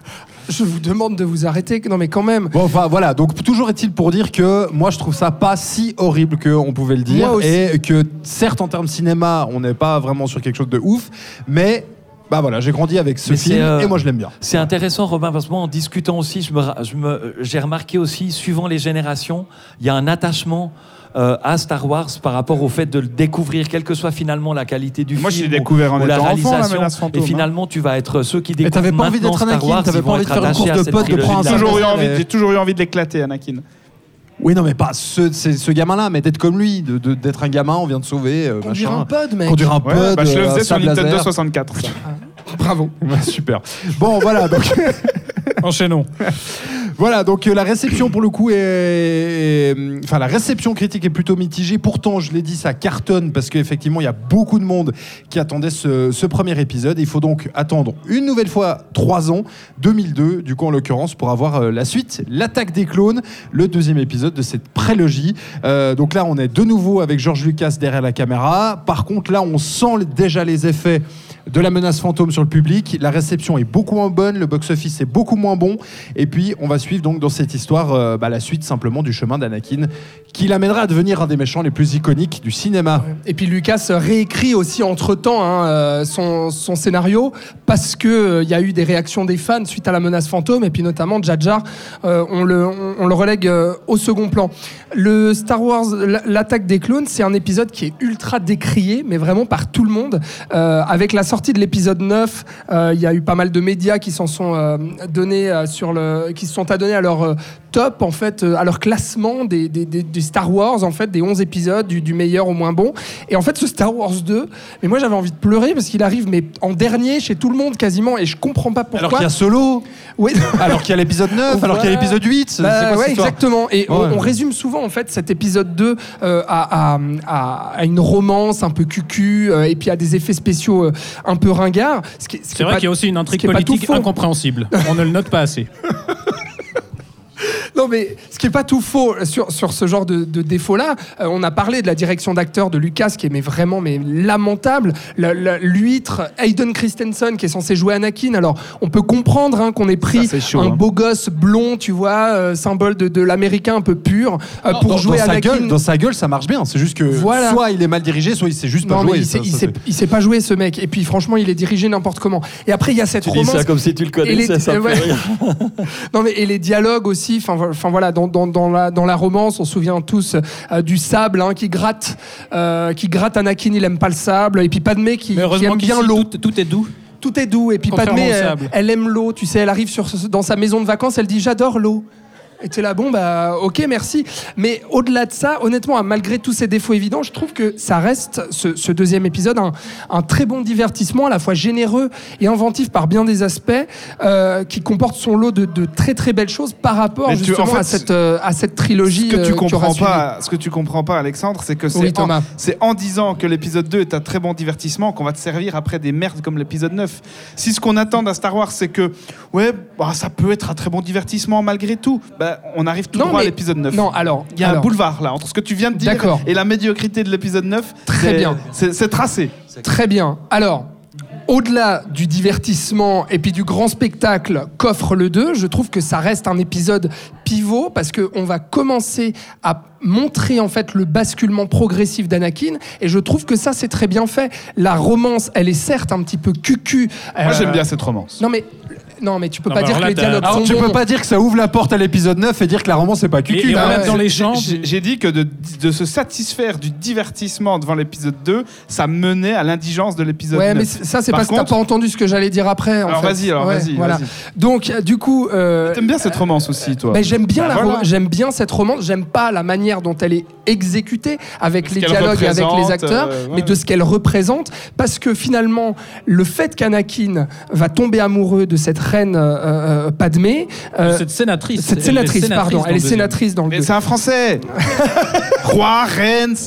S5: Je vous demande de vous arrêter. Non, mais quand même.
S4: Bon, enfin voilà. Donc toujours est-il pour dire que moi je trouve ça pas si horrible qu'on pouvait le dire,
S5: moi aussi.
S4: et que certes en termes cinéma, on n'est pas vraiment sur quelque chose de ouf, mais bah voilà, j'ai grandi avec ce
S6: Mais
S4: film
S6: euh,
S4: et moi je l'aime bien.
S6: C'est intéressant, Robin, parce que moi en discutant aussi, je me, je me, j'ai remarqué aussi, suivant les générations, il y a un attachement euh, à Star Wars par rapport au fait de le découvrir, quelle que soit finalement la qualité du
S1: moi,
S6: film.
S1: Moi, je l'ai découvert en
S6: ou
S1: étant
S6: la
S1: enfant, la
S6: réalisation.
S1: menace fantôme.
S6: Et finalement, tu vas être ceux qui découvrent.
S4: Mais t'avais pas envie d'être Anakin,
S6: Wars,
S4: t'avais pas envie de faire une course de potes, de prendre un
S1: J'ai toujours eu envie, j'ai toujours eu envie de l'éclater, Anakin.
S4: Oui, non, mais pas ce, c'est ce gamin-là, mais d'être comme lui, de, de, d'être un gamin, on vient de sauver. Euh,
S5: Conduire
S4: machin.
S5: un pod, mec.
S4: Conduire un pod.
S1: Ouais, bah, je le
S4: euh,
S1: faisais sur
S4: sable
S1: Nintendo
S4: laser.
S1: soixante-quatre.
S5: Bravo.
S4: Ouais, super. Bon, voilà, donc.
S7: Enchaînons.
S4: Voilà, donc euh, la réception pour le coup est, est... Enfin, la réception critique est plutôt mitigée. Pourtant, je l'ai dit, ça cartonne parce qu'effectivement, il y a beaucoup de monde qui attendait ce, ce premier épisode. Il faut donc attendre une nouvelle fois trois ans, deux mille deux, du coup en l'occurrence, pour avoir euh, la suite, L'attaque des clones, le deuxième épisode de cette prélogie. Euh, donc là, on est de nouveau avec George Lucas derrière la caméra. Par contre, là, on sent déjà les effets de la menace fantôme sur le public. La réception est beaucoup moins bonne, le box-office est beaucoup moins bon. Et puis, on va suivre donc dans cette histoire euh, bah, la suite simplement du chemin d'Anakin, qui l'amènera à devenir un des méchants les plus iconiques du cinéma.
S5: Et puis Lucas réécrit aussi entre-temps hein, euh, son, son scénario parce qu'il euh, y a eu des réactions des fans suite à la menace fantôme, et puis notamment Jar Jar, euh, on, le, on, on le relègue euh, au second plan. Le Star Wars, l'attaque des clones, c'est un épisode qui est ultra décrié, mais vraiment par tout le monde. Euh, avec la sortie de l'épisode neuf, il euh, y a eu pas mal de médias qui s'en sont euh, donnés euh, sur le, qui se sont adonnés à leur euh, top, en fait, euh, à leur classement des, des, des, des Star Wars, en fait, des onze épisodes, du, du meilleur au moins bon. Et en fait, ce Star Wars deux, mais moi j'avais envie de pleurer parce qu'il arrive mais en dernier chez tout le monde quasiment, et je comprends pas pourquoi.
S4: Alors qu'il y a Solo,
S5: oui.
S4: alors qu'il y a l'épisode neuf,
S5: voilà.
S4: alors qu'il y a l'épisode huit.
S5: Bah,
S4: c'est quoi,
S5: ouais, exactement. Et
S4: ouais.
S5: on, on résume souvent en fait cet épisode deux euh, à, à, à, à une romance un peu cucu euh, et puis à des effets spéciaux euh, un peu ringards. Ce qui, ce
S7: c'est vrai
S5: pas,
S7: qu'il y a aussi une intrigue politique incompréhensible. On ne le note pas assez.
S5: Non, mais ce qui est pas tout faux sur, sur ce genre de, de défaut-là, euh, on a parlé de la direction d'acteur de Lucas qui est mais vraiment mais lamentable. La, la, l'huître Hayden Christensen qui est censé jouer Anakin. Alors, on peut comprendre hein, qu'on ait pris
S1: ça, chaud,
S5: un
S1: hein.
S5: beau gosse blond, tu vois, euh, symbole de, de l'américain un peu pur, euh,
S4: Non,
S5: pour
S4: dans,
S5: jouer
S4: dans
S5: Anakin.
S4: Sa gueule, dans sa gueule, ça marche bien. C'est juste que
S5: voilà.
S4: soit il est mal dirigé, soit il sait juste pas
S5: non,
S4: jouer.
S5: mais il sait,
S4: ça,
S5: il,
S4: ça,
S5: sait,
S4: c'est...
S5: il sait pas jouer ce mec. Et puis franchement, il est dirigé n'importe comment. Et après, il y a cette
S6: tu
S5: romance.
S6: dis ça comme si tu le connaissais,
S5: les,
S6: ça me
S5: ouais.
S6: fait rire.
S5: Non mais et les dialogues aussi. Enfin voilà, dans, dans, dans la dans la romance, on se souvient tous euh, du sable hein, qui gratte, euh, qui gratte Anakin. Il aime pas le sable. Et puis Padmé qui, qui aime bien l'eau.
S7: Tout, tout est doux.
S5: Tout est doux. Et puis Padmé, elle, elle aime l'eau. Tu sais, elle arrive sur dans sa maison de vacances. Elle dit j'adore l'eau. Et t'es là, bon, bah, ok, merci. Mais au-delà de ça, honnêtement, malgré tous ces défauts évidents, je trouve que ça reste, ce, ce deuxième épisode, un, un très bon divertissement, à la fois généreux et inventif par bien des aspects, euh, qui comporte son lot de, de très très belles choses par rapport
S1: Mais tu-
S5: justement
S1: en fait,
S5: à, cette, euh, à cette trilogie.
S1: Ce que tu
S5: euh, qui aura
S1: comprends
S5: suivi.
S1: pas, ce que tu comprends pas, Alexandre, c'est que c'est
S5: Oui,
S1: en,
S5: Thomas.
S1: c'est en disant que l'épisode deux est un très bon divertissement qu'on va te servir après des merdes comme l'épisode neuf. Si ce qu'on attend d'un Star Wars, c'est que ouais, bah, ça peut être un très bon divertissement malgré tout, bah, on arrive tout
S5: Non,
S1: droit à
S5: mais-
S1: l'épisode neuf.
S5: Non, alors.
S1: Il y a
S5: alors,
S1: un boulevard là entre ce que tu viens de dire
S5: D'accord.
S1: et la médiocrité de l'épisode neuf.
S5: Très
S1: c'est-
S5: bien.
S1: C'est, c'est tracé.
S5: Très bien. Alors, au-delà du divertissement et puis du grand spectacle qu'offre le deux, je trouve que ça reste un épisode pivot parce qu'on va commencer à montrer en fait le basculement progressif d'Anakin et je trouve que ça c'est très bien fait. La romance, elle est certes un petit peu cucu.
S1: Moi
S5: euh,
S1: j'aime bien cette romance.
S5: Non mais non mais tu peux
S7: Non,
S5: pas
S7: mais
S5: dire
S7: alors
S5: que
S7: là,
S5: les
S7: t'as-
S5: dialogues
S4: Alors,
S5: sont
S4: tu
S5: bons.
S4: peux pas dire que ça ouvre la porte à l'épisode neuf et dire que la romance c'est pas
S7: Et,
S4: cucu.
S7: et
S4: là.
S7: remettre
S5: ouais,
S7: dans les
S1: J'ai-
S7: champs.
S1: J'ai, j'ai dit que de, de se satisfaire du divertissement devant l'épisode deux, ça menait à l'indigence de l'épisode
S5: Ouais,
S1: neuf.
S5: mais c- ça c'est
S1: Par
S5: parce que t'as
S1: contre-
S5: pas entendu ce que j'allais dire après. en
S1: Alors
S5: fait.
S1: vas-y, alors
S5: Ouais,
S1: vas-y,
S5: voilà.
S1: vas-y.
S5: Donc euh, du coup, euh,
S1: T'aimes bien cette romance aussi, toi.
S5: Ben, j'aime bien
S1: Bah,
S5: la
S1: voilà.
S5: rom- j'aime bien cette romance, j'aime pas la manière dont elle est exécutée avec
S1: Ce
S5: les
S1: qu'elle
S5: dialogues et avec
S1: représente,
S5: les acteurs,
S1: euh, ouais.
S5: mais de ce qu'elle représente parce que finalement le fait qu'Anakin va tomber amoureux de cette reine euh, euh, Padmé, euh,
S7: Cette sénatrice.
S5: cette
S7: Elle est
S5: sénatrice, pardon,
S7: dans
S5: elle est
S7: le deuxième.
S5: sénatrice dans le
S1: Mais
S5: deux.
S1: c'est un français. Roi, reine.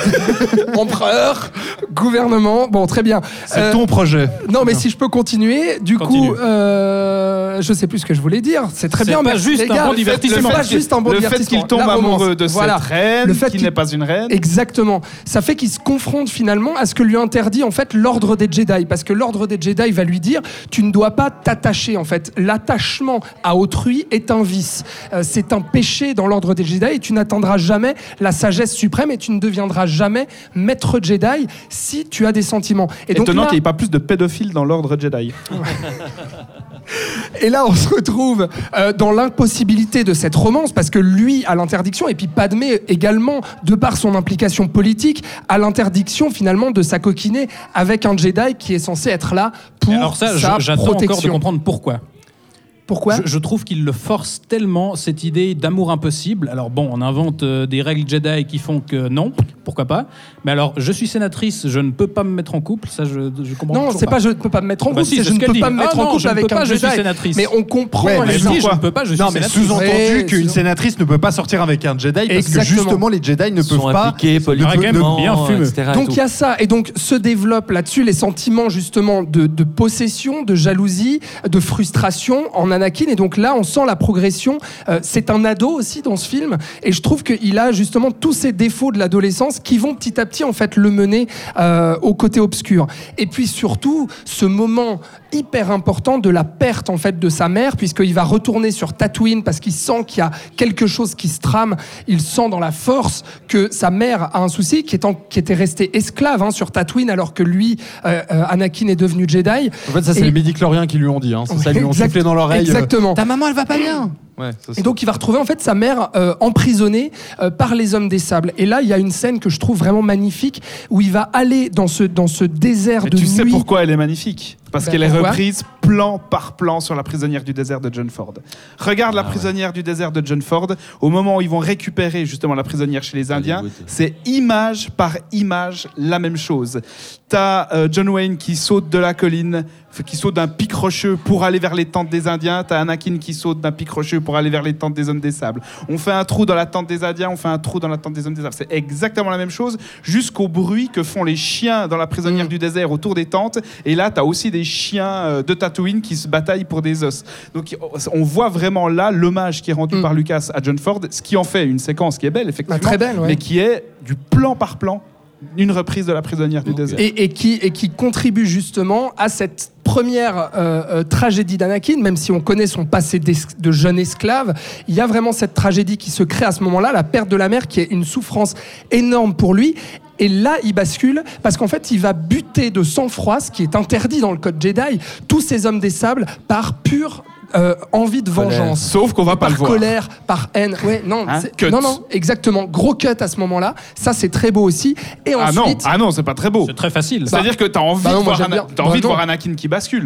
S5: Empereur, gouvernement, bon très bien.
S4: C'est
S5: Euh,
S4: ton projet.
S5: Non mais si je peux continuer, du
S7: Continue.
S5: coup, euh, je sais plus ce que je voulais dire. C'est très
S7: C'est
S5: bien,
S7: pas
S5: merci,
S7: juste
S5: les
S7: un
S5: gars.
S7: bon
S5: Le fait-
S7: divertissement.
S5: le fait- pas
S1: qu'il-
S5: juste un bon
S1: le fait
S5: divertissement.
S1: qu'il tombe
S5: La romance,
S1: amoureux de
S5: voilà.
S1: cette reine,
S5: Le fait
S1: qui
S5: qu'il-
S1: n'est pas une reine.
S5: Exactement. Ça fait qu'il se confronte finalement à ce que lui interdit en fait l'ordre des Jedi, parce que l'ordre des Jedi va lui dire tu ne dois pas t'attacher en fait. L'attachement à autrui est un vice. Euh, c'est un péché dans l'ordre des Jedi et tu n'atteindras jamais la sagesse suprême et tu ne deviendras jamais maître Jedi si tu as des sentiments. Et donc
S1: Étonnant
S5: là-
S1: qu'il n'y ait pas plus de pédophiles dans l'ordre Jedi.
S5: Et là, on se retrouve euh, dans l'impossibilité de cette romance, parce que lui a l'interdiction, et puis Padmé également, de par son implication politique, a l'interdiction finalement de s'acoquiner avec un Jedi qui est censé être là pour
S7: Et alors ça,
S5: sa
S7: je- j'attends
S5: protection.
S7: encore de comprendre pourquoi.
S5: Pourquoi
S7: je, je trouve qu'il le force tellement, cette idée d'amour impossible. Alors bon, on invente euh, des règles Jedi qui font que non, pourquoi pas. Mais alors, je suis sénatrice, je ne peux pas me mettre en couple, ça je, je comprends
S5: Non,
S7: toujours
S5: c'est
S7: pas.
S5: pas je ne peux pas me mettre en
S7: Bah
S5: couple,
S7: si,
S5: c'est
S7: c'est
S5: je
S7: ce
S5: ne
S7: qu'elle
S5: peux
S7: dit.
S5: pas me mettre
S7: Ah
S5: en
S7: non,
S5: couple
S7: je ne
S5: avec
S7: peux
S5: un
S7: pas, je
S5: Jedi.
S7: suis sénatrice.
S5: Mais on comprend
S4: Ouais,
S5: les
S4: mais
S7: Elle
S5: gens.
S7: dit, je
S1: pourquoi
S7: ne peux pas, je suis
S4: Non, mais
S7: sénatrice.
S4: sous-entendu
S5: Ouais,
S4: qu'une
S5: sous-
S4: sénatrice ne peut pas sortir avec un Jedi parce que
S5: Exactement.
S4: justement les Jedi ne
S6: Ils sont
S4: peuvent pas.
S6: impliqués
S7: Il y aurait quand même
S6: politiquement,
S7: bien fumeux.
S6: et cetera et
S5: Donc
S6: tout.
S5: il y a ça, et donc se développent là-dessus les sentiments justement de, de possession, de jalousie, de frustration en Anakin, et donc là on sent la progression. Euh, c'est un ado aussi dans ce film, et je trouve qu'il a justement tous ces défauts de l'adolescence qui vont petit à petit en fait le mener euh, au côté obscur. Et puis surtout ce moment hyper important de la perte en fait de sa mère, puisqu'il va retourner sur Tatooine parce qu'il sent qu'il y a quelque chose qui se trame. Il sent dans la force que sa mère a un souci, qui, est en- qui était restée esclave hein, sur Tatooine alors que lui, euh, euh, Anakin est devenu Jedi.
S4: En fait, ça c'est
S5: Et-
S4: les midi-chloriens qui lui ont dit. Hein. C'est ça, ils lui ont
S5: Exact-
S4: soufflé dans l'oreille. euh,
S5: Exactement.
S4: Ta maman, elle va pas bien. Ouais, ça, c'est-
S5: Et donc il va retrouver en fait sa mère euh, emprisonnée euh, par les hommes des sables. Et là il y a une scène que je trouve vraiment magnifique où il va aller dans ce, dans ce désert
S1: Mais
S5: de
S1: tu
S5: nuit.
S1: sais pourquoi elle est magnifique? Parce
S5: Ben,
S1: qu'elle est
S5: pourquoi
S1: reprise plan par plan sur la prisonnière du désert de John Ford. Regarde la prisonnière du désert de John Ford. Au moment où ils vont récupérer justement la prisonnière chez les Indiens,
S6: Hollywood.
S1: c'est image par image la même chose. T'as euh, John Wayne qui saute de la colline, f- qui saute d'un pic rocheux pour aller vers les tentes des Indiens. T'as Anakin qui saute d'un pic rocheux pour aller vers les tentes des hommes des sables. On fait un trou dans la tente des Indiens, on fait un trou dans la tente des hommes des sables. C'est exactement la même chose, jusqu'au bruit que font les chiens dans la prisonnière du désert autour des tentes. Et là, t'as aussi des chiens euh, de Tatooine qui se bataillent pour des os. Donc on voit vraiment là l'hommage qui est rendu
S5: Mm.
S1: par Lucas à John Ford, ce qui en fait une séquence qui est belle, effectivement,
S5: Bah, très belle, ouais.
S1: mais qui est du plan par plan une reprise de la prisonnière du
S6: Ok.
S1: désert.
S5: et, et qui, et qui contribue justement à cette première euh, euh, tragédie d'Anakin, même si on connaît son passé d'es- de jeune esclave, il y a vraiment cette tragédie qui se crée à ce moment-là, la perte de la mère qui est une souffrance énorme pour lui. Et là, il bascule parce qu'en fait, il va buter de sang-froid, ce qui est interdit dans le code Jedi, tous ces hommes des sables par pure euh, envie de vengeance.
S1: Sauf qu'on va pas
S5: Par
S1: le voir.
S5: colère, par haine. Ouais, non,
S1: Hein,
S5: c'est-
S1: cut.
S5: non, non, exactement. Gros cut à ce moment-là. Ça, c'est très beau aussi. Et
S1: Ah non,
S5: ensuite,
S1: ah non, c'est pas très beau.
S7: C'est très facile.
S1: C'est-à-dire que t'as envie,
S5: bah non,
S1: de,
S5: moi,
S1: voir,
S5: j'aime
S1: Ana-
S5: bien.
S1: t'as
S5: Bah
S1: envie de
S5: non.
S1: voir Anakin qui bascule.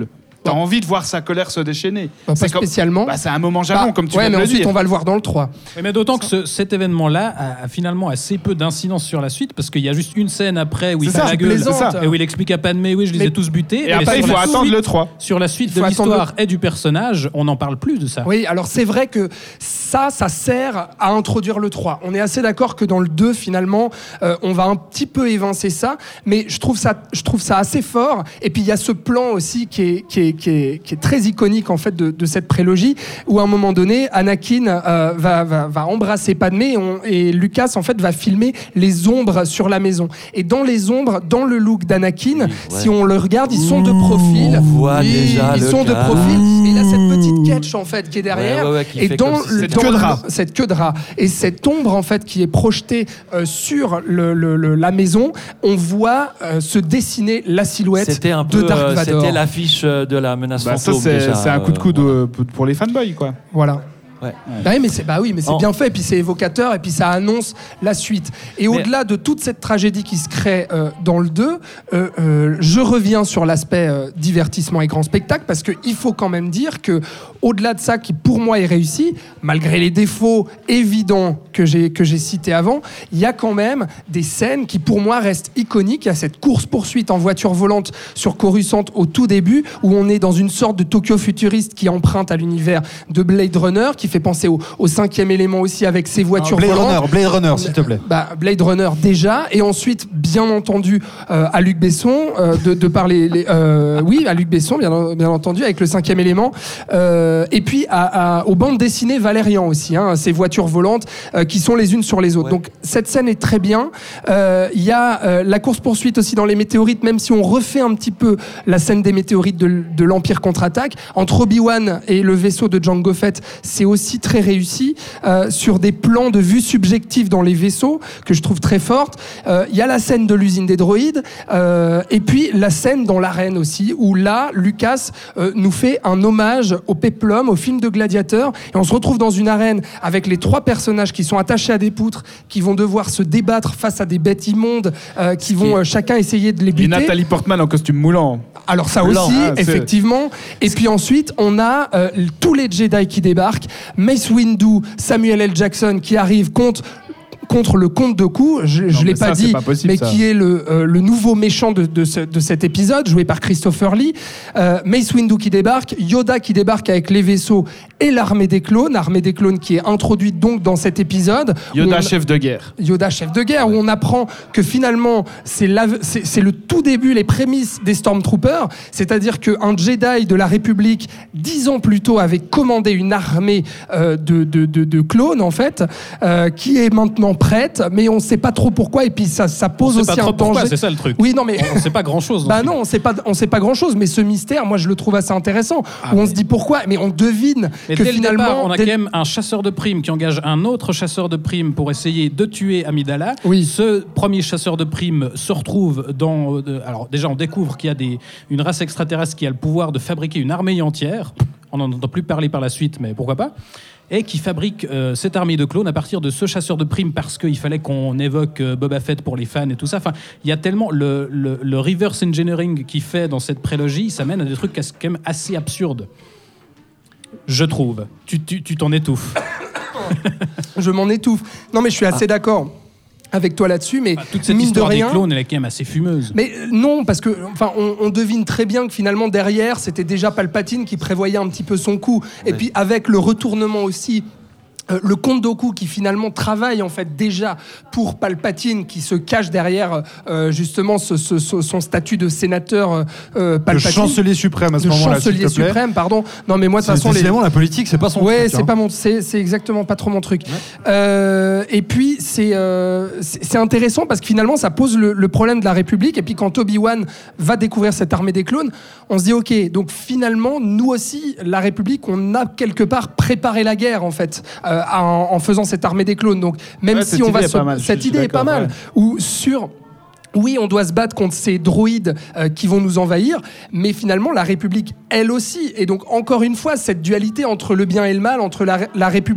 S1: T'as bon. envie de voir sa colère se déchaîner.
S5: Bah, pas
S1: c'est
S5: spécialement.
S1: Comme, bah, c'est un moment jalon, bah, comme tu
S5: ouais,
S1: viens de
S5: mais
S1: le
S5: ensuite
S1: dire.
S5: on va le voir dans le trois.
S7: Oui, mais d'autant que ce, cet événement-là a, a finalement assez peu d'incidence sur la suite, parce qu'il y a juste une scène après où il
S1: c'est
S7: fait
S1: ça,
S7: la gueule
S1: ça.
S7: et où il explique à Padmé, oui, je les
S5: mais,
S7: ai tous butés.
S1: Et, et après, il faut attendre
S7: suite,
S1: le trois.
S7: Sur la suite de l'histoire le... et du personnage, on n'en parle plus de ça.
S5: Oui, alors c'est vrai que ça, ça sert à introduire le trois. On est assez d'accord que dans le deux, finalement, euh, on va un petit peu évincer ça, mais je trouve ça, je trouve ça assez fort. Et puis il y a ce plan aussi qui est, qui est, qui est, qui est très iconique en fait de, de cette prélogie, où à un moment donné, Anakin euh, va, va, va embrasser Padmé et, on, et Lucas en fait va filmer les ombres sur la maison. Et dans les ombres, dans le look d'Anakin, ouais. si on le regarde, ils sont de profil.
S6: On voit
S5: ils,
S6: déjà
S5: ils
S6: le
S5: sont
S6: cas.
S5: de profil. Et il a cette petite catch en fait qui est derrière.
S6: Ouais, ouais, ouais, qui
S5: et
S6: fait
S5: dans,
S6: comme
S5: le,
S1: cette queue de rat.
S5: cette queue de rat et cette ombre en fait qui est projetée euh, sur le, le, le, la maison, on voit euh, se dessiner la silhouette
S6: c'était un
S5: de
S6: peu,
S5: Dark
S6: euh,
S5: Vador.
S6: C'était l'affiche de la menace
S1: bah,
S6: fantôme.
S1: Ça, c'est,
S6: déjà,
S1: c'est un coup de coude
S6: euh,
S1: voilà. pour les fanboys, quoi.
S5: Voilà.
S6: Ouais.
S5: Bah oui, mais c'est, bah oui, mais c'est
S6: en...
S5: bien fait, et puis c'est évocateur, et puis ça annonce la suite. Et mais... au-delà de toute cette tragédie qui se crée euh, dans le deux, euh, euh, je reviens sur l'aspect euh, divertissement et grand spectacle, parce qu'il faut quand même dire que, au-delà de ça, qui pour moi est réussi, malgré les défauts évidents que j'ai, que j'ai cités avant, il y a quand même des scènes qui pour moi restent iconiques. Il y a cette course-poursuite en voiture volante sur Coruscant au tout début, où on est dans une sorte de Tokyo futuriste qui emprunte à l'univers de Blade Runner, qui fait penser au, au cinquième élément aussi avec ses voitures
S4: Blade
S5: volantes.
S4: Runner, Blade Runner, s'il te plaît.
S5: Bah, Blade Runner déjà, et ensuite, bien entendu, euh, à Luc Besson, euh, de, de parler, les, euh, oui, à Luc Besson, bien, bien entendu, avec le cinquième élément, euh, et puis à, à, aux bandes dessinées Valérian aussi, hein, ces voitures volantes euh, qui sont les unes sur les autres. Ouais. Donc cette scène est très bien. Il euh, y a euh, la course poursuite aussi dans les météorites, même si on refait un petit peu la scène des météorites de, de l'Empire contre-attaque entre Obi-Wan et le vaisseau de Jango Fett, c'est aussi très réussi euh, sur des plans de vue subjective dans les vaisseaux que je trouve très fortes. Il euh, y a la scène de l'usine des droïdes euh, et puis la scène dans l'arène aussi, où là Lucas euh, nous fait un hommage au péplum, au film de Gladiateur, et on se retrouve dans une arène avec les trois personnages qui sont attachés à des poutres, qui vont devoir se débattre face à des bêtes immondes, euh, qui vont euh, chacun essayer de les buter.
S1: Et Nathalie Portman en costume moulant.
S5: Alors ça
S1: Blanc,
S5: aussi,
S1: hein,
S5: effectivement. Et puis ensuite, on a euh, tous les Jedi qui débarquent, Mace Windu, Samuel L. Jackson qui arrivent contre contre le comte Dooku, je, je l'ai pas
S1: ça,
S5: dit,
S1: pas possible,
S5: mais
S1: ça.
S5: qui est le, euh, le nouveau méchant de, de, ce, de cet épisode, joué par Christopher Lee. Euh, Mace Windu qui débarque, Yoda qui débarque avec les vaisseaux et l'armée des clones, armée des clones qui est introduite donc dans cet épisode.
S1: Yoda,
S5: on,
S1: chef de guerre.
S5: Yoda, chef de guerre, où on apprend que finalement, c'est, la, c'est, c'est le tout début, les prémices des Stormtroopers, c'est-à-dire qu'un Jedi de la République, dix ans plus tôt, avait commandé une armée euh, de, de, de, de clones, en fait, euh, qui est maintenant prête, mais on ne sait pas trop pourquoi, et puis ça, ça pose
S7: on
S5: aussi
S7: sait pas trop
S5: un danger.
S7: Pourquoi, c'est ça le truc.
S5: Oui, non, mais
S7: on ne sait pas grand-chose.
S5: Bah non, on sait pas, on sait pas grand-chose, mais ce mystère, moi, je le trouve assez intéressant. Ah, où mais... on se dit pourquoi, mais on devine
S7: mais
S5: que
S7: dès
S5: finalement,
S7: le départ, on a
S5: dès...
S7: quand même un chasseur de primes qui engage un autre chasseur de primes pour essayer de tuer Amidala.
S5: Oui.
S7: Ce premier chasseur de primes se retrouve dans. Euh, alors déjà, on découvre qu'il y a des, une race extraterrestre qui a le pouvoir de fabriquer une armée entière. On n'en entend plus parler par la suite, mais pourquoi pas. Et qui fabrique euh, cette armée de clones à partir de ce chasseur de primes parce qu'il fallait qu'on évoque euh, Boba Fett pour les fans et tout ça. Enfin, il y a tellement le, le, le reverse engineering qu'il fait dans cette prélogie, ça mène à des trucs quand même assez absurdes. Je trouve. Tu, tu, tu t'en étouffes.
S5: Je m'en étouffe. Non, mais je suis assez ah. d'accord avec toi là-dessus, mais
S7: bah, toute cette
S5: mine
S7: histoire
S5: de rien,
S7: des clones, elle est quand même assez fumeuse.
S5: Mais euh, non, parce que enfin, on, on devine très bien que finalement derrière, c'était déjà Palpatine qui prévoyait un petit peu son coup. Et oui. Puis avec le retournement aussi. Euh, le comte Dooku qui finalement travaille en fait déjà pour Palpatine, qui se cache derrière euh, justement ce, ce, ce, son statut de sénateur euh, Palpatine.
S4: Le chancelier suprême à ce
S5: de
S4: moment-là.
S5: Chancelier suprême, pardon. Non mais moi de toute façon,
S4: décidément les... la politique c'est pas son
S5: ouais,
S4: truc.
S5: c'est
S4: hein.
S5: pas mon, c'est, c'est exactement pas trop mon truc.
S4: Ouais.
S5: Euh, et puis c'est, euh, c'est c'est intéressant parce que finalement ça pose le, le problème de la République. Et puis quand Obi-Wan va découvrir cette armée des clones, on se dit ok, donc finalement nous aussi la République, on a quelque part préparé la guerre en fait. Euh, En, en faisant cette armée des clones. Donc, même
S1: ouais,
S5: si on va se...
S1: mal,
S5: cette idée est pas mal.
S1: Ouais.
S5: Ou sur... Oui, on doit se battre contre ces droïdes euh, qui vont nous envahir, mais finalement, la République, elle aussi. Et donc, encore une fois, cette dualité entre le bien et le mal, entre la, la République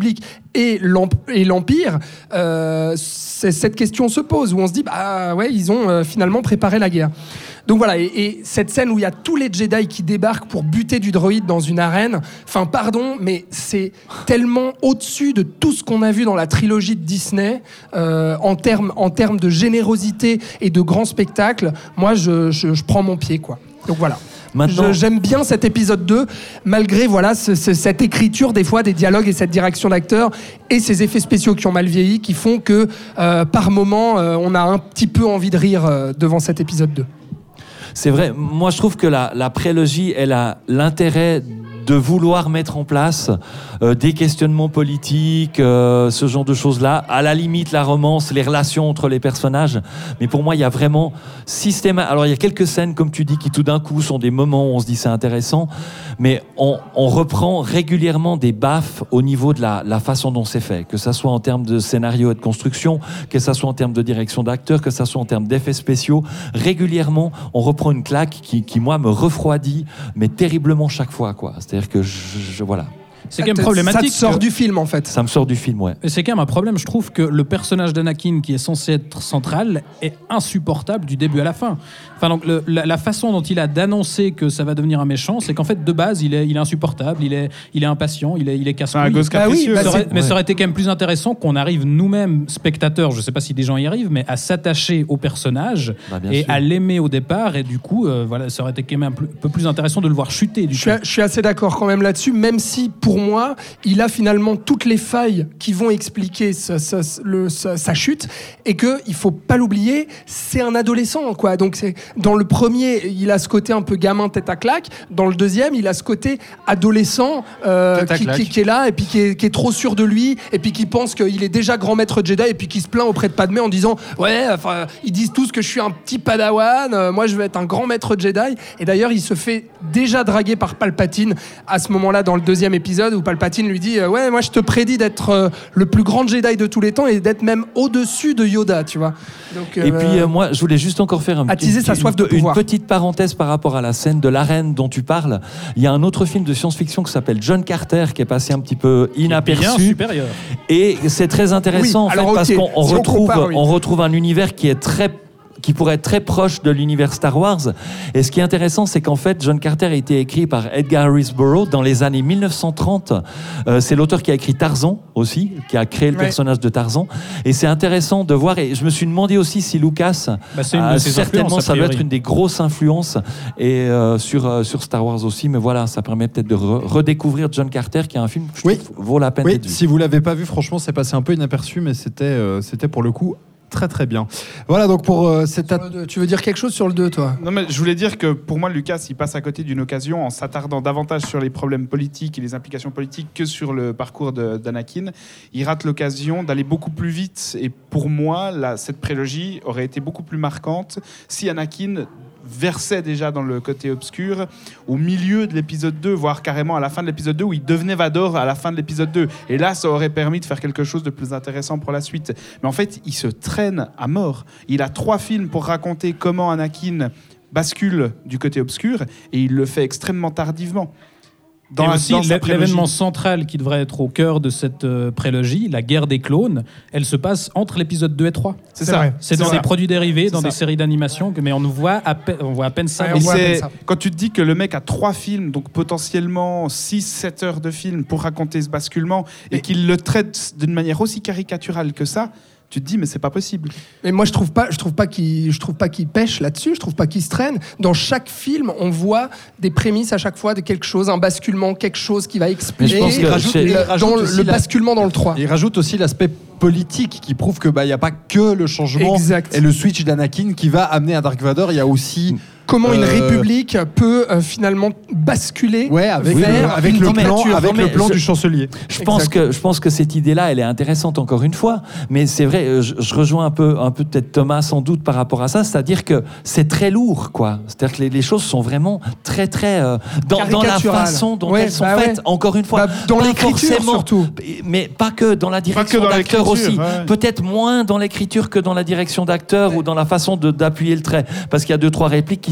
S5: et, l'emp- et l'Empire, euh, c'est, cette question se pose, où on se dit, bah ouais, ils ont euh, finalement préparé la guerre. Donc voilà, et, et cette scène où il y a tous les Jedi qui débarquent pour buter du droïde dans une arène, enfin pardon, mais c'est tellement au-dessus de tout ce qu'on a vu dans la trilogie de Disney, euh, en termes en termes de générosité et de grands spectacles. Moi, je, je, je prends mon pied, quoi. Donc voilà.
S6: Maintenant...
S5: Je, j'aime bien cet épisode deux, malgré voilà, ce, ce, cette écriture, des fois, des dialogues et cette direction d'acteur, et ces effets spéciaux qui ont mal vieilli, qui font que, euh, par moment, euh, on a un petit peu envie de rire euh, devant cet épisode deux.
S6: C'est vrai, moi je trouve que la, la prélogie, elle a l'intérêt de vouloir mettre en place euh, des questionnements politiques, euh, ce genre de choses-là. À la limite, la romance, les relations entre les personnages. Mais pour moi, il y a vraiment système. Alors, il y a quelques scènes, comme tu dis, qui tout d'un coup sont des moments où on se dit c'est intéressant. Mais on, on reprend régulièrement des baffes au niveau de la, la façon dont c'est fait. Que ça soit en termes de scénario et de construction, que ça soit en termes de direction d'acteurs, que ça soit en termes d'effets spéciaux. Régulièrement, on reprend une claque qui, qui moi, me refroidit, mais terriblement chaque fois, quoi. C'est-à-dire que je, je voilà.
S7: C'est quand même problématique.
S5: Ça te sort
S7: que...
S5: du film, en fait.
S6: Ça me sort du film, ouais.
S7: Et c'est quand même un problème. Je trouve que le personnage d'Anakin, qui est censé être central, est insupportable du début à la fin. Enfin, donc, le, la, la façon dont il a d'annoncer que ça va devenir un méchant, c'est qu'en fait, de base, il est, il est insupportable, il est, il est impatient, il est, il est casse-couille.
S1: Un gosse capricieux.
S5: Bah oui, bah
S7: Ça aurait-
S5: c'est-
S7: mais ça aurait été quand même plus intéressant qu'on arrive nous-mêmes, spectateurs, je ne sais pas si des gens y arrivent, mais à s'attacher au personnage
S6: Bah, bien
S7: et
S6: sûr.
S7: à l'aimer au départ. Et du coup, euh, voilà, ça aurait été quand même un peu, peu plus intéressant de le voir chuter. Du
S5: Je suis,
S7: coup.
S5: je suis assez d'accord quand même là-dessus, même si pour moi, il a finalement toutes les failles qui vont expliquer sa, sa, le, sa, sa chute, et qu'il ne faut pas l'oublier, c'est un adolescent, quoi. Donc c'est, dans le premier, il a ce côté un peu gamin tête à claque, dans le deuxième, il a ce côté adolescent euh,
S4: Tête à
S5: qui,
S4: claque.
S5: qui, qui est là, et puis qui est, qui est trop sûr de lui, et puis qui pense qu'il est déjà grand maître Jedi, et puis qui se plaint auprès de Padmé en disant « Ouais, enfin, ils disent tous que je suis un petit padawan, euh, moi je veux être un grand maître Jedi », et d'ailleurs, il se fait déjà draguer par Palpatine à ce moment-là dans le deuxième épisode, où Palpatine lui dit euh, « Ouais, moi je te prédis d'être euh, le plus grand Jedi de tous les temps et d'être même au-dessus de Yoda, tu vois. » Donc,
S6: Et
S5: euh,
S6: puis euh, moi, je voulais juste encore faire un,
S5: attiser
S6: une,
S5: sa soif de
S6: une
S5: pouvoir.
S6: petite parenthèse par rapport à la scène de l'arène dont tu parles. Il y a un autre film de science-fiction qui s'appelle John Carter qui est passé un petit peu
S7: Bien
S6: inaperçu.
S7: supérieur.
S6: Et c'est très intéressant
S5: Oui,
S6: en fait
S5: alors,
S6: parce
S5: ok,
S6: qu'on on
S5: si on
S6: retrouve,
S5: compare, oui.
S6: on retrouve un univers qui est très qui pourrait être très proche de l'univers Star Wars. Et ce qui est intéressant, c'est qu'en fait, John Carter a été écrit par Edgar Rice Burroughs dans les années mille neuf cent trente. Euh, c'est l'auteur qui a écrit Tarzan aussi, qui a créé le
S5: Ouais.
S6: personnage de Tarzan. Et c'est intéressant de voir, et je me suis demandé aussi si Lucas,
S7: Bah, c'est une
S6: euh,
S7: de ses
S6: certainement,
S7: influences, a
S6: ça doit
S7: priori.
S6: être une des grosses influences et, euh, sur, euh, sur Star Wars aussi. Mais voilà, ça permet peut-être de re- redécouvrir John Carter, qui est un film que je
S4: Oui.
S6: trouve vaut la peine
S4: Oui,
S6: d'être vu.
S4: si vous l'avez pas vu, franchement, c'est passé un peu inaperçu, mais c'était, euh, c'était pour le coup très très bien. Voilà donc pour euh, cette
S5: sur le deux. Tu veux dire quelque chose sur le deux, toi?
S1: Non, mais je voulais dire que pour moi, Lucas, il passe à côté d'une occasion en s'attardant davantage sur les problèmes politiques et les implications politiques que sur le parcours de- d'Anakin. Il rate l'occasion d'aller beaucoup plus vite. Et pour moi, la, cette prélogie aurait été beaucoup plus marquante si Anakin versait déjà dans le côté obscur au milieu de l'épisode deux, voire carrément à la fin de l'épisode deux, où il devenait Vador à la fin de l'épisode deux. Et là, ça aurait permis de faire quelque chose de plus intéressant pour la suite. Mais en fait, il se traîne à mort. Il a trois films pour raconter comment Anakin bascule du côté obscur, et il le fait extrêmement tardivement.
S7: Et
S1: la-
S7: aussi,
S1: dans sa
S7: l'é-
S1: prélogie.
S7: l'événement central qui devrait être au cœur de cette euh, prélogie, la guerre des clones, elle se passe entre l'épisode deux et trois.
S1: C'est
S5: C'est
S1: ça.
S5: vrai.
S7: C'est dans
S1: ça.
S7: des produits dérivés, dans
S1: C'est
S7: des
S1: ça.
S7: séries d'animation, que- mais on nous voit à peine, on voit à peine ça.
S5: Ouais,
S7: dans
S5: on
S1: Et
S5: voit à peine
S1: c'est
S5: ça.
S1: quand tu te dis que le mec a trois films, donc potentiellement six sept heures de film pour raconter ce basculement, et,
S5: Et-
S1: qu'il le traite d'une manière aussi caricaturale que ça, tu te dis mais c'est pas possible.
S5: Mais moi, je trouve pas, je trouve pas qu'il, je trouve pas qu'il pêche là-dessus. Je trouve pas qu'il se traîne. Dans chaque film, on voit des prémices à chaque fois de quelque chose, un basculement, quelque chose qui va expliquer.
S6: Mais je pense que
S5: Et rajoute
S6: c'est-
S5: le-
S4: il rajoute
S5: dans le,
S4: aussi
S5: le
S4: la-
S5: basculement dans le trois.
S4: Il rajoute aussi l'aspect politique qui prouve que bah il y a pas que le changement
S5: Exact.
S4: et le switch d'Anakin qui va amener à Dark Vador. Il y a aussi
S5: Comment une
S4: Euh,
S5: république peut euh, finalement basculer
S4: ouais avec
S5: vers
S4: le, avec
S5: une
S4: le plan
S5: dictature.
S4: avec
S6: Non,
S4: le
S6: mais
S4: plan
S6: je-
S4: du chancelier.
S6: Je pense
S5: Exact.
S6: que je pense que cette idée-là, elle est intéressante encore une fois. Mais c'est vrai, euh, je, je rejoins un peu, un peu peut-être Thomas sans doute par rapport à ça. C'est-à-dire que c'est très lourd, quoi. C'est-à-dire que les, les choses sont vraiment très très euh, dans, dans la
S5: Caricaturales.
S6: façon dont
S5: Ouais,
S6: elles sont
S5: bah ouais.
S6: faites. Encore une fois,
S5: Bah, dans
S6: pas
S5: l'écriture,
S6: forcément,
S5: surtout.
S6: mais pas que dans la direction
S1: dans
S6: d'acteur
S1: l'écriture,
S6: aussi.
S1: ouais.
S6: Peut-être moins dans l'écriture que dans la direction d'acteur ou dans la façon de- d'appuyer le trait, parce qu'il y a deux trois répliques qui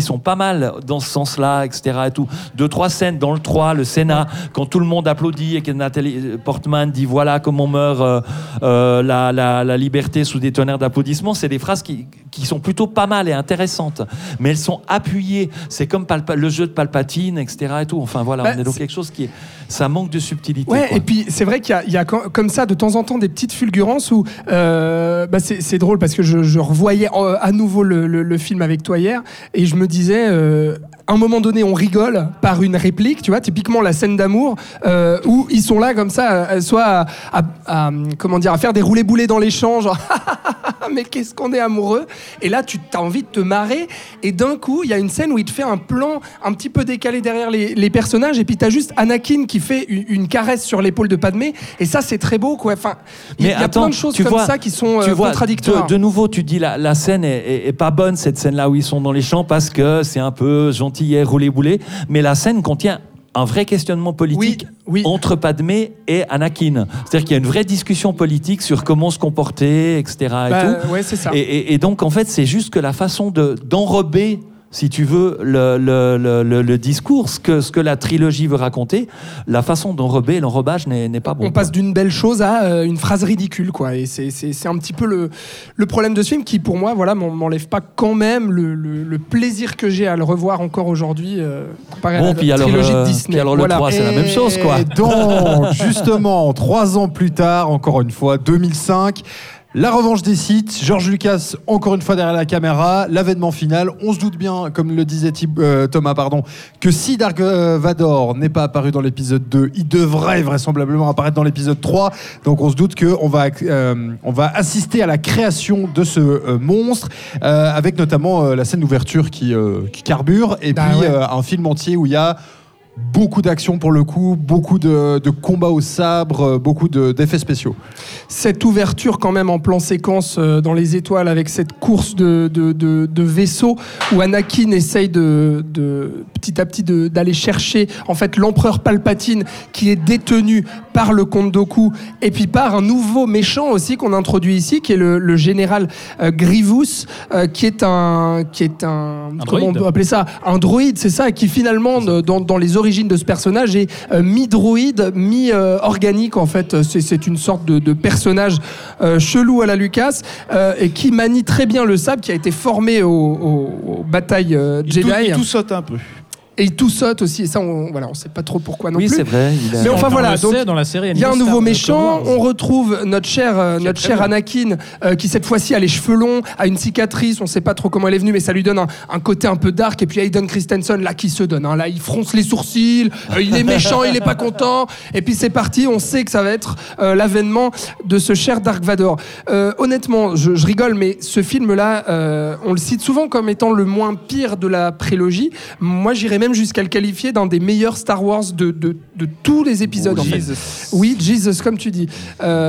S6: sont pas mal dans ce sens-là, et cetera. Et tout. Deux, trois scènes dans le trois, le Sénat, quand tout le monde applaudit et que Nathalie Portman dit voilà comment meurt euh, euh, la, la, la liberté sous des tonnerres d'applaudissements, c'est des phrases qui, qui sont plutôt pas mal et intéressantes, mais elles sont appuyées. C'est comme Palpa, le jeu de Palpatine, et cetera. Et tout. Enfin voilà, bah, on est dans quelque chose qui est, ça manque de subtilité.
S5: Ouais,
S6: quoi.
S5: Et puis c'est vrai qu'il y a, il y a comme ça de temps en temps des petites fulgurances où euh, bah c'est, c'est drôle parce que je, je revoyais à nouveau le, le, le film avec toi hier et je me disais euh, à un moment donné on rigole par une réplique, tu vois, typiquement la scène d'amour euh, où ils sont là comme ça, soit à, à, à, comment dire, à faire des roulés-boulés dans les champs, genre mais qu'est-ce qu'on est amoureux, et là tu as envie de te marrer et d'un coup il y a une scène où il te fait un plan un petit peu décalé derrière les, les personnages et puis t'as juste Anakin qui fait une, une caresse sur l'épaule de Padmé et ça c'est très beau quoi. Enfin, il y a attends, plein de choses comme vois, ça qui sont euh, vois, contradictoires.
S6: De, de nouveau tu dis la, la scène est, est, est pas bonne, cette scène là où ils sont dans les champs parce que c'est un peu gentillet, roulé-boulé, mais la scène contient un vrai questionnement politique oui, oui. entre Padmé et Anakin. C'est-à-dire qu'il y a une vraie discussion politique sur comment se comporter, et cetera.
S5: Bah,
S6: et tout.
S5: Ouais, c'est ça.
S6: Et, et, et donc, en fait, c'est juste que la façon de, d'enrober, si tu veux, le, le, le, le, le discours, ce que, ce que la trilogie veut raconter, la façon d'enrober, l'enrobage n'est, n'est pas bon.
S5: On passe d'une belle chose à euh, une phrase ridicule, quoi. Et c'est, c'est, c'est un petit peu le, le problème de ce film qui, pour moi, voilà, m'enlève pas quand même le, le, le plaisir que j'ai à le revoir encore aujourd'hui, euh, comparé
S6: bon,
S5: à la
S6: puis alors,
S5: trilogie
S6: euh,
S5: de Disney.
S6: Puis alors le
S5: voilà.
S6: trois, c'est la même chose, quoi.
S4: Et donc, justement, trois ans plus tard, encore une fois, deux mille cinq... La revanche des Sith, George Lucas encore une fois derrière la caméra, l'avènement final. On se doute bien, comme le disait Thib- euh, Thomas, pardon, que si Dark Vador n'est pas apparu dans l'épisode deux, il devrait vraisemblablement apparaître dans l'épisode trois. Donc on se doute qu'on va, euh, on va assister à la création de ce euh, monstre, euh, avec notamment euh, la scène d'ouverture qui, euh, qui carbure, et
S5: bah
S4: puis
S5: ouais.
S4: euh, un film entier où il y a beaucoup d'action pour le coup, beaucoup de, de combats au sabre, beaucoup de, d'effets spéciaux.
S5: Cette ouverture quand même en plan séquence euh, dans les étoiles avec cette course de, de, de, de vaisseau où Anakin essaye de, de petit à petit de, d'aller chercher en fait l'empereur Palpatine qui est détenu par le comte Dooku et puis par un nouveau méchant aussi qu'on introduit ici qui est le, le général euh, Grievous euh, qui est un qui est un, un comment on peut appeler ça, un droïde, c'est ça, qui finalement de, dans, dans les origines de ce personnage est euh, mi-droïde, mi-organique en fait. C'est, c'est une sorte de, de personnage euh, chelou à la Lucas euh, et qui manie très bien le sabre, qui a été formé aux, aux, aux batailles euh, Jedi.
S1: Il tout, il tout saute un peu.
S5: Et il tout saute aussi, et ça, on, voilà, on sait pas trop pourquoi non
S6: oui,
S5: plus.
S6: Oui, c'est vrai.
S5: Il a... Mais enfin voilà, donc
S7: dans la série
S5: il y a un nouveau méchant. On retrouve notre cher, euh, notre cher Anakin, euh, qui cette fois-ci a les cheveux longs, a une cicatrice. On sait pas trop comment elle est venue, mais ça lui donne un, un côté un peu dark. Et puis Hayden Christensen là qui se donne. Hein, là, il fronce les sourcils. Euh, il est méchant, il est pas content. Et puis c'est parti. On sait que ça va être euh, l'avènement de ce cher Dark Vador. Euh, honnêtement, je, je rigole, mais ce film-là, euh, on le cite souvent comme étant le moins pire de la prélogie. Moi, j'irais même jusqu'à le qualifier d'un des meilleurs Star Wars de, de, de tous les épisodes.
S6: Oh,
S5: en fait. Oui, Jesus, comme tu dis.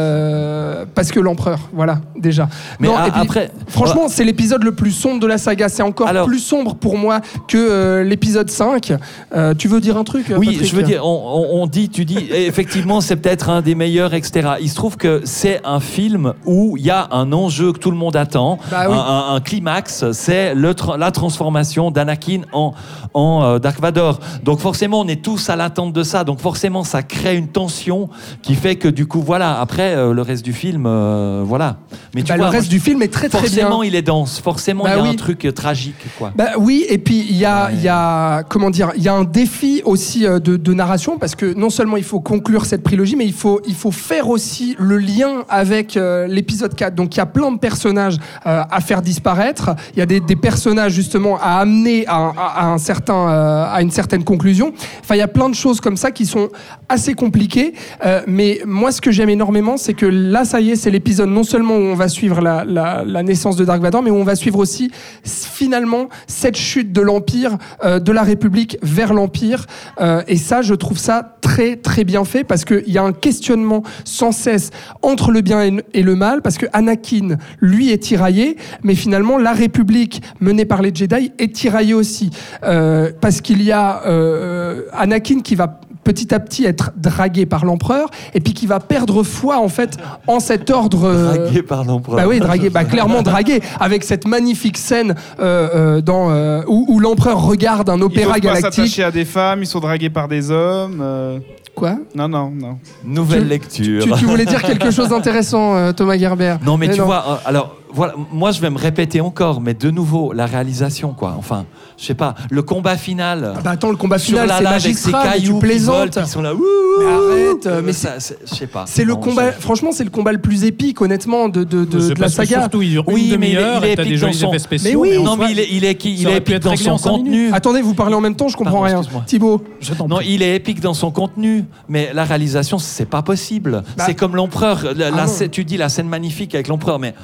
S5: Euh, parce que l'empereur, voilà, déjà.
S6: Mais
S5: non,
S6: a,
S5: et puis,
S6: après,
S5: franchement,
S6: voilà.
S5: c'est l'épisode le plus sombre de la saga. C'est encore Alors, plus sombre pour moi que euh, l'épisode cinq. Euh, tu veux dire un truc,
S6: Oui,
S5: Patrick ?
S6: je veux dire, on, on, on dit, tu dis, effectivement, c'est peut-être un des meilleurs, et cetera. Il se trouve que c'est un film où il y a un enjeu que tout le monde attend,
S5: bah oui.
S6: un, un, un climax, c'est le tra- la transformation d'Anakin en, en euh, Dark Vador. Donc forcément, on est tous à l'attente de ça. Donc forcément, ça crée une tension qui fait que du coup, voilà. Après, euh, le reste du film, euh, voilà.
S5: Mais tu bah, vois, le reste moi, du film est très très bien.
S6: Forcément, il est dense. Forcément,
S5: bah,
S6: il y a
S5: oui.
S6: un truc euh, tragique, quoi.
S5: Bah oui, et puis il y a,
S6: ouais.
S5: il y a, comment dire, il y a un défi aussi euh, de, de narration parce que non seulement il faut conclure cette prélogie, mais il faut, il faut faire aussi le lien avec euh, l'épisode quatre. Donc il y a plein de personnages euh, à faire disparaître. Il y a des, des personnages justement à amener à, à, à un certain, euh, à une certaine conclusion. Enfin, il y a plein de choses comme ça qui sont assez compliquées. Euh, mais moi, ce que j'aime énormément, c'est que là, ça y est, c'est l'épisode non seulement où on va suivre la, la, la naissance de Dark Vador, mais où on va suivre aussi finalement cette chute de l'Empire, euh, de la République vers l'Empire. Euh, et ça, je trouve ça très, très bien fait parce qu'il y a un questionnement sans cesse entre le bien et le mal, parce que Anakin, lui, est tiraillé, mais finalement, la République menée par les Jedi est tiraillée aussi. Euh, parce qu'il y a euh, Anakin qui va petit à petit être dragué par l'empereur, et puis qui va perdre foi en fait en cet ordre. Euh...
S6: Dragué par l'empereur.
S5: Bah oui, dragué, bah clairement dragué, avec cette magnifique scène euh, euh, dans euh, où, où l'empereur regarde un opéra
S1: ils
S5: galactique.
S1: Ils s'attacher à des femmes, ils sont dragués par des hommes. Euh...
S5: Quoi ?
S1: Non, non, non.
S6: Nouvelle
S5: tu,
S6: lecture.
S5: Tu, tu voulais dire quelque chose d'intéressant, euh, Thomas Gerbert.
S6: Non, mais, mais tu
S5: non.
S6: vois, euh, alors, voilà, moi je vais me répéter encore, mais de nouveau, la réalisation, quoi. Enfin, je sais pas, le combat final.
S5: Ah bah attends, le combat final, c'est magistral,
S6: avec ces
S5: tu plaisantes.
S6: Qui, volent, qui sont là, ouh,
S5: mais arrête, euh, mais
S6: ça, c'est, je sais pas.
S5: C'est le
S6: non,
S5: combat,
S6: je...
S5: franchement, c'est le combat le plus épique, honnêtement, de, de, de, de la saga.
S7: Surtout, il dure
S6: oui,
S7: une demi-heure et t'as des jolis
S6: son...
S7: effets spéciaux.
S5: Mais oui,
S6: mais non, mais il est, il est, il est épique dans son contenu.
S5: Attendez, vous parlez en même temps, je comprends
S6: Pardon,
S5: rien. Thibaut.
S6: Non, il est épique dans son contenu, mais la réalisation, c'est pas possible. Bah, c'est comme l'empereur. La, la, ah tu dis la scène magnifique avec l'empereur, mais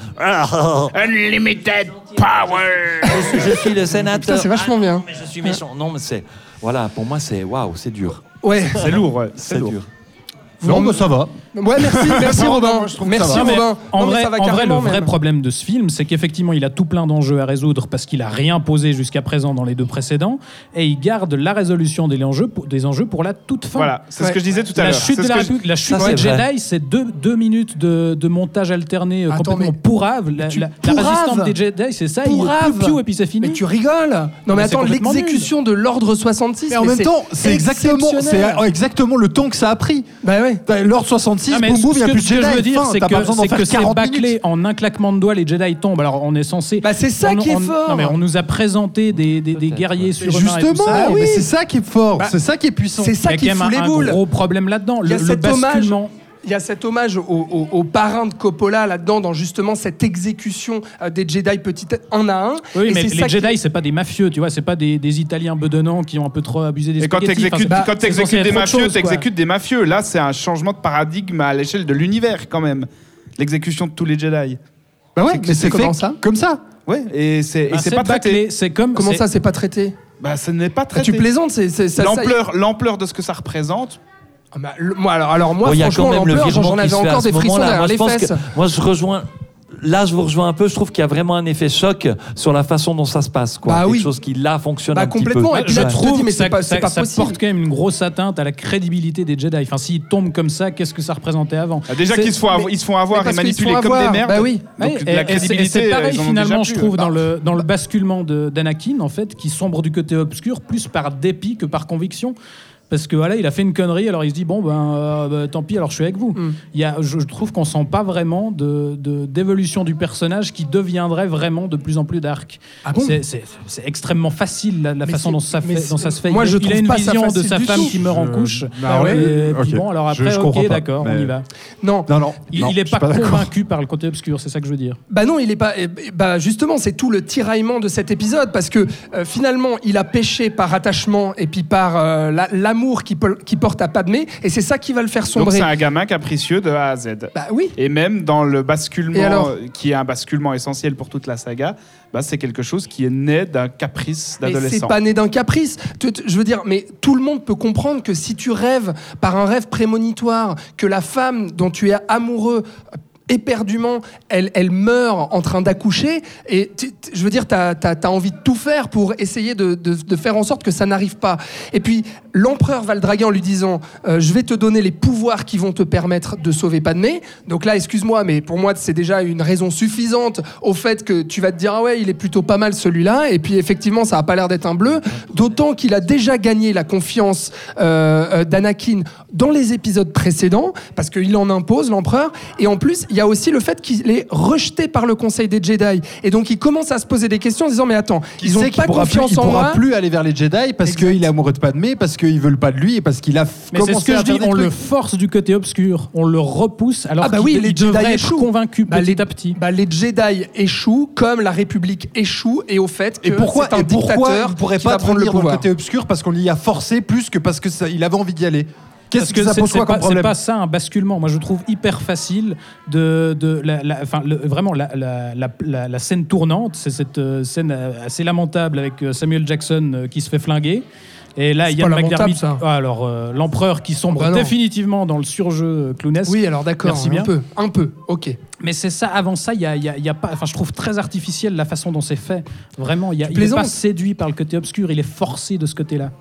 S2: Unlimited power.
S6: Je suis, je suis le sénateur.
S5: Putain, c'est vachement bien.
S6: Ah, non, mais je suis méchant. Non, mais c'est voilà. Pour moi, c'est waouh, c'est dur.
S5: Ouais,
S1: c'est lourd. Ouais,
S6: c'est, c'est dur.
S4: Non, mais ça va.
S5: Ouais, merci, merci Robin. Merci
S7: non,
S5: Robin.
S7: En
S5: non,
S7: vrai, en vrai le vrai
S5: même.
S7: problème de ce film, c'est qu'effectivement, il a tout plein d'enjeux à résoudre parce qu'il a rien posé jusqu'à présent dans les deux précédents, et il garde la résolution des enjeux pour, des enjeux pour la toute fin.
S1: Voilà, c'est ouais. ce que je disais tout à
S7: la
S1: l'heure.
S7: Chute de la, République, la chute des Jedi, c'est deux, deux minutes de, de montage alterné
S5: Attends,
S7: complètement pourrave. La, la, la résistance des Jedi, c'est ça.
S5: Pourrave.
S7: Il est piou et puis c'est fini.
S5: Mais tu rigoles. Non, mais, mais attends, l'exécution nul. de l'ordre soixante-six.
S4: Mais en même temps, c'est exactement, c'est exactement le temps que ça a pris.
S5: Bah ouais.
S4: L'ordre soixante-six, boum boum, il y a plus de
S7: Ce que je veux dire,
S4: fin,
S7: c'est
S4: t'as
S7: que,
S4: pas besoin d'en
S7: c'est
S4: faire
S7: que c'est bâclé
S4: minutes.
S7: en un claquement de doigts, les Jedi tombent. Alors on est censé.
S5: Bah c'est ça
S7: on,
S5: qui est
S7: on,
S5: fort.
S7: Non mais on nous a présenté des, des, des guerriers sur
S4: Justement,
S7: ça,
S4: oui. mais c'est ça qui est fort,
S5: bah,
S4: c'est ça qui est puissant.
S5: C'est ça qui fout les boules.
S7: Il y a un gros problème là-dedans.
S5: Il y a
S7: le,
S5: cet
S7: le
S5: hommage.
S7: basculement.
S5: Il y a cet hommage au, au, au parrain de Coppola là-dedans, dans justement cette exécution des Jedi petit un à un.
S7: Oui,
S5: et
S7: mais
S5: c'est
S7: les Jedi,
S5: qui...
S7: c'est pas des mafieux, tu vois, c'est pas des, des Italiens bedonnants qui ont un peu trop abusé des
S1: Et quand t'exécutes
S7: enfin,
S1: bah, t'exécutes des mafieux, t'exécutes des mafieux. Là, c'est un changement de paradigme à l'échelle de l'univers, quand même. L'exécution de tous les Jedi.
S4: Bah ouais,
S5: c'est,
S4: mais c'est, c'est fait
S5: ça
S4: comme ça.
S1: Ouais, et c'est,
S7: bah,
S1: et c'est,
S7: c'est
S1: pas traité.
S7: C'est comme,
S5: Comment
S7: c'est...
S5: ça, c'est pas traité?
S1: Bah, ça n'est pas traité.
S5: Tu plaisantes, c'est, c'est ça,
S1: l'ampleur,
S5: ça...
S1: l'ampleur de ce que ça représente.
S5: Ah bah, le, moi, alors, alors moi,
S6: bon,
S5: franchement, l'ampleur, j'en avais encore des frissons derrière
S6: moi,
S5: les
S6: je
S5: fesses.
S6: Que, moi, je rejoins. Là, je vous rejoins un peu. Je trouve qu'il y a vraiment un effet choc sur la façon dont ça se passe, quoi.
S5: Bah,
S6: Quelque
S5: oui.
S6: chose qui là fonctionne
S5: bah,
S6: un petit peu.
S5: complètement. Et puis là,
S7: je
S5: tu
S7: trouve
S5: te dis, mais
S7: ça,
S5: c'est pas,
S7: ça,
S5: c'est pas
S7: ça
S5: possible.
S7: porte quand même une grosse atteinte à la crédibilité des Jedi. Enfin, s'ils tombent comme ça, qu'est-ce que ça représentait avant?
S1: ah, Déjà c'est... qu'ils se font, av- ils se font avoir et manipuler comme avoir. des merdes.
S5: Bah oui.
S1: Donc,
S7: ouais,
S1: de la
S7: et,
S1: crédibilité,
S7: et c'est pareil finalement, je trouve,
S1: bah.
S7: dans le dans le basculement de, d'Anakin, en fait, qui sombre du côté obscur plus par dépit que par conviction. Parce que voilà, il a fait une connerie, alors il se dit bon ben euh, bah, tant pis, alors je suis avec vous. Mm. Il y a, je, je trouve qu'on sent pas vraiment de, de d'évolution du personnage qui deviendrait vraiment de plus en plus dark.
S5: Ah bon
S7: c'est, c'est, c'est extrêmement facile la, la façon dont ça, fait, dont ça se fait.
S5: Moi,
S7: il,
S5: je
S7: il a une
S5: pas
S7: vision de sa femme
S5: tout.
S7: qui meurt en couche.
S4: Ah ouais.
S7: Et
S4: okay.
S7: puis bon, alors après,
S4: je, je
S7: ok,
S4: pas,
S7: d'accord,
S4: mais...
S7: on y va.
S5: Non,
S4: non, non.
S7: Il,
S4: non,
S7: il est pas,
S4: pas
S7: convaincu par le côté obscur, c'est ça que je veux dire.
S5: Bah non, il est pas. Bah justement, c'est tout le tiraillement de cet épisode parce que euh, finalement, il a péché par attachement et puis par euh, la, l'amour qui, qui porte à Padmé, et c'est ça qui va le faire sombrer.
S1: Donc c'est un gamin capricieux de A à Z.
S5: Bah oui.
S1: Et même dans le basculement, qui est un basculement essentiel pour toute la saga, bah c'est quelque chose qui est né d'un caprice d'adolescent.
S5: Mais c'est pas né d'un caprice. Je veux dire, mais tout le monde peut comprendre que si tu rêves par un rêve prémonitoire que la femme dont tu es amoureux éperdument, elle, elle meurt en train d'accoucher, et t- t- je veux dire, t'as, t'as, t'as envie de tout faire pour essayer de, de, de faire en sorte que ça n'arrive pas. Et puis, l'empereur va le draguer en lui disant euh, « Je vais te donner les pouvoirs qui vont te permettre de sauver Padmé. » Donc là, excuse-moi, mais pour moi, c'est déjà une raison suffisante au fait que tu vas te dire « Ah ouais, il est plutôt pas mal celui-là. » Et puis, effectivement, ça a pas l'air d'être un bleu. D'autant qu'il a déjà gagné la confiance euh, d'Anakin dans les épisodes précédents, parce qu'il en impose, l'empereur. Et en plus, il y a aussi le fait qu'il est rejeté par le Conseil des Jedi. Et donc, il commence à se poser des questions en disant, mais attends,
S4: qui
S5: ils ont pas confiance
S4: plus,
S5: en moi.
S4: Il pourra plus aller vers les Jedi parce exact. Qu'il est amoureux de Padmé, parce qu'ils veulent pas de lui et parce qu'il a
S7: mais
S4: commencé
S7: c'est ce que
S4: à
S7: je dis, on
S4: trucs.
S7: le force du côté obscur, on le repousse alors
S5: ah bah
S7: qu'il
S5: oui, les
S7: il devrait
S5: Jedi
S7: être
S5: échouent.
S7: convaincu
S5: bah
S7: petit
S5: les,
S7: à petit.
S5: Bah les Jedi échouent comme la République échoue, et au fait que
S4: et pourquoi,
S5: c'est un
S4: et pourquoi
S5: dictateur
S4: il pourrait
S5: qui
S4: pas
S5: va prendre le
S4: dans le
S5: pouvoir.
S4: côté obscur parce qu'on l'y a forcé plus que parce que ça, il avait envie d'y aller. Qu'est-ce
S7: Parce
S4: que,
S7: que
S4: ça
S7: c'est,
S4: pose
S7: c'est
S4: quoi
S7: pas,
S4: comme problème?
S7: C'est pas ça un basculement. Moi, je trouve hyper facile de, de la, la, enfin, le, vraiment la, la, la, la, la scène tournante. C'est cette euh, scène assez lamentable avec Samuel Jackson euh, qui se fait flinguer. Et là, il y a McDermott. Ah, alors, euh, l'empereur qui sombre
S5: bah
S7: définitivement dans le surjeu clownesque.
S5: Oui, alors d'accord.
S7: Merci
S5: un
S7: bien.
S5: peu, un peu. Ok.
S7: Mais c'est ça. Avant ça, il y a, y a, y a pas. Enfin, je trouve très artificielle la façon dont c'est fait. Vraiment, il y a, il est pas séduit par le côté obscur. Il est forcé de ce côté-là.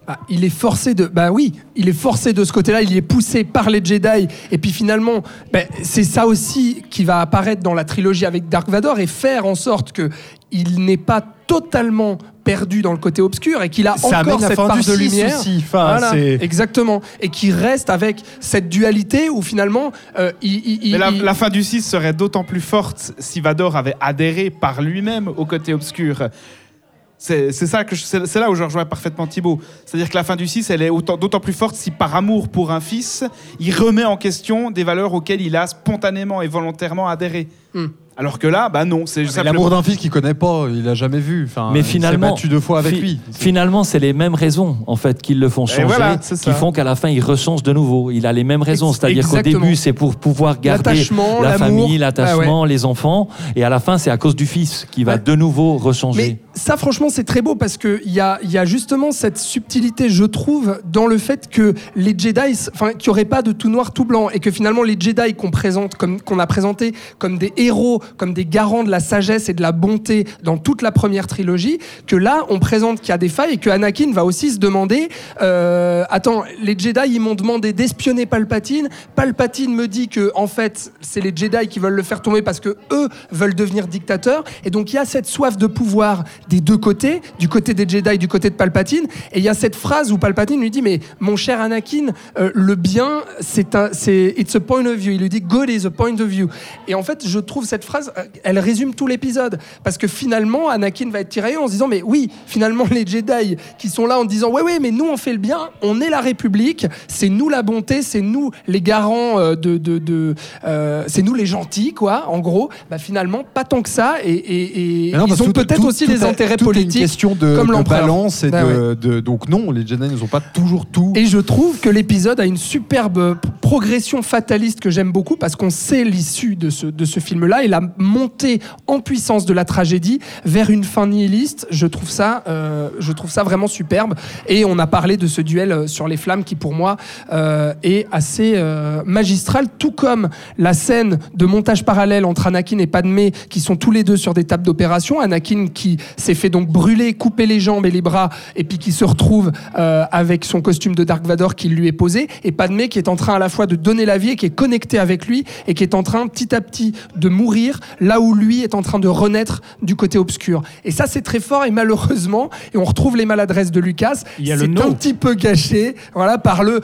S5: Ah, il est forcé de, bah oui, il est forcé de ce côté-là, il est poussé par les Jedi, et puis finalement, bah, c'est ça aussi qui va apparaître dans la trilogie avec Dark Vador et faire en sorte que il n'est pas totalement perdu dans le côté obscur et qu'il a
S4: ça
S5: encore cette part de lumière,
S4: aussi. Enfin,
S5: voilà,
S4: c'est...
S5: exactement, et qui reste avec cette dualité où finalement, euh, il, il,
S1: Mais la,
S5: il...
S1: la fin du six serait d'autant plus forte si Vador avait adhéré par lui-même au côté obscur. C'est, c'est, ça que je, c'est, c'est là où je rejoins parfaitement Thibaut. C'est-à-dire que la fin du six, elle est autant, d'autant plus forte si, par amour pour un fils, il remet en question des valeurs auxquelles il a spontanément et volontairement adhéré. Mm. Alors que là, bah non, c'est,
S4: c'est
S1: simplement...
S4: l'amour d'un fils qu'il connaît pas, il a jamais vu. Enfin,
S6: mais finalement,
S4: il s'est battu deux fois avec
S6: fi-
S4: lui.
S6: Finalement, c'est les mêmes raisons en fait qui le font changer,
S1: voilà,
S6: qui font qu'à la fin il rechange de nouveau. Il a les mêmes raisons, c'est-à-dire
S5: Exactement.
S6: qu'au début c'est pour pouvoir garder
S5: l'attachement,
S6: la
S5: l'amour.
S6: famille, l'attachement,
S5: Ah ouais.
S6: les enfants, et à la fin c'est à cause du fils qui va
S5: Ouais.
S6: de nouveau rechanger.
S5: Mais ça, franchement, c'est très beau parce que il y a, y a justement cette subtilité, je trouve, dans le fait que les Jedi, enfin, qu'il n'y aurait pas de tout noir, tout blanc, et que finalement les Jedi qu'on présente, comme qu'on a présenté comme des héros, comme des garants de la sagesse et de la bonté dans toute la première trilogie, que là, on présente qu'il y a des failles et que Anakin va aussi se demander, euh, attends, les Jedi, ils m'ont demandé d'espionner Palpatine. Palpatine me dit que en fait, c'est les Jedi qui veulent le faire tomber parce que eux veulent devenir dictateurs. Et donc il y a cette soif de pouvoir des deux côtés, du côté des Jedi, du côté de Palpatine. Et il y a cette phrase où Palpatine lui dit, mais mon cher Anakin, euh, le bien, c'est un, c'est it's a point of view. Il lui dit, good is a point of view. Et en fait, je trouve cette phrase, elle résume tout l'épisode, parce que finalement, Anakin va être tiraillé en se disant, mais oui, finalement, les Jedi qui sont là en disant, ouais, ouais, mais nous on fait le bien, on est la République, c'est nous la bonté, c'est nous les garants euh, de, de, de euh, c'est nous les gentils, quoi. En gros, bah finalement, pas tant que ça, et, et, et
S4: non,
S5: ils ont
S4: tout,
S5: peut-être
S4: tout,
S5: aussi
S4: tout
S5: des
S4: est,
S5: intérêts
S4: tout
S5: politiques,
S4: est une question de,
S5: comme
S4: de
S5: l'empereur.
S4: balance et
S5: Bah
S4: de,
S5: ouais.
S4: de, donc non, les Jedi n'ont pas toujours tout.
S5: Et je trouve que l'épisode a une superbe progression fataliste que j'aime beaucoup, parce qu'on sait l'issue de ce, de ce film-là et la montée en puissance de la tragédie vers une fin nihiliste. Je trouve ça, euh, je trouve ça vraiment superbe. Et on a parlé de ce duel sur les flammes qui, pour moi, euh, est assez euh, magistral, tout comme la scène de montage parallèle entre Anakin et Padmé, qui sont tous les deux sur des tables d'opération. Anakin qui s'est fait donc brûler, couper les jambes et les bras, et puis qui se retrouve euh, avec son costume de Dark Vador qui lui est posé, et Padmé qui est en train à la fois de donner la vie et qui est connecté avec lui et qui est en train petit à petit de mourir là où lui est en train de renaître du côté obscur. Et ça, c'est très fort, et malheureusement, et on retrouve les maladresses de Lucas,
S7: Il y a
S5: c'est
S7: le no.
S5: un petit peu gâché, voilà, par le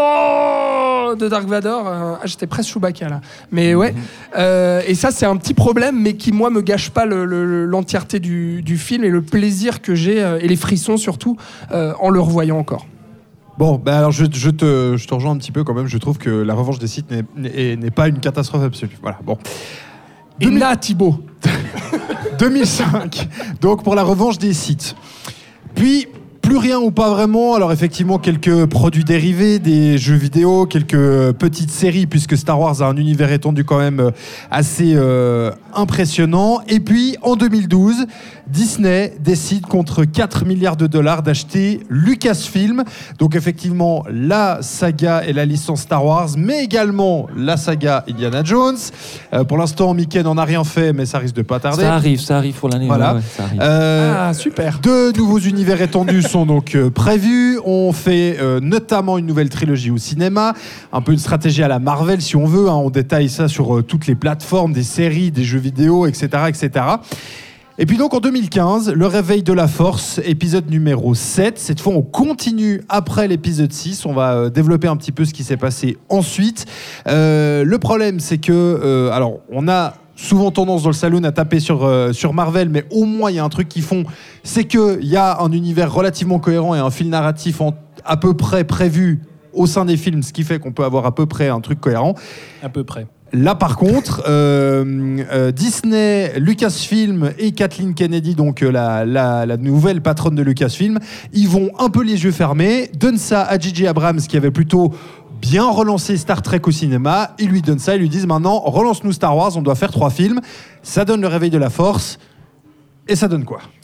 S5: non de Dark Vador. Euh, ah, j'étais presque Chewbacca là, mais ouais. Euh, et ça, c'est un petit problème, mais qui moi me gâche pas le, le, l'entièreté du, du film et le plaisir que j'ai euh, et les frissons surtout euh, en le revoyant encore.
S4: Bon, bah alors je, je, te, je te rejoins un petit peu quand même. Je trouve que la revanche des Sith n'est, n'est, n'est pas une catastrophe absolue. Voilà, bon.
S5: Et là, Thibaut.
S4: deux mille cinq, donc pour la revanche des Sith. Puis, plus rien ou pas vraiment. Alors effectivement, quelques produits dérivés, des jeux vidéo, quelques petites séries, puisque Star Wars a un univers étendu quand même assez euh, impressionnant. Et puis, en deux mille douze, Disney décide contre quatre milliards de dollars d'acheter Lucasfilm. Donc effectivement, la saga et la licence Star Wars, mais également la saga Indiana Jones. Euh, pour l'instant, Mickey n'en a rien fait, mais ça risque de pas tarder.
S6: Ça arrive, ça arrive pour l'année.
S4: Voilà.
S6: Ouais, ouais, ça arrive.
S4: Euh,
S5: Ah, super.
S4: Deux nouveaux univers étendus sont donc euh, prévus. On fait euh, notamment une nouvelle trilogie au cinéma, un peu une stratégie à la Marvel si on veut. Hein. On détaille ça sur euh, toutes les plateformes, des séries, des jeux vidéo, et cetera, et cetera. Et puis donc en deux mille quinze, Le Réveil de la Force, épisode numéro sept. Cette fois, on continue après l'épisode six. On va euh, développer un petit peu ce qui s'est passé ensuite. Euh, le problème, c'est que, euh, alors, on a souvent tendance dans le saloon à taper sur, euh, sur Marvel, mais au moins il y a un truc qu'ils font, c'est qu'il y a un univers relativement cohérent et un fil narratif en, à peu près prévu au sein des films, ce qui fait qu'on peut avoir à peu près un truc cohérent.
S7: À peu près.
S4: Là, par contre, euh, euh, Disney, Lucasfilm et Kathleen Kennedy, donc euh, la, la, la nouvelle patronne de Lucasfilm, ils vont un peu les yeux fermés, donnent ça à J J Abrams, qui avait plutôt bien relancé Star Trek au cinéma. Ils lui donnent ça, ils lui disent maintenant, relance-nous Star Wars, on doit faire trois films. Ça donne Le Réveil de la Force. Et ça donne quoi ?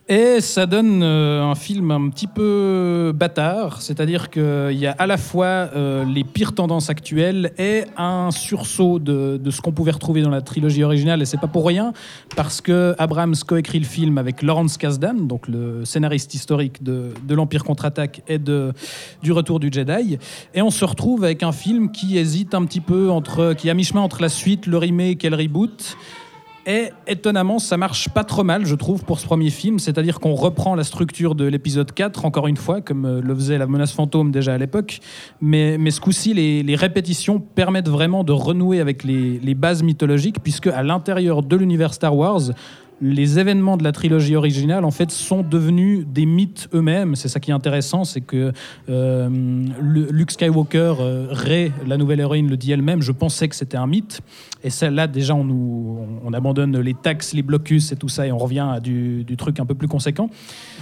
S7: Et ça donne euh, un film un petit peu bâtard, c'est-à-dire qu'il y a à la fois euh, les pires tendances actuelles et un sursaut de, de ce qu'on pouvait retrouver dans la trilogie originale, et c'est pas pour rien, parce que Abrams coécrit le film avec Lawrence Kasdan, donc le scénariste historique de, de l'Empire contre-attaque et de, du Retour du Jedi, et on se retrouve avec un film qui hésite un petit peu entre, qui est à mi-chemin entre la suite, le remake et le reboot. Et étonnamment, ça marche pas trop mal, je trouve, pour ce premier film. C'est-à-dire qu'on reprend la structure de l'épisode quatre, encore une fois, comme le faisait La Menace Fantôme déjà à l'époque. Mais, mais ce coup-ci, les, les répétitions permettent vraiment de renouer avec les, les bases mythologiques, puisque à l'intérieur de l'univers Star Wars, les événements de la trilogie originale, en fait, sont devenus des mythes eux-mêmes. C'est ça qui est intéressant, c'est que euh, Luke Skywalker, euh, Rey, la nouvelle héroïne, le dit elle-même, je pensais que c'était un mythe. Et celle-là, déjà, on, nous, on abandonne les taxes, les blocus et tout ça, et on revient à du, du truc un peu plus conséquent.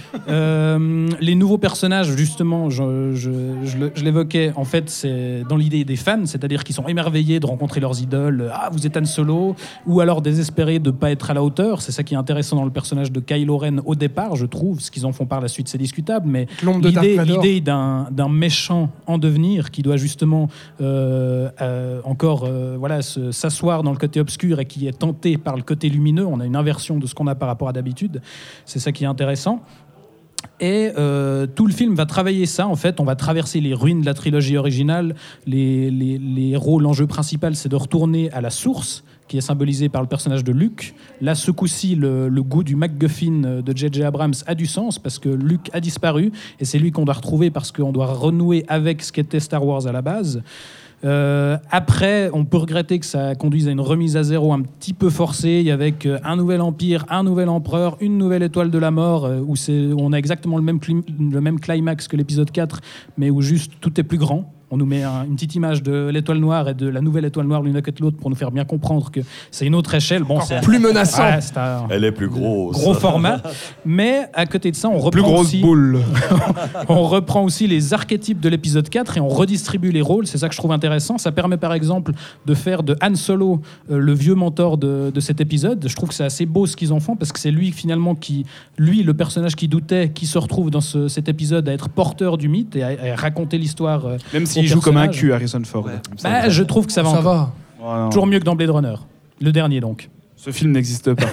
S7: Euh, les nouveaux personnages, justement, je, je, je, je l'évoquais, en fait, c'est dans l'idée des fans, c'est-à-dire qu'ils sont émerveillés de rencontrer leurs idoles. Ah, vous êtes Han Solo, ou alors désespérés de ne pas être à la hauteur. C'est ça qui est intéressant dans le personnage de Kylo Ren au départ, je trouve. Ce qu'ils en font par la suite, c'est discutable, mais l'idée, l'idée d'un, d'un méchant en devenir qui doit justement euh, euh, encore euh, voilà, se, s'asseoir dans le côté obscur et qui est tenté par le côté lumineux. On a une inversion de ce qu'on a par rapport à d'habitude. C'est ça qui est intéressant. Et euh, tout le film va travailler ça, en fait. On va traverser les ruines de la trilogie originale. Les, les, les héros, l'enjeu principal, c'est de retourner à la source, qui est symbolisée par le personnage de Luke. Là, ce coup-ci, le, le goût du MacGuffin de J J Abrams a du sens, parce que Luke a disparu, et c'est lui qu'on doit retrouver, parce qu'on doit renouer avec ce qu'était Star Wars à la base. Euh, après, on peut regretter que ça conduise à une remise à zéro un petit peu forcée, avec un nouvel empire, un nouvel empereur, une nouvelle étoile de la mort, euh, où, c'est, où on a exactement le même, clim- le même climax que l'épisode quatre, mais où juste tout est plus grand. On nous met un, une petite image de l'étoile noire et de la nouvelle étoile noire l'une à côté de l'autre pour nous faire bien comprendre que c'est une autre échelle. Bon, c'est
S5: plus menaçant.
S7: Ouais, c'est un,
S6: Elle est plus grosse.
S7: Gros format. Mais à côté de ça, on reprend
S1: plus grosse
S7: aussi,
S1: boule.
S7: on reprend aussi les archétypes de l'épisode quatre et on redistribue les rôles. C'est ça que je trouve intéressant. Ça permet par exemple de faire de Han Solo euh, le vieux mentor de, de cet épisode. Je trouve que c'est assez beau ce qu'ils en font, parce que c'est lui finalement qui, lui, le personnage qui doutait, qui se retrouve dans ce, cet épisode à être porteur du mythe et à, à raconter l'histoire. Euh,
S1: Même s'il joue comme un cul, Harrison Ford.
S6: Ouais.
S7: Bah, je trouve que ça va.
S5: Ça
S7: encore.
S5: va.
S1: Voilà.
S7: Toujours mieux que dans Blade Runner. Le dernier donc.
S1: Ce film n'existe pas.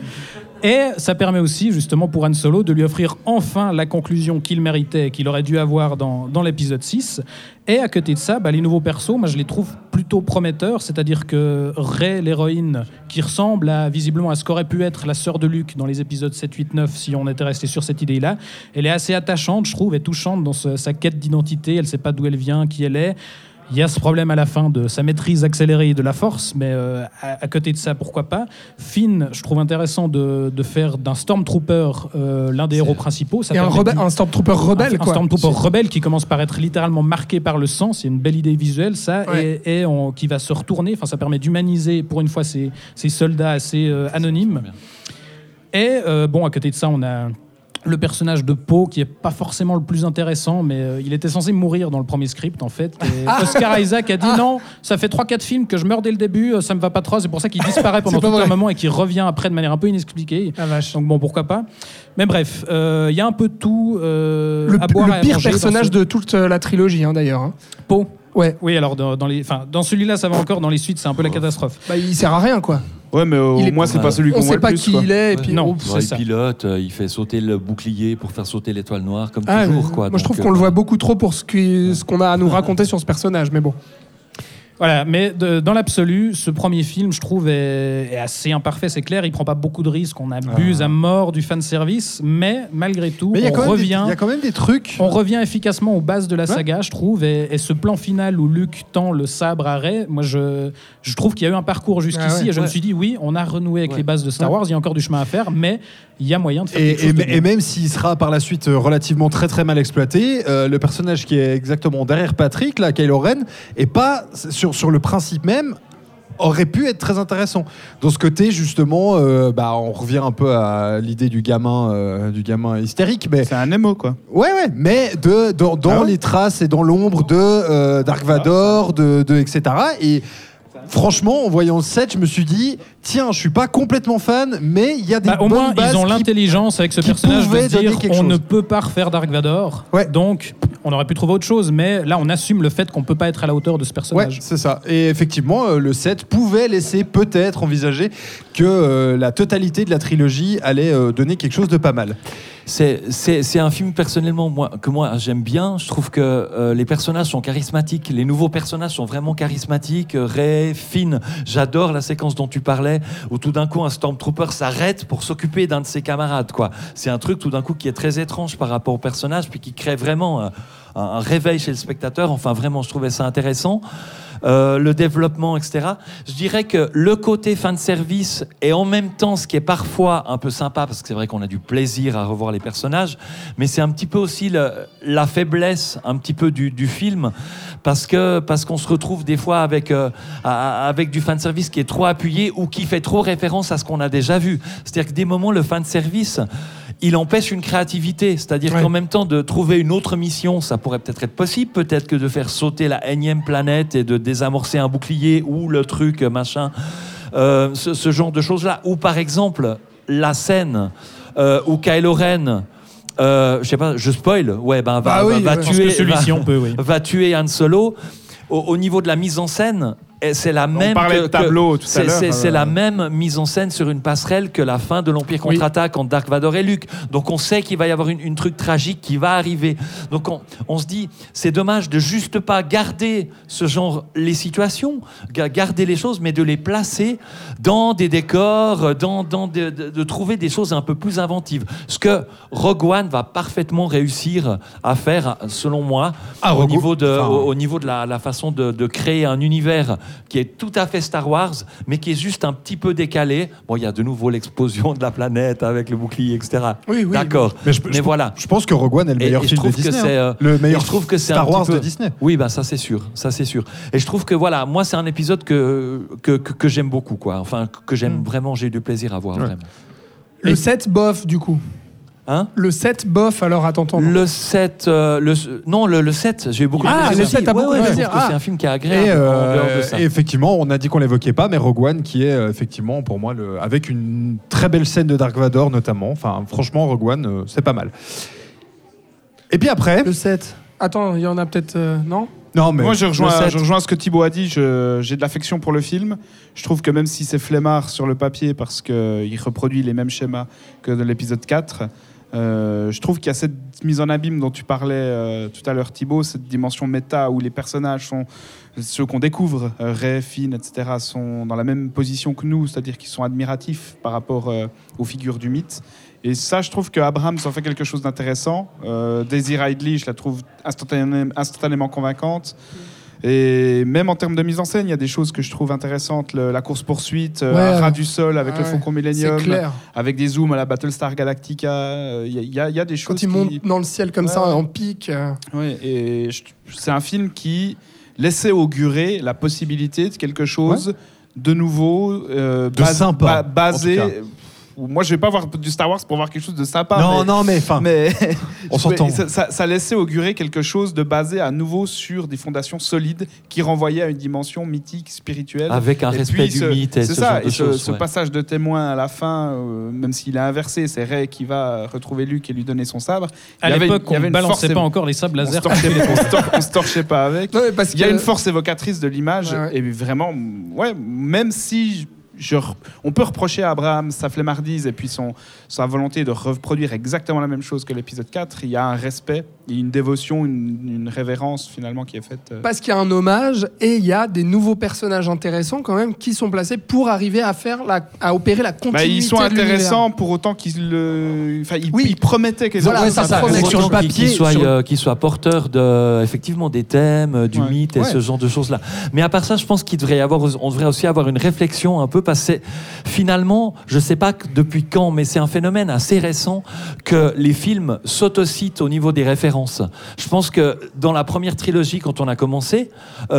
S7: Et ça permet aussi, justement, pour Han Solo, de lui offrir enfin la conclusion qu'il méritait, qu'il aurait dû avoir dans, dans l'épisode six. Et à côté de ça, bah, les nouveaux persos, moi, je les trouve plutôt prometteurs. C'est-à-dire que Rey, l'héroïne, qui ressemble à, visiblement à ce qu'aurait pu être la sœur de Luke dans les épisodes sept, huit, neuf, si on était resté sur cette idée-là, elle est assez attachante, je trouve, et touchante dans ce, sa quête d'identité. Elle ne sait pas d'où elle vient, qui elle est. Il y a ce problème à la fin de sa maîtrise accélérée de la force, mais euh, à, à côté de ça, pourquoi pas. Finn, je trouve intéressant de, de faire d'un Stormtrooper euh, l'un des héros principaux. Ça
S5: Et un, rebelle,
S7: du...
S5: un Stormtrooper rebelle,
S7: un,
S5: quoi.
S7: Un Stormtrooper rebelle qui commence par être littéralement marqué par le sang. C'est une belle idée visuelle, ça,
S5: ouais.
S7: et, et on, qui va se retourner. Enfin, ça permet d'humaniser, pour une fois, ces, ces soldats assez euh, anonymes. Et euh, bon, à côté de ça, on a le personnage de Poe, qui est pas forcément le plus intéressant, mais euh, il était censé mourir dans le premier script, en fait. Et Oscar Isaac a dit non, ça fait trois quatre films que je meurs dès le début, ça me va pas trop, c'est pour ça qu'il disparaît pendant tout un moment et qu'il revient après de manière un peu inexpliquée.
S5: Ah, vache.
S7: Donc bon, pourquoi pas. Mais bref, il euh, y a un peu de tout euh,
S5: le,
S7: à boire
S5: le
S7: et à
S5: pire
S7: manger
S5: personnage
S7: dans ce...
S5: de toute la trilogie, hein, d'ailleurs. Hein.
S7: Poe.
S5: Ouais.
S7: Oui, alors dans, dans, les, dans celui-là, ça va encore. Dans les suites, c'est un peu la catastrophe.
S5: Bah, il sert à rien, quoi.
S1: Ouais, mais au
S5: est...
S1: moins, c'est pas celui qu'on voit le plus.
S5: On sait pas qui
S1: quoi.
S5: il est. Et
S7: ouais.
S5: puis,
S7: non,
S5: oh,
S7: c'est
S6: il
S7: ça.
S6: pilote, il fait sauter le bouclier pour faire sauter l'étoile noire, comme
S5: ah,
S6: toujours. Quoi.
S5: Moi,
S6: Donc,
S5: je trouve
S6: euh...
S5: qu'on le voit beaucoup trop pour ce, qui, ce qu'on a à nous raconter sur ce personnage, mais bon.
S7: Voilà, mais de, dans l'absolu, ce premier film, je trouve, est, est assez imparfait, c'est clair. Il prend pas beaucoup de risques, on abuse ah. à mort du fanservice, mais malgré tout,
S4: mais
S7: on revient.
S4: Il y a quand même des trucs.
S7: On revient efficacement aux bases de la
S4: ouais.
S7: saga, je trouve, et, et ce plan final où Luke tend le sabre à Rey, moi, je, je trouve qu'il y a eu un parcours jusqu'ici, ah ouais, et je ouais. me suis dit, oui, on a renoué avec ouais. les bases de Star Wars, il y a encore du chemin à faire, mais il y a moyen de faire
S4: et,
S7: quelque chose
S4: et,
S7: de
S4: et même s'il sera par la suite relativement très très mal exploité, euh, le personnage qui est exactement derrière Patrick, là, Kylo Ren, est pas sur, sur le principe même aurait pu être très intéressant. Dans ce côté, justement, euh, bah, on revient un peu à l'idée du gamin, euh, du gamin hystérique. Mais...
S1: C'est un émo, quoi.
S4: Ouais, ouais, mais de, dans, dans ah ouais. les traces et dans l'ombre de euh, Dark Vador, de, de, et cetera. Et franchement, en voyant le sept, je me suis dit, tiens, je suis pas complètement fan, mais il y a des
S7: bah,
S4: bonnes
S7: au moins,
S4: bases
S7: ils ont
S4: qui-
S7: l'intelligence avec ce
S4: qui
S7: personnage de
S4: pouvaient
S7: se
S4: donner
S7: dire
S4: quelque
S7: on
S4: chose.
S7: ne peut pas refaire Dark Vador.
S4: Ouais.
S7: Donc, on aurait pu trouver autre chose, mais là, on assume le fait qu'on peut pas être à la hauteur de ce
S4: Ouais,
S7: personnage.
S4: c'est ça. Et effectivement, euh, le sept pouvait laisser peut-être envisager que euh, la totalité de la trilogie allait euh, donner quelque chose de pas mal.
S6: C'est, c'est, c'est un film personnellement moi, que moi j'aime bien. Je trouve que euh, les personnages sont charismatiques. Les nouveaux personnages sont vraiment charismatiques. Ray, Finn, j'adore la séquence dont tu parlais où tout d'un coup un Stormtrooper s'arrête pour s'occuper d'un de ses camarades. Quoi. C'est un truc tout d'un coup qui est très étrange par rapport au personnage puis qui crée vraiment un, un, un réveil chez le spectateur. Enfin vraiment, je trouvais ça intéressant. Euh, le développement, et cetera. Je dirais que le côté fan service et en même temps ce qui est parfois un peu sympa, parce que c'est vrai qu'on a du plaisir à revoir les personnages, mais c'est un petit peu aussi le, la faiblesse un petit peu du, du film, parce que parce qu'on se retrouve des fois avec euh, à, avec du fan service qui est trop appuyé ou qui fait trop référence à ce qu'on a déjà vu. C'est-à-dire que des moments le fan service il empêche une créativité, c'est-à-dire
S5: Ouais.
S6: qu'en même temps de trouver une autre mission, ça pourrait peut-être être possible, peut-être que de faire sauter la énième planète et de désamorcer un bouclier ou le truc machin, euh, ce, ce genre de choses-là. Ou par exemple la scène euh, où Kylo Ren, euh, je sais pas, je spoil, ouais, ben va,
S5: Bah oui,
S6: va, va
S5: ouais.
S7: Je pense
S6: tuer,
S7: que celui-ci,
S6: va,
S7: on peut, oui.
S6: va tuer Han Solo. Au, au niveau de la mise en scène, et c'est la même.
S1: parlait
S6: que-
S1: de tableau
S6: que-
S1: tout à
S6: c'est-
S1: l'heure,
S6: C'est, c'est
S1: euh.
S6: la même mise en scène sur une passerelle que la fin de l'Empire
S5: Oui.
S6: contre-attaque entre Dark Vador et Luke. Donc on sait qu'il va y avoir une, une truc tragique qui va arriver. Donc on, on se dit, c'est dommage de juste pas garder ce genre, les situations, ga- garder les choses, mais de les placer dans des décors, dans, dans de, de- de trouver des choses un peu plus inventives. Ce que Rogue One va parfaitement réussir à faire, selon moi,
S4: Ah,
S6: au,
S4: Rogue-
S6: niveau de,
S4: enfin,
S6: au, au niveau de la, la façon de, de créer un univers qui est tout à fait Star Wars, mais qui est juste un petit peu décalé. Bon, il y a de nouveau l'explosion de la planète avec le bouclier, et cetera.
S5: Oui, oui.
S6: D'accord.
S4: Mais, je,
S6: Mais
S4: je-
S6: voilà.
S4: je pense que Rogue One est le
S6: Et-
S4: meilleur
S6: et je
S4: film de
S6: trouve que
S4: Disney.
S6: c'est,
S4: hein.
S6: euh,
S4: Le meilleur
S6: et je trouve que c'est
S4: Star
S6: un petit
S4: Wars
S6: peu-
S4: de Disney.
S6: Oui, bah ça c'est sûr, ça c'est sûr. Et je trouve que voilà, moi c'est un épisode que que, que, que j'aime beaucoup, quoi. Enfin que j'aime
S5: Mm.
S6: vraiment, j'ai eu du plaisir à voir,
S4: Ouais.
S6: vraiment.
S5: Le sept, bof, du coup.
S6: Hein
S5: Le sept, bof, alors à t'entendre.
S6: Le sept, euh, le non le, le sept, j'ai eu beaucoup
S5: Ah,
S6: de plaisir
S5: le
S6: aussi.
S5: sept, t'as
S6: Ouais,
S5: beaucoup
S6: ouais,
S5: de
S6: je
S5: plaisir.
S6: trouve que
S5: Ah.
S6: c'est un film qui est agréable
S4: Et,
S6: en
S4: euh,
S6: dehors de ça.
S4: et effectivement, on a dit qu'on l'évoquait pas, mais Rogue One qui est euh, effectivement pour moi le, avec une très belle scène de Dark Vador notamment. Enfin, franchement, Rogue One, euh, c'est pas mal. Et puis après,
S5: Le sept. Attends, il y en a peut-être. euh, non
S4: non mais
S1: Moi, je
S6: le
S1: rejoins,
S6: sept.
S1: je rejoins ce que Thibaut a dit. Je- j'ai de l'affection pour le film. Je trouve que même si c'est flemmard sur le papier parce qu'il reproduit les mêmes schémas que de l'épisode quatre, euh, je trouve qu'il y a cette mise en abîme dont tu parlais euh, tout à l'heure, Thibaut, cette dimension méta où les personnages sont ceux qu'on découvre, euh, Ray, Finn, et cetera, sont dans la même position que nous, c'est-à-dire qu'ils sont admiratifs par rapport euh, aux figures du mythe. Et ça, je trouve que Abrams en fait quelque chose d'intéressant. Euh, Daisy Ridley, je la trouve instantanément, instantanément convaincante. Et même en termes de mise en scène, il y a des choses que je trouve intéressantes. Le- la course-poursuite, euh,
S5: Ouais.
S1: à ras du sol avec
S5: Ouais,
S1: le Faucon
S5: C'est
S1: Millennium,
S5: clair.
S1: avec des zooms à la Battlestar Galactica. euh, Il y, a- il y a- il y a des choses
S5: Quand ils
S1: qui...
S5: montent dans le ciel comme
S1: Ouais,
S5: ça,
S1: ouais.
S5: en pic. euh,
S1: Ouais, et je- c'est un film qui laissait augurer la possibilité de quelque chose de nouveau, euh,
S4: De sympa,
S1: basé.
S4: en tout
S1: Moi, je vais pas voir du Star Wars pour voir quelque chose de sympa.
S4: non,
S1: mais...
S4: non, mais enfin,
S1: Mais
S4: on s'entend.
S1: ça, ça, ça laissait augurer quelque chose de basé à nouveau sur des fondations solides qui renvoyaient à une dimension mythique, spirituelle.
S6: Avec un
S1: Et
S6: respect
S1: puis,
S6: du
S1: ce-
S6: mythe et
S1: c'est
S6: ce
S1: ça,
S6: genre de
S1: et ce,
S6: choses.
S1: ce
S6: ouais.
S1: passage de témoin à la fin, euh, même s'il est inversé, c'est Rey qui va retrouver Luke et lui donner son sabre.
S7: À
S1: Il y avait-
S7: l'époque,
S1: il y avait
S7: on
S1: une
S7: balançait
S1: force
S7: pas
S1: évo-
S7: encore les sables
S1: On se
S7: laser.
S1: torchait, on se tor- on se torchait pas avec.
S5: Non, mais parce
S1: Il y a
S5: que-
S1: une force évocatrice de l'image,
S5: Ouais, ouais.
S1: et vraiment, ouais, même si je, on peut reprocher à Abraham sa flemmardise et puis son, sa volonté de reproduire exactement la même chose que l'épisode quatre, il y a un respect, il y a une dévotion, une, une révérence finalement qui est faite. euh.
S5: Parce qu'il y a un hommage et il y a des nouveaux personnages intéressants quand même qui sont placés pour arriver à faire la, à opérer la
S1: Bah,
S5: continuité.
S1: ils sont
S5: de l'univers.
S1: intéressants pour autant qu'ils le, enfin, ils,
S5: Oui.
S1: ils promettaient qu'ils
S5: Voilà,
S1: allaient-
S5: ça, ça
S6: Pour
S5: promet.
S6: autant
S5: Sur le
S6: qu'il-
S5: papier,
S6: qu'il soit,
S5: sur-
S6: euh, qu'il soit porteur de, effectivement, des thèmes, euh, du
S1: Ouais.
S6: mythe et
S4: Ouais.
S6: ce genre de choses-là. Mais à part ça, je pense qu'il devrait y avoir, on devrait aussi avoir une réflexion un peu, parce que c'est- finalement, je sais pas que depuis quand, mais c'est un phénomène assez récent que les films s'autocitent au niveau des références. Je pense que dans la première trilogie, quand on a commencé, euh,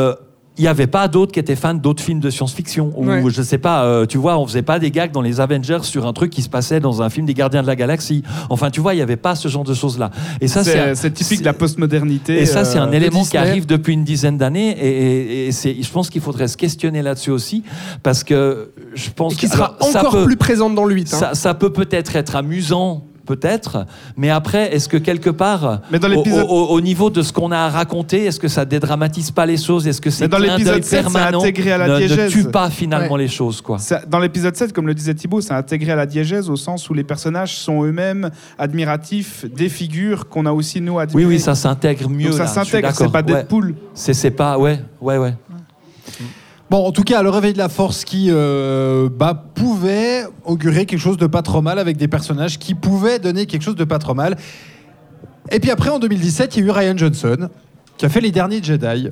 S6: il n'y avait pas d'autres qui étaient fans d'autres films de science-fiction. Ou
S5: Ouais.
S6: je sais pas, euh, tu vois, on faisait pas des gags dans les Avengers sur un truc qui se passait dans un film des Gardiens de la Galaxie. Enfin, tu vois, il n'y avait pas ce genre de choses-là. Et ça, c'est,
S1: C'est,
S6: un-
S1: c'est typique
S6: c'est-
S1: de la postmodernité.
S6: Et ça, c'est un
S1: euh,
S6: élément
S1: de
S6: qui
S1: Disney.
S6: arrive depuis une dizaine d'années. Et, et- et c'est, je pense qu'il faudrait se questionner là-dessus aussi. Parce que je pense
S5: Et qui
S6: que-
S5: sera
S6: alors, ça
S5: encore
S6: peut-
S5: plus présente dans le huit. hein.
S6: ça, ça peut peut-être être amusant, peut-être, mais après, est-ce que quelque part,
S1: Mais dans
S6: au,
S1: l'épisode-
S6: au- au niveau de ce qu'on a à raconter, est-ce que ça dédramatise pas les choses? Est-ce que c'est
S1: Mais dans
S6: clin
S1: l'épisode
S6: d'œil
S1: sept, c'est
S6: permanent
S1: intégré à la
S6: ne, ne
S1: diégèse.
S6: tue pas finalement
S5: Ouais.
S6: les choses, quoi.
S1: Ça- dans l'épisode sept, comme le disait Thibaut, c'est intégré à la diégèse au sens où les personnages sont eux-mêmes admiratifs des figures qu'on a aussi nous
S6: Oui,
S1: admirées.
S6: oui, ça s'intègre mieux.
S1: Donc ça
S6: là, je suis
S1: s'intègre, c'est
S6: d'accord.
S1: pas
S6: Ouais.
S1: Deadpool.
S6: C'est, c'est pas, ouais, ouais, ouais.
S4: Bon, en tout cas, le réveil de la force qui euh, bah, pouvait augurer quelque chose de pas trop mal avec des personnages qui pouvaient donner quelque chose de pas trop mal. Et puis après, en deux mille dix-sept, il y a eu Rian Johnson qui a fait Les Derniers Jedi.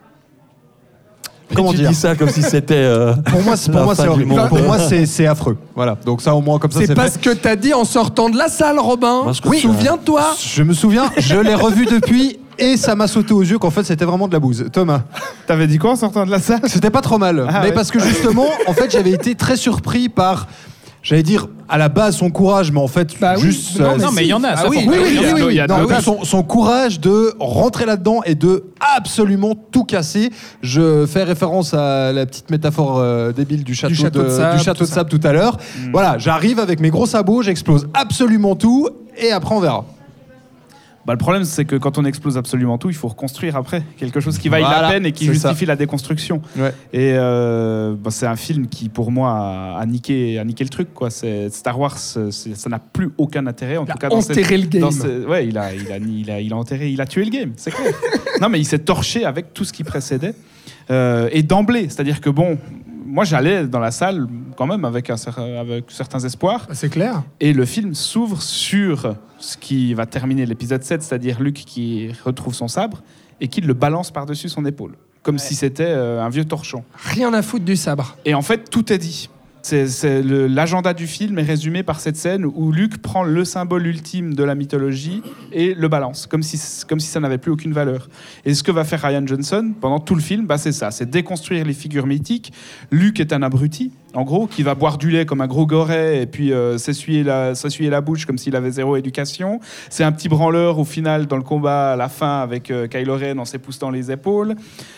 S4: Comment
S6: tu
S4: dire
S6: dis ça comme si c'était. euh,
S4: Pour moi, c'est, pour
S6: la
S4: moi,
S6: fin
S4: c'est
S6: du
S4: horrible.
S6: monde.
S4: Pour moi, c'est, c'est affreux. Voilà. Donc ça, au moins, comme ça,
S5: C'est
S4: c'est
S5: pas
S4: fait.
S5: ce que t'as dit en sortant de la salle, Robin.
S6: Moi, je trouve
S5: Oui,
S6: ça-
S5: souviens-toi.
S4: Je me souviens, je l'ai revu depuis et ça m'a sauté aux yeux qu'en fait, c'était vraiment de la bouse. Thomas,
S1: T'avais dit quoi en sortant de la salle?
S4: c'était pas trop mal.
S1: Ah
S4: mais
S1: ouais.
S4: parce que justement, en fait, j'avais été très surpris par, j'allais dire, à la base, son courage, mais en fait,
S5: Bah oui,
S4: juste...
S5: non,
S4: euh,
S5: mais
S7: Non, mais il y en a.
S5: Ah
S7: ça,
S5: oui,
S7: faut-
S4: Oui, oui,
S1: il y a
S4: oui,
S1: de-
S4: oui.
S1: il y a de
S4: Non,
S1: l'audace.
S4: son, son courage de rentrer là-dedans et de absolument tout casser. Je fais référence à la petite métaphore euh, débile du château,
S5: château de
S4: de,
S5: sable,
S4: du château
S5: tout
S4: de
S5: ça.
S4: sable tout à l'heure.
S1: Mm.
S4: Voilà, j'arrive avec mes gros sabots, j'explose absolument tout et après on verra.
S1: Bah, le problème, c'est que quand on explose absolument tout, il faut reconstruire après quelque chose qui vaille
S4: Voilà,
S1: la peine et qui
S4: c'est
S1: justifie
S4: ça.
S1: la déconstruction.
S4: Ouais.
S1: Et euh, bah, c'est un film qui, pour moi, a, a niqué, a niqué le truc. Quoi. C'est, Star Wars, c'est- ça n'a plus aucun intérêt. En
S5: Il a
S1: tout cas, dans cette-
S5: enterré le game.
S1: dans ce- ouais, il a, il, a, il, a, il a enterré, il a tué le game, c'est clair. Non, mais il s'est torché avec tout ce qui précédait. Euh, et d'emblée, c'est-à-dire que bon, moi j'allais dans la salle quand même avec, un, cer- avec certains espoirs.
S5: Bah, c'est clair.
S1: Et le film s'ouvre sur ce qui va terminer l'épisode sept, c'est-à-dire Luke qui retrouve son sabre et qui le balance par-dessus son épaule, comme si c'était euh, un vieux torchon.
S5: Rien à foutre du sabre.
S1: Et en fait, tout est dit. C'est, c'est le- l'agenda du film est résumé par cette scène où Luke prend le symbole ultime de la mythologie et le balance, comme si, comme si ça n'avait plus aucune valeur. Et ce que va faire Rian Johnson pendant tout le film, bah c'est ça, c'est déconstruire les figures mythiques. Luke est un abruti, en gros, qui va boire du lait comme un gros goret et puis euh, s'essuyer, la, s'essuyer la bouche comme s'il avait zéro éducation. C'est un petit branleur au final dans le combat à la fin avec euh, Kylo Ren en s'époustant les épaules.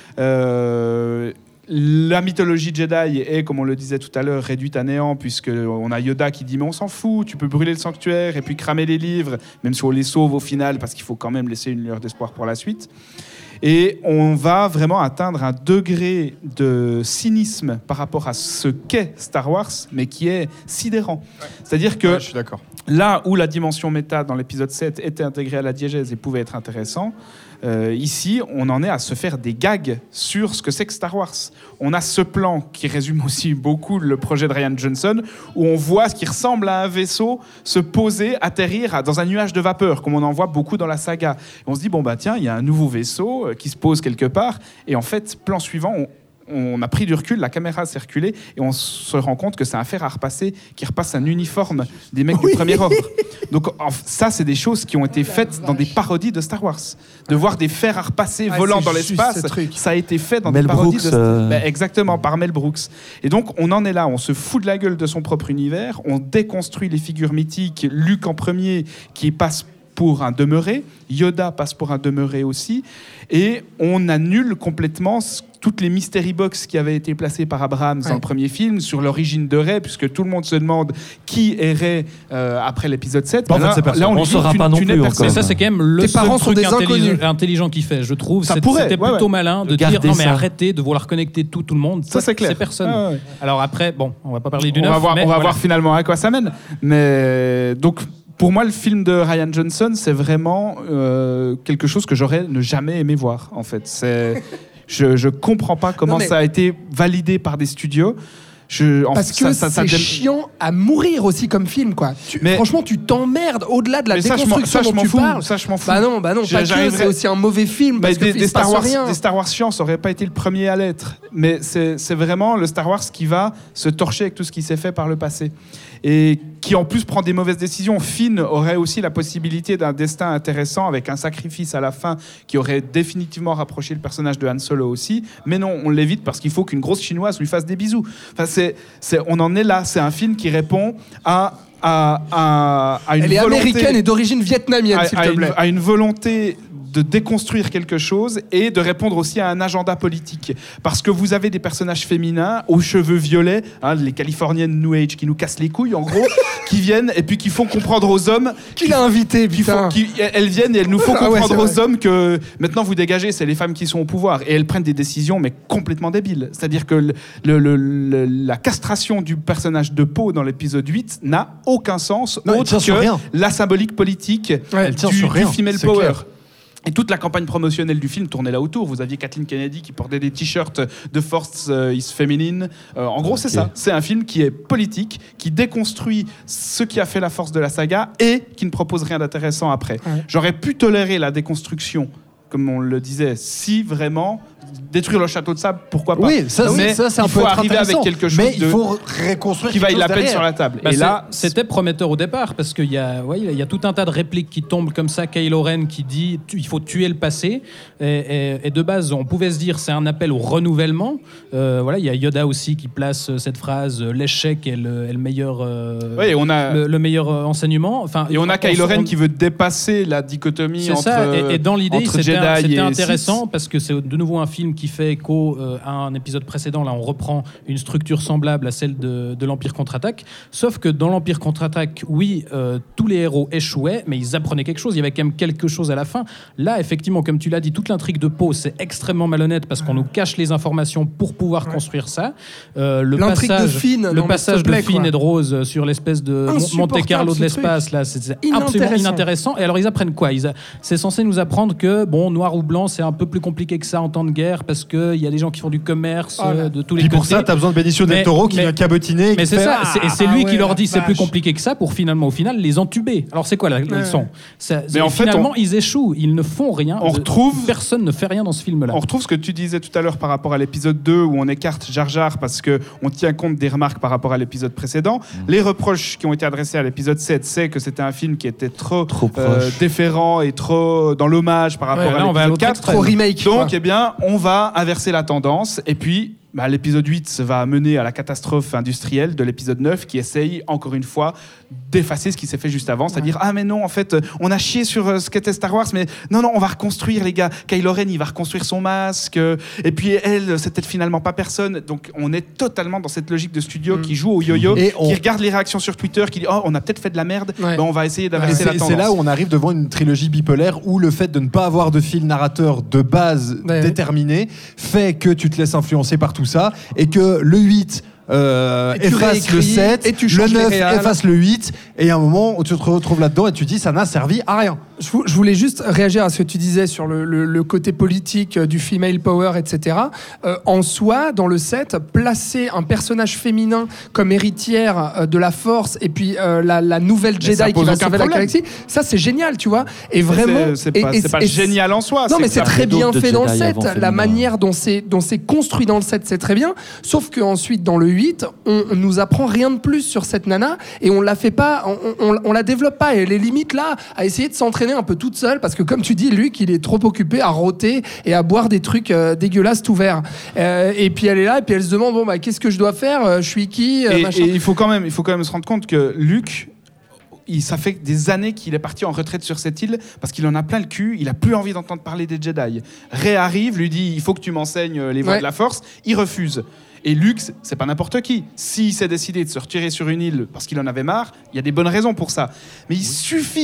S1: Euh, La mythologie Jedi est, comme on le disait tout à l'heure, réduite à néant, puisqu'on a Yoda qui dit « mais on s'en fout, tu peux brûler le sanctuaire et puis cramer les livres, même si on les sauve au final, parce qu'il faut quand même laisser une lueur d'espoir pour la suite ». Et on va vraiment atteindre un degré de cynisme par rapport à ce qu'est Star Wars, mais qui est sidérant. C'est-à-dire que
S4: Ouais, je suis d'accord.
S1: là où la dimension méta dans l'épisode sept était intégrée à la diégèse et pouvait être intéressant, euh, ici, on en est à se faire des gags sur ce que c'est que Star Wars. On a ce plan qui résume aussi beaucoup le projet de Rian Johnson, où on voit ce qui ressemble à un vaisseau se poser, atterrir à- dans un nuage de vapeur, comme on en voit beaucoup dans la saga. Et on se dit, bon bah tiens, il y a un nouveau vaisseau euh, qui se pose quelque part, et en fait, plan suivant, on, on a pris du recul, la caméra s'est reculée et on se rend compte que c'est un fer à repasser qui repasse un uniforme des mecs
S5: Oui.
S1: du premier ordre. Donc en- ça, c'est des choses qui ont été faites dans des parodies de Star Wars. De voir des fers à repasser
S5: Ah,
S1: volant
S5: c'est
S1: dans
S5: juste
S1: l'espace,
S5: ce truc.
S1: ça a été fait dans
S6: Mel
S1: des parodies
S6: Brooks,
S1: de
S6: euh,
S1: Ben, exactement, par Mel Brooks. Et donc on en est là, on se fout de la gueule de son propre univers, on déconstruit les figures mythiques, Luke en premier qui passe pour un demeuré, Yoda passe pour un demeuré aussi, et on annule complètement ce- toutes les mystery box qui avaient été placées par Abrams dans
S5: Ouais.
S1: le premier film sur l'origine de Rey, puisque tout le monde se demande qui est Rey euh, après l'épisode sept.
S4: Bah, en
S1: Ben
S4: fait,
S1: là,
S4: c'est personne.
S1: là, on,
S6: On
S1: lui dit,
S6: saura
S1: tu-
S6: pas non
S1: tu n'es
S6: plus
S1: personne.
S7: Mais
S6: encore.
S7: ça, c'est quand même le
S5: Tes
S7: seul
S5: parents sont
S7: truc
S5: des
S7: intelligent,
S5: inconnus.
S7: intelligent qu'il fait, je trouve.
S1: Ça
S7: C'est-
S1: pourrait,
S7: C'était
S1: ouais,
S7: plutôt
S1: ouais.
S7: malin de
S6: De
S7: dire
S6: garder
S7: non, mais
S6: ça.
S7: arrêtez de vouloir connecter tout, tout le monde.
S1: Ça, c'est clair.
S7: C'est personne.
S1: Ah, ouais.
S7: Alors après, bon, on va pas parler du
S1: on
S7: neuf.
S1: va voir,
S7: mais
S1: on va
S7: voilà.
S1: voir finalement à quoi ça mène. Mais donc, pour moi, le film de Rian Johnson, c'est vraiment euh, quelque chose que j'aurais ne jamais aimé voir. En fait, c'est, je, je comprends pas comment
S5: Non, mais-
S1: ça a été validé par des studios. Je, en,
S5: Parce que ça, ça, c'est ça, chiant à mourir aussi comme film, quoi. Tu, mais, franchement, tu t'emmerdes au-delà de la déconstruction
S1: ça,
S5: dont
S1: je
S5: tu
S1: fous,
S5: parles.
S1: Ça, je m'en fous.
S5: Bah non, bah non, pas que, c'est aussi un mauvais film parce
S1: des,
S5: que
S1: des,
S5: il
S1: Star Wars,
S5: rien.
S1: des Star Wars chiants, ça aurait pas été le premier à l'être. Mais c'est, c'est vraiment le Star Wars qui va se torcher avec tout ce qui s'est fait par le passé. Et qui en plus prend des mauvaises décisions. Finn aurait aussi la possibilité d'un destin intéressant avec un sacrifice à la fin qui aurait définitivement rapproché le personnage de Han Solo aussi. Mais non, on l'évite parce qu'il faut qu'une grosse chinoise lui fasse des bisous. Enfin, c'est, c'est, on en est là. C'est un film qui répond à, à, à, à une
S5: Elle est
S1: volonté,
S5: américaine et d'origine vietnamienne,
S1: à,
S5: s'il
S1: à
S5: te plaît.
S1: Une, à une volonté de déconstruire quelque chose et de répondre aussi à un agenda politique. Parce que vous avez des personnages féminins aux cheveux violets, hein, les californiennes New Age qui nous cassent les couilles en gros, qui viennent et puis qui font comprendre aux hommes...
S5: Qui l'a invité, putain.
S1: Qui, elles viennent et elles nous font
S5: ah
S1: comprendre
S5: ouais,
S1: aux hommes que maintenant vous dégagez, c'est les femmes qui sont au pouvoir. Et elles prennent des décisions mais complètement débiles. C'est-à-dire que le, le, le, le, la castration du personnage de Poe dans l'épisode huit n'a aucun sens
S4: non,
S1: autre que la symbolique politique
S4: ouais,
S1: du, du female
S4: c'est
S1: power.
S4: Clair.
S1: Et toute la campagne promotionnelle du film tournait là autour. Vous aviez Kathleen Kennedy qui portait des t-shirts de Force uh, is Feminine. Euh, en gros, c'est okay. ça. C'est un film qui est politique, qui déconstruit ce qui a fait la force de la saga et qui ne propose rien d'intéressant après. Ouais. J'aurais pu tolérer la déconstruction, comme on le disait, si vraiment... Détruire le château de sable, pourquoi pas.
S4: Oui, ça,
S1: mais
S4: ça, ça
S1: il faut arriver avec quelque chose
S4: mais
S1: de,
S4: il faut reconstruire
S1: qui vaille la peine
S4: derrière.
S1: sur la table.
S7: Bah
S1: et là,
S7: c'était prometteur au départ parce qu'il y a, ouais, il y a tout un tas de répliques qui tombent comme ça. Kylo Ren qui dit il faut tuer le passé. Et, et, et de base, on pouvait se dire c'est un appel au renouvellement. Euh, voilà, il y a Yoda aussi qui place cette phrase l'échec est le, est le meilleur, euh,
S1: oui, on a
S7: le, le meilleur enseignement. Enfin,
S1: et on a
S7: on,
S1: Kylo Ren
S7: on,
S1: qui veut dépasser la dichotomie
S7: c'est
S1: entre
S7: ça. Et, et dans l'idée,
S1: c'était,
S7: c'était, un, c'était intéressant
S1: six.
S7: Parce que c'est de nouveau un film qui fait écho à un épisode précédent. Là, on reprend une structure semblable à celle de, de l'Empire contre-attaque. Sauf que dans l'Empire contre-attaque, oui, euh, tous les héros échouaient, mais ils apprenaient quelque chose. Il y avait quand même quelque chose à la fin. Là, effectivement, comme tu l'as dit, toute l'intrigue de Poe, c'est extrêmement malhonnête parce qu'on nous cache les informations pour pouvoir ouais. construire ça. Euh, le
S5: l'intrigue
S7: passage,
S5: de Finn,
S7: le passage
S5: plaît,
S7: de Finn et de Rose sur l'espèce de Monte Carlo de l'espace, là, c'est, c'est absolument inintéressant. Et alors, ils apprennent quoi ils a... C'est censé nous apprendre que, bon, noir ou blanc, c'est un peu plus compliqué que ça en temps de guerre parce qu'il y a des gens qui font du commerce oh de tous les
S4: Puis
S7: côtés.
S4: pour ça, t'as besoin de Benicio del Toro qui
S7: mais,
S4: vient cabotiner.
S7: Mais c'est
S4: fait,
S7: ça,
S4: ah,
S7: c'est, et c'est
S5: ah
S7: lui
S5: ouais,
S7: qui leur dit c'est
S5: vache.
S7: plus compliqué que ça pour finalement, au final, les entuber. Alors c'est quoi la
S5: ouais.
S7: leçon ça,
S1: Mais en
S7: finalement,
S1: fait, on...
S7: ils échouent, ils ne font rien.
S1: On retrouve...
S7: Personne ne fait rien dans ce film-là.
S1: On retrouve ce que tu disais tout à l'heure par rapport à l'épisode deux où on écarte Jar Jar parce qu'on tient compte des remarques par rapport à l'épisode précédent. Mmh. Les reproches qui ont été adressés à l'épisode sept, c'est que c'était un film qui était trop, trop euh, déférent et trop dans l'hommage par rapport
S7: ouais,
S1: à l'épisode quatre.
S5: Trop remake.
S1: Donc,
S5: quoi.
S1: eh bien, on va inverser la tendance et puis... Bah, l'épisode huit va mener à la catastrophe industrielle de l'épisode neuf qui essaye, encore une fois, d'effacer ce qui s'est fait juste avant. C'est-à-dire, ouais. ah mais non, en fait, on a chié sur euh, ce qu'était Star Wars, mais non, non, on va reconstruire, les gars. Kylo Ren, il va reconstruire son masque. Euh, et puis elle, c'était finalement pas personne. Donc on est totalement dans cette logique de studio mmh. qui joue au yo-yo, et on... qui regarde les réactions sur Twitter, qui dit, oh, on a peut-être fait de la merde, ouais. ben, on va essayer d'inverser
S4: ouais,
S1: la tendance.
S4: C'est là où on arrive devant une trilogie bipolaire où le fait de ne pas avoir de fil narrateur de base ouais, déterminé ouais. fait que tu te laisses influencer par tout ça et que le huit euh, efface le sept, et tu le neuf efface le huit, et il y a un moment où tu te retrouves là-dedans et tu te dis ça n'a servi à rien.
S5: Je voulais juste réagir à ce que tu disais sur le, le, le côté politique du female power, et cetera. Euh, en soi, dans le sept, placer un personnage féminin comme héritière de la Force et puis euh, la, la nouvelle Jedi qui va sauver la galaxie, ça c'est génial, tu vois. Et vraiment,
S1: c'est, c'est pas,
S5: et,
S1: c'est pas
S5: et,
S1: génial en soi.
S5: Non,
S1: c'est
S5: mais c'est très bien fait dans le sept. La
S6: féminin.
S5: manière dont c'est, dont c'est construit dans le sept, c'est très bien. Sauf qu'ensuite, dans le huit, on, on nous apprend rien de plus sur cette nana et on la fait pas, on, on, on la développe pas. Et elle est limite là à essayer de s'entraîner un peu toute seule parce que comme tu dis, Luke il est trop occupé à rôter et à boire des trucs euh, dégueulasses tout verts euh, et puis elle est là et puis elle se demande bon bah qu'est-ce que je dois faire, je suis qui euh,
S1: et,
S5: machin.
S1: et il faut quand même il faut quand même se rendre compte que Luke il, ça fait des années qu'il est parti en retraite sur cette île parce qu'il en a plein le cul, il a plus envie d'entendre parler des Jedi. Rey arrive, lui dit il faut que tu m'enseignes les voies ouais. de la Force, il refuse. Et Luke, c'est pas n'importe qui. S'il s'est décidé de se retirer sur une île parce qu'il en avait marre, il y a des bonnes raisons pour ça. Mais il oui. suffit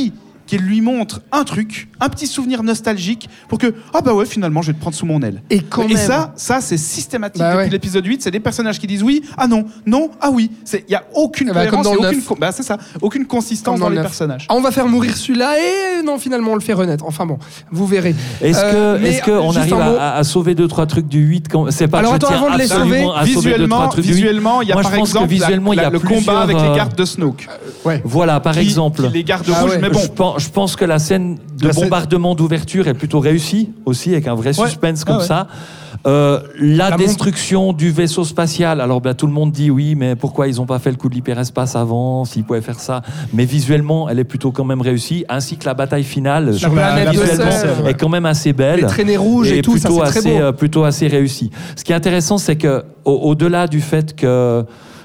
S1: qu'elle lui montre un truc, un petit souvenir nostalgique pour que ah bah ouais finalement je vais te prendre sous mon aile.
S5: Et quand
S1: Et
S5: même.
S1: ça, ça c'est systématique
S5: Bah
S1: depuis
S5: ouais.
S1: l'épisode huit, c'est des personnages qui disent oui, ah non, non, ah oui. Il n'y a aucune
S5: Bah, comme
S1: cohérence
S5: dans
S1: et
S5: le
S1: aucune,
S5: neuf.
S1: co- bah, c'est ça, aucune consistance
S5: Comme dans
S1: dans
S5: le
S1: les
S5: neuf.
S1: personnages.
S5: Ah, on va faire mourir celui-là et non, finalement, on le fait renaître. Enfin bon, vous verrez.
S6: Est-ce
S5: Euh,
S6: que,
S5: mais
S6: est-ce que on
S5: juste
S6: arrive
S5: un mot.
S6: à, à sauver deux trois trucs du huit quand... C'est pas
S5: Alors,
S6: que je
S5: attends,
S6: tiens
S5: avant de les
S6: absolument
S5: sauver,
S6: à sauver deux,
S1: Visuellement,
S6: trois trucs du huit.
S1: visuellement, il y a
S6: Moi, je
S1: par
S6: pense que
S1: exemple la-
S6: visuellement, il y
S1: la-
S6: a
S1: le
S6: plusieurs,
S1: combat avec
S6: euh,
S1: les gardes de Snoke.
S4: Ouais.
S6: Voilà, par
S1: Qui-
S6: exemple.
S1: qui les gardes
S5: Ah
S1: rouges,
S5: ouais.
S1: mais bon.
S6: Je pense, je pense que la scène de
S4: La scène-
S6: bombardement d'ouverture est plutôt réussie aussi, avec un vrai
S1: Ouais.
S6: suspense
S1: Ah
S6: comme
S1: ouais.
S6: ça. Euh, la,
S5: La
S6: destruction du vaisseau spatial. Alors ben, tout le monde dit oui, mais pourquoi ils n'ont pas fait le coup de l'hyperespace avant, s'ils pouvaient faire ça. Mais visuellement, elle est plutôt quand même réussie, ainsi que la bataille finale.
S5: La planète de
S6: visuellement,
S5: sel,
S6: est quand même assez belle.
S5: Les traînées rouges et,
S6: et
S5: tout, ça
S6: plutôt
S5: c'est très
S6: assez,
S5: beau.
S6: euh, plutôt assez réussi. Ce qui est intéressant, c'est que au- au-delà du fait que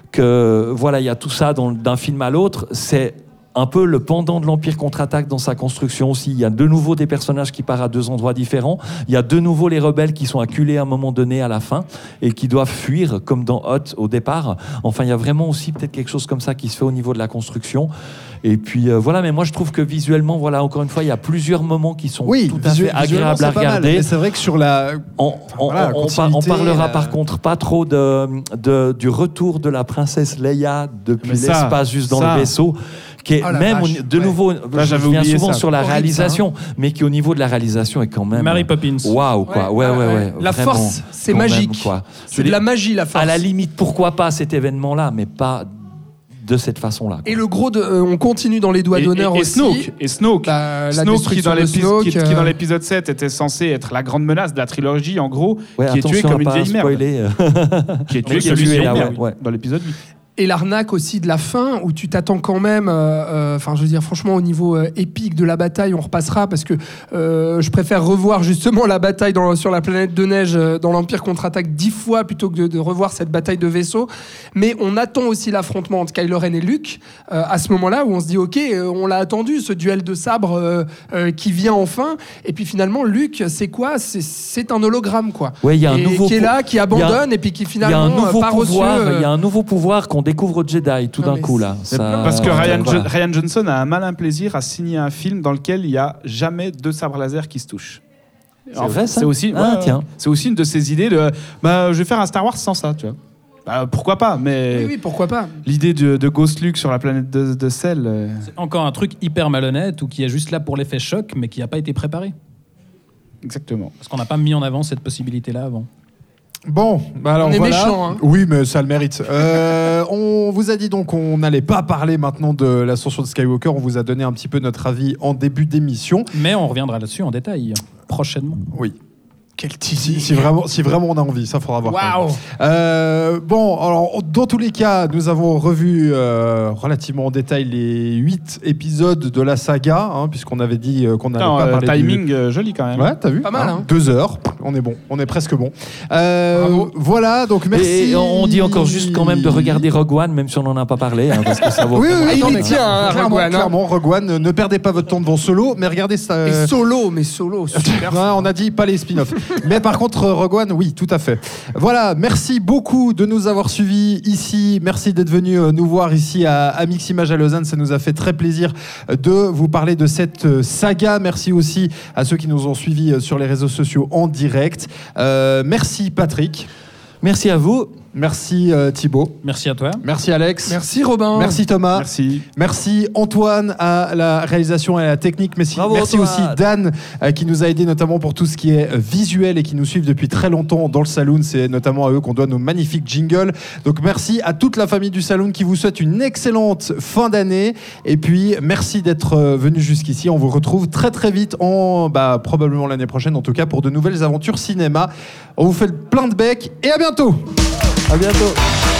S6: que voilà, il y a tout ça dans- d'un film à l'autre, c'est un peu le pendant de l'Empire contre-attaque dans sa construction aussi. Il y a de nouveau des personnages qui partent à deux endroits différents. Il y a de nouveau les rebelles qui sont acculés à un moment donné à la fin et qui doivent fuir, comme dans Hot au départ. Enfin, il y a vraiment aussi peut-être quelque chose comme ça qui se fait au niveau de la construction. Et puis euh, voilà, mais moi je trouve que visuellement, voilà, encore une fois, il y a plusieurs moments qui sont
S4: Oui,
S6: tout à
S4: visu-
S6: fait
S4: visuellement,
S6: agréables à
S4: c'est pas mal.
S6: regarder.
S4: Mais c'est vrai que sur la.
S6: On, on-
S4: voilà, la
S6: on- on par- on
S4: continuité,
S6: parlera
S4: la-
S6: par contre pas trop de, de- du retour de la princesse Leia depuis
S1: Mais ça,
S6: l'espace, juste dans
S1: ça.
S6: le vaisseau, qui est
S5: Oh la
S6: même
S5: vache,
S6: au- de
S5: ouais.
S6: nouveau,
S1: Là,
S6: je
S1: j'avais
S6: viens
S1: oublié
S6: souvent
S1: ça.
S6: sur la
S5: Horrible,
S6: réalisation, mais qui au niveau de la réalisation est quand même
S7: Mary Poppins.
S6: waouh quoi, ouais ouais ouais,
S5: La
S6: vraiment,
S5: force, c'est
S6: quand même,
S5: magique.
S6: quoi. Je
S5: C'est
S6: veux
S5: de
S6: dire,
S5: la magie, la force.
S6: à la limite, pourquoi pas cet événement-là, mais pas de cette façon-là.
S5: Et le gros, de, euh, on continue dans les doigts
S1: Et-
S5: d'honneur
S1: et, et
S5: aussi.
S1: Snoke, et Snoke,
S5: La- la
S1: Snoke qui
S5: destruction
S1: dans
S5: de
S1: l'épisode qui,
S5: Snoke,
S1: qui dans
S5: euh,
S1: l'épisode sept était censé être la grande menace de la trilogie en gros,
S6: Ouais,
S1: qui est tué
S6: attention
S1: comme
S6: à
S1: une
S6: pas
S1: vieille merde.
S6: spoiler, euh.
S1: Qui est
S6: Oui,
S1: tué
S6: qui est
S1: comme une
S6: tué,
S1: vieille
S6: là,
S1: merde
S6: ouais, ouais.
S1: dans l'épisode huit.
S5: Et l'arnaque aussi de la fin, où tu t'attends quand même, euh, euh, enfin je veux dire franchement au niveau euh, épique de la bataille, on repassera parce que euh, je préfère revoir justement la bataille dans, sur la planète de neige euh, dans l'Empire contre-attaque dix fois plutôt que de, de revoir cette bataille de vaisseau. Mais on attend aussi l'affrontement entre Kylo Ren et Luke euh, à ce moment-là où on se dit ok, euh, on l'a attendu, ce duel de sabre euh, euh, qui vient enfin. Et puis finalement Luke, c'est quoi c'est, c'est un hologramme quoi.
S6: Ouais, il y a un
S5: et
S6: nouveau
S5: qui est
S6: pou-
S5: là, qui
S6: il y a-
S5: abandonne et puis qui
S6: Il y a un
S5: finalement
S6: nouveau
S5: euh, part au cieux.
S6: pouvoir, il
S5: euh,
S6: y a un nouveau pouvoir qu'on découvre au Jedi tout
S5: Non,
S6: d'un
S5: mais
S6: coup là.
S1: C'est
S6: Ça-
S1: Parce que
S6: euh,
S1: Ryan,
S6: voilà.
S1: Jo- Ryan Johnson a un malin plaisir à signer un film dans lequel il n'y a jamais deux sabres laser qui se touchent.
S6: C'est
S1: En
S6: vrai,
S1: fait,
S6: ça
S1: c'est aussi,
S6: Ah,
S1: ouais,
S6: tiens.
S1: c'est aussi une de ces idées de bah, je vais faire un Star Wars sans ça, tu vois. Bah, pourquoi pas, mais
S5: Oui, oui, pourquoi pas.
S1: l'idée de, de Ghost Luke sur la planète de, de sel. euh,
S7: C'est encore un truc hyper malhonnête ou qui est juste là pour l'effet choc, mais qui n'a pas été préparé.
S1: Exactement.
S7: Parce qu'on n'a pas mis en avant cette possibilité-là avant.
S4: Bon, bah alors
S5: On est
S4: voilà.
S5: méchant, hein.
S4: Oui, mais ça le mérite. Euh, on vous a dit donc qu'on n'allait pas parler maintenant de l'ascension de Skywalker. On vous a donné un petit peu notre avis en début d'émission.
S7: Mais on reviendra là-dessus en détail prochainement.
S4: Oui.
S5: Quel
S4: Si, si vraiment, si vraiment on a envie, ça faudra voir. quand même.
S5: Waouh.
S4: Euh, bon, alors dans tous les cas, nous avons revu euh, relativement en détail les huit épisodes de la saga, hein, puisqu'on avait dit euh, qu'on n'allait
S1: Non,
S4: pas
S1: euh,
S4: parler
S1: timing
S4: du...
S1: euh, joli quand même.
S4: Ouais, t'as vu
S5: Pas mal, hein.
S4: Deux heures, on est bon, on est presque bon. Euh,
S5: Bravo.
S4: voilà, donc merci.
S6: Et on dit encore juste quand même de regarder Rogue One, même si on n'en a pas parlé, hein, parce que ça vaut
S4: Oui, oui,
S6: vraiment
S4: oui,
S6: la
S5: il
S6: peine,
S5: y tient, hein,
S4: clairement,
S5: Rogue One, hein.
S4: clairement, Rogue One, ne perdez pas votre temps devant Solo, mais regardez ça.
S5: Et solo, mais solo, super.
S4: Ouais, on a dit pas les spin-offs. Mais par contre, Rogue One, oui, tout à fait. Voilà, merci beaucoup de nous avoir suivis ici. Merci d'être venu euh, nous voir ici à, à Miximage à Lausanne. Ça nous a fait très plaisir de vous parler de cette euh, saga. Merci aussi à ceux qui nous ont suivis euh, sur les réseaux sociaux en direct. Euh, merci Patrick.
S6: Merci à vous.
S4: Merci euh, Thibaut.
S7: Merci à toi.
S4: Merci Alex.
S5: Merci Robin.
S4: Merci Thomas.
S1: Merci.
S4: Merci Antoine à la réalisation et à la technique. Merci,
S6: Bravo,
S4: merci
S6: Antoine.
S4: aussi Dan euh, qui nous a aidé notamment pour tout ce qui est euh, visuel et qui nous suivent depuis très longtemps dans le Saloon. C'est notamment à eux qu'on doit nos magnifiques jingles. Donc merci à toute la famille du Saloon qui vous souhaite une excellente fin d'année. Et puis merci d'être euh, venu jusqu'ici. On vous retrouve très très vite, en, bah, probablement l'année prochaine en tout cas, pour de nouvelles aventures cinéma. On vous fait plein de becs et à bientôt.
S6: À bientôt.